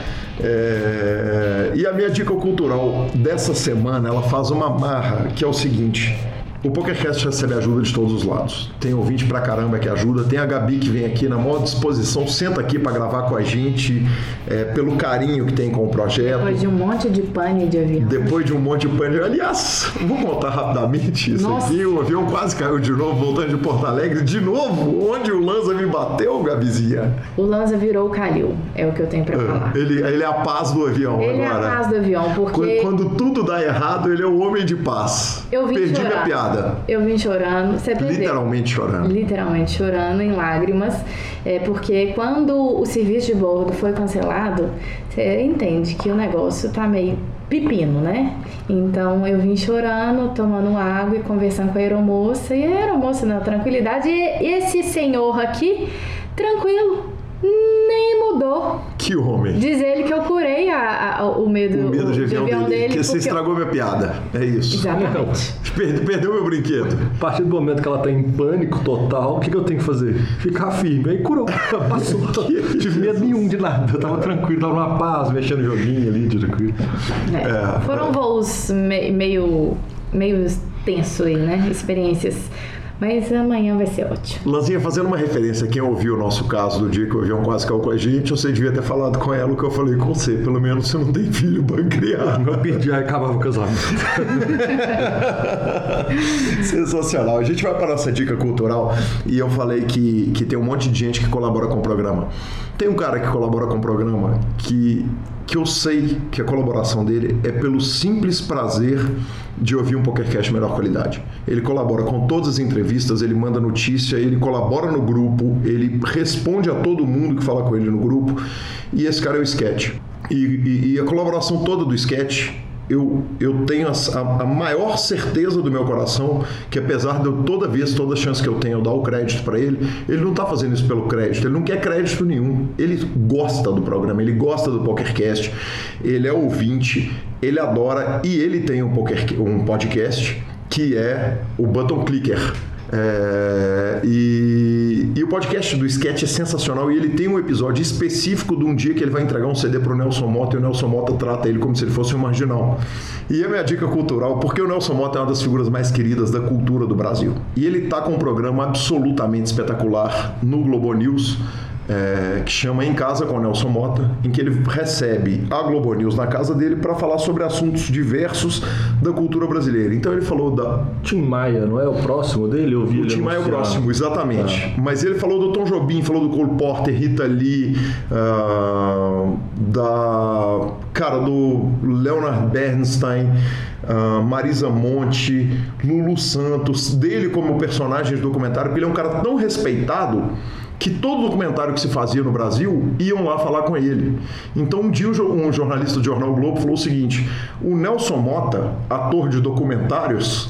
É... E a minha dica cultural dessa semana, ela faz uma marra, que é o seguinte: o PokerCast recebe ajuda de todos os lados. Tem ouvinte pra caramba que ajuda. Tem a Gabi que vem aqui na maior disposição, senta aqui pra gravar com a gente, é, pelo carinho que tem com o projeto. Depois de um monte de pane de avião. Depois de um monte de pane. Aliás, vou contar rapidamente isso Nossa. aqui. O avião quase caiu de novo, voltando de Porto Alegre. De novo, onde o Lanza me bateu, Gabizinha? O Lanza virou o Calil, é o que eu tenho pra falar. Ele, ele é a paz do avião Ele agora. é a paz do avião, porque... Quando, quando tudo dá errado, ele é o homem de paz. Eu vim Perdi chorar. minha piada. Eu vim chorando. Você percebeu? Literalmente chorando. Literalmente chorando, em lágrimas. É porque quando o serviço de bordo foi cancelado, você entende que o negócio tá meio pepino, né? Então eu vim chorando, tomando água e conversando com a aeromoça. E a aeromoça, na tranquilidade, e esse senhor aqui, tranquilo, nem mudou. Que homem. Diz ele que eu curei a, a, o medo, o medo de o, avião, de avião dele, dele. que você porque estragou eu... minha piada. É isso. Exatamente. Perdeu, perdeu meu brinquedo. A partir do momento que ela tá em pânico total, o que, que eu tenho que fazer? Ficar firme. Aí curou. Passou. Tive medo nenhum de nada. Eu tava tranquilo, tava numa paz, mexendo no joguinho ali, tranquilo. É. É. Foram voos me, meio, meio tenso aí, né? Experiências. Mas amanhã vai ser ótimo. Lanzinha, fazendo uma referência a quem ouviu o nosso caso do dia que o avião quase caiu com a gente, você devia ter falado com ela o que eu falei com você. Pelo menos você não tem filho bancriado. Eu perdi, aí acabava o casamento. Sensacional. A gente vai para a nossa dica cultural e eu falei que, que tem um monte de gente que colabora com o programa. Tem um cara que colabora com o programa que, que eu sei que a colaboração dele é pelo simples prazer de ouvir um PokerCast de melhor qualidade. Ele colabora com todas as entrevistas, ele manda notícia, ele colabora no grupo, ele responde a todo mundo que fala com ele no grupo, e esse cara é o Sketch. E, e, e a colaboração toda do Sketch, eu, eu tenho a, a maior certeza do meu coração que, apesar de eu, toda vez, toda chance que eu tenho, eu dar o crédito para ele, ele não está fazendo isso pelo crédito, ele não quer crédito nenhum, ele gosta do programa, ele gosta do PokerCast, ele é ouvinte, ele adora, e ele tem um, poker, um podcast que é o Button Clicker. É, e, e o podcast do Sketch é sensacional, e ele tem um episódio específico de um dia que ele vai entregar um C D pro Nelson Motta, e o Nelson Motta trata ele como se ele fosse um marginal. E a minha dica cultural, porque o Nelson Motta é uma das figuras mais queridas da cultura do Brasil, e ele tá com um programa absolutamente espetacular no Globo News, É, que chama Em Casa com o Nelson Motta, em que ele recebe a Globo News na casa dele para falar sobre assuntos diversos da cultura brasileira. Então ele falou da... Tim Maia, não é o próximo dele? Eu vi o Tim Maia é o próximo, exatamente. Ah. Mas ele falou do Tom Jobim, falou do Cole Porter, Rita Lee, uh, da... cara, do Leonard Bernstein, uh, Marisa Monte, Lulu Santos, dele como personagem de documentário, porque ele é um cara tão respeitado que todo documentário que se fazia no Brasil iam lá falar com ele. Então um dia um jornalista do Jornal Globo falou o seguinte: o Nelson Motta, ator de documentários,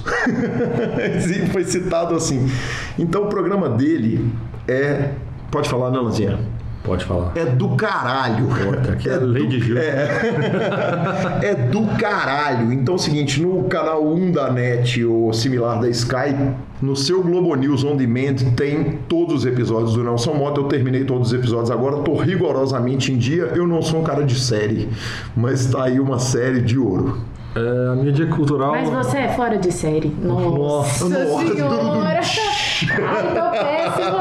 foi citado assim. Então o programa dele é... Pode falar, né, Lanzinha? Pode falar. É do caralho. Aqui é, é lei de Gil. É. é do caralho. Então é o seguinte, no canal um da NET ou similar da Sky, no seu Globo News On Demand tem todos os episódios do Nelson Motta. Eu terminei todos os episódios agora, tô rigorosamente em dia. Eu não sou um cara de série, mas tá aí uma série de ouro. É, a mídia cultural... Mas você é fora de série. Nossa, Nossa senhora! Ai, tô péssimo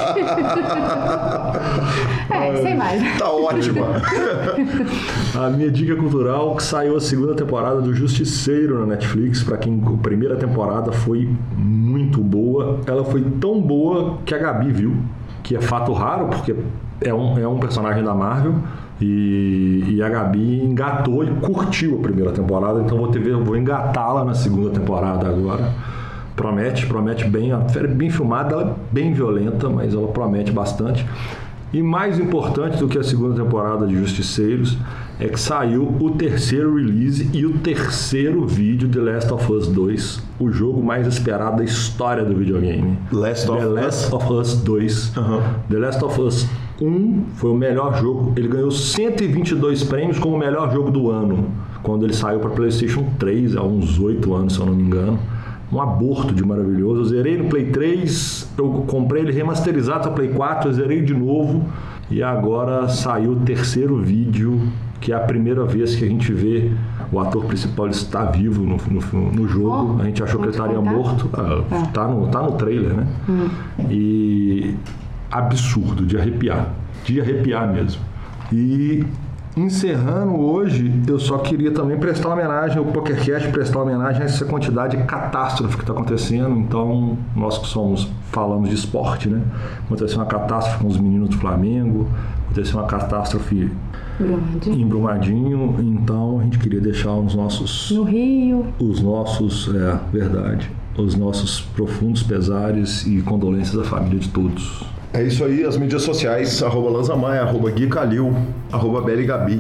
hoje. É, sem mais. Tá ótima. A minha dica cultural, que saiu a segunda temporada do Justiceiro na Netflix. Pra quem a primeira temporada foi muito boa. Ela foi tão boa que a Gabi viu, que é fato raro, porque é um, é um personagem da Marvel. E, e a Gabi engatou e curtiu a primeira temporada, então vou, ter, vou engatá-la na segunda temporada agora. Promete, promete bem, a série bem filmada, ela é bem violenta, mas ela promete bastante. E mais importante do que a segunda temporada de Justiceiros é que saiu o terceiro release e o terceiro vídeo de The Last of Us dois, o jogo mais esperado da história do videogame. Last of The Last of Us dois. Uhum. The Last of Us um foi o melhor jogo, ele ganhou cento e vinte e dois prêmios como o melhor jogo do ano, quando ele saiu para PlayStation três, há uns oito anos, se eu não me engano. Um aborto de maravilhoso. Eu zerei no Play três, eu comprei ele remasterizado para Play quatro, eu zerei de novo, e agora saiu o terceiro vídeo, que é a primeira vez que a gente vê o ator principal estar vivo no, no, no jogo. Oh, a gente achou que ele estaria contar? morto. Ah, é. tá, no, tá no trailer, né? Hum. E absurdo, de arrepiar. De arrepiar mesmo. E encerrando hoje, eu só queria também prestar homenagem ao PokerCast, prestar homenagem a essa quantidade de catástrofe que está acontecendo. Então, nós que somos, falamos de esporte, né? Aconteceu uma catástrofe com os meninos do Flamengo, aconteceu uma catástrofe Brumadinho. em Brumadinho, então a gente queria deixar os nossos... No Rio. Os nossos, é, verdade, os nossos profundos pesares e condolências à família de todos. É isso aí, as mídias sociais, arroba Lanza Maia, arroba Gui Calil, arroba Beli Gabi.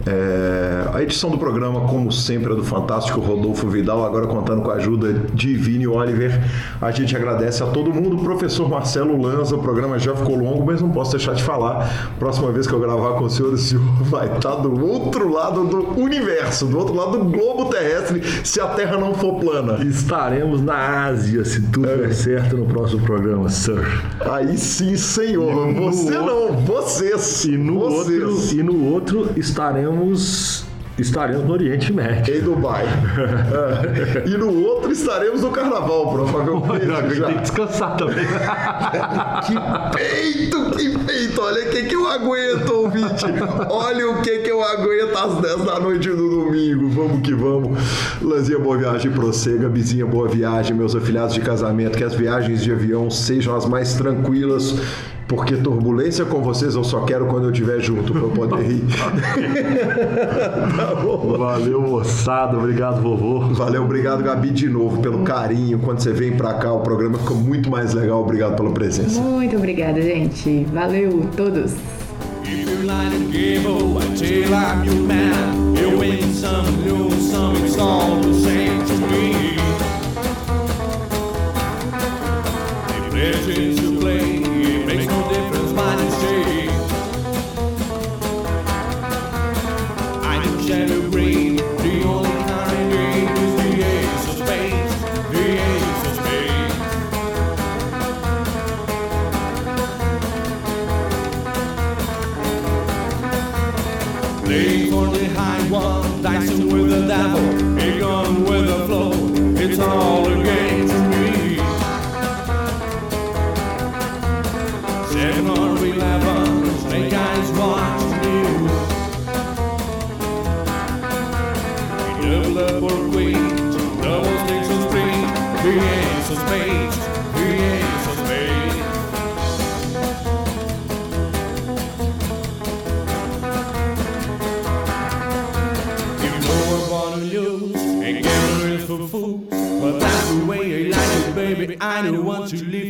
É, a edição do programa, como sempre, é do fantástico Rodolfo Vidal, agora contando com a ajuda de Vini Oliver. A gente agradece a todo mundo. O professor Marcelo Lanza, o programa já ficou longo, mas não posso deixar de falar. Próxima vez que eu gravar com o senhor, o senhor vai estar do outro lado do universo, do outro lado do globo terrestre, se a Terra não for plana. Estaremos na Ásia, se tudo é. der certo, no próximo programa, sir. Aí sim, senhor. Você outro... não, vocês. E no, vocês. Outro, e no outro estaremos Estaremos no Oriente Médio. Em Dubai. É. E no outro estaremos no Carnaval, provavelmente. Não, tem que descansar também. Que peito, que peito. Olha o que, que eu aguento, ouvinte. Olha o que, que eu aguento às dez da noite do domingo. Vamos que vamos. Lanzinha, boa viagem, prossega. Bizinha, boa viagem. Meus afilhados de casamento, que as viagens de avião sejam as mais tranquilas. Porque turbulência com vocês eu só quero quando eu estiver junto pra eu poder rir. Tá bom. Valeu, moçada. Obrigado, vovô. Valeu, obrigado, Gabi, de novo, pelo carinho. Quando você vem pra cá, o programa ficou muito mais legal. Obrigado pela presença. Muito obrigada, gente. Valeu, todos. If you line and give over till I'm your man, you win some, lose some, it's all the same to me. The pleasures you play, it makes no difference what you say. I don't share the brain, the only kind game is the ace of spades, the ace of spades. Playing for the high one, dancing with the devil, a gun with the flow, it's all a game to me. Seven or eleven, snake eyes watching you. We double up or queen, double sticks of spring, the ace of spades, the ace of spades. For fools, but that's the way I like it, baby. I don't want to leave.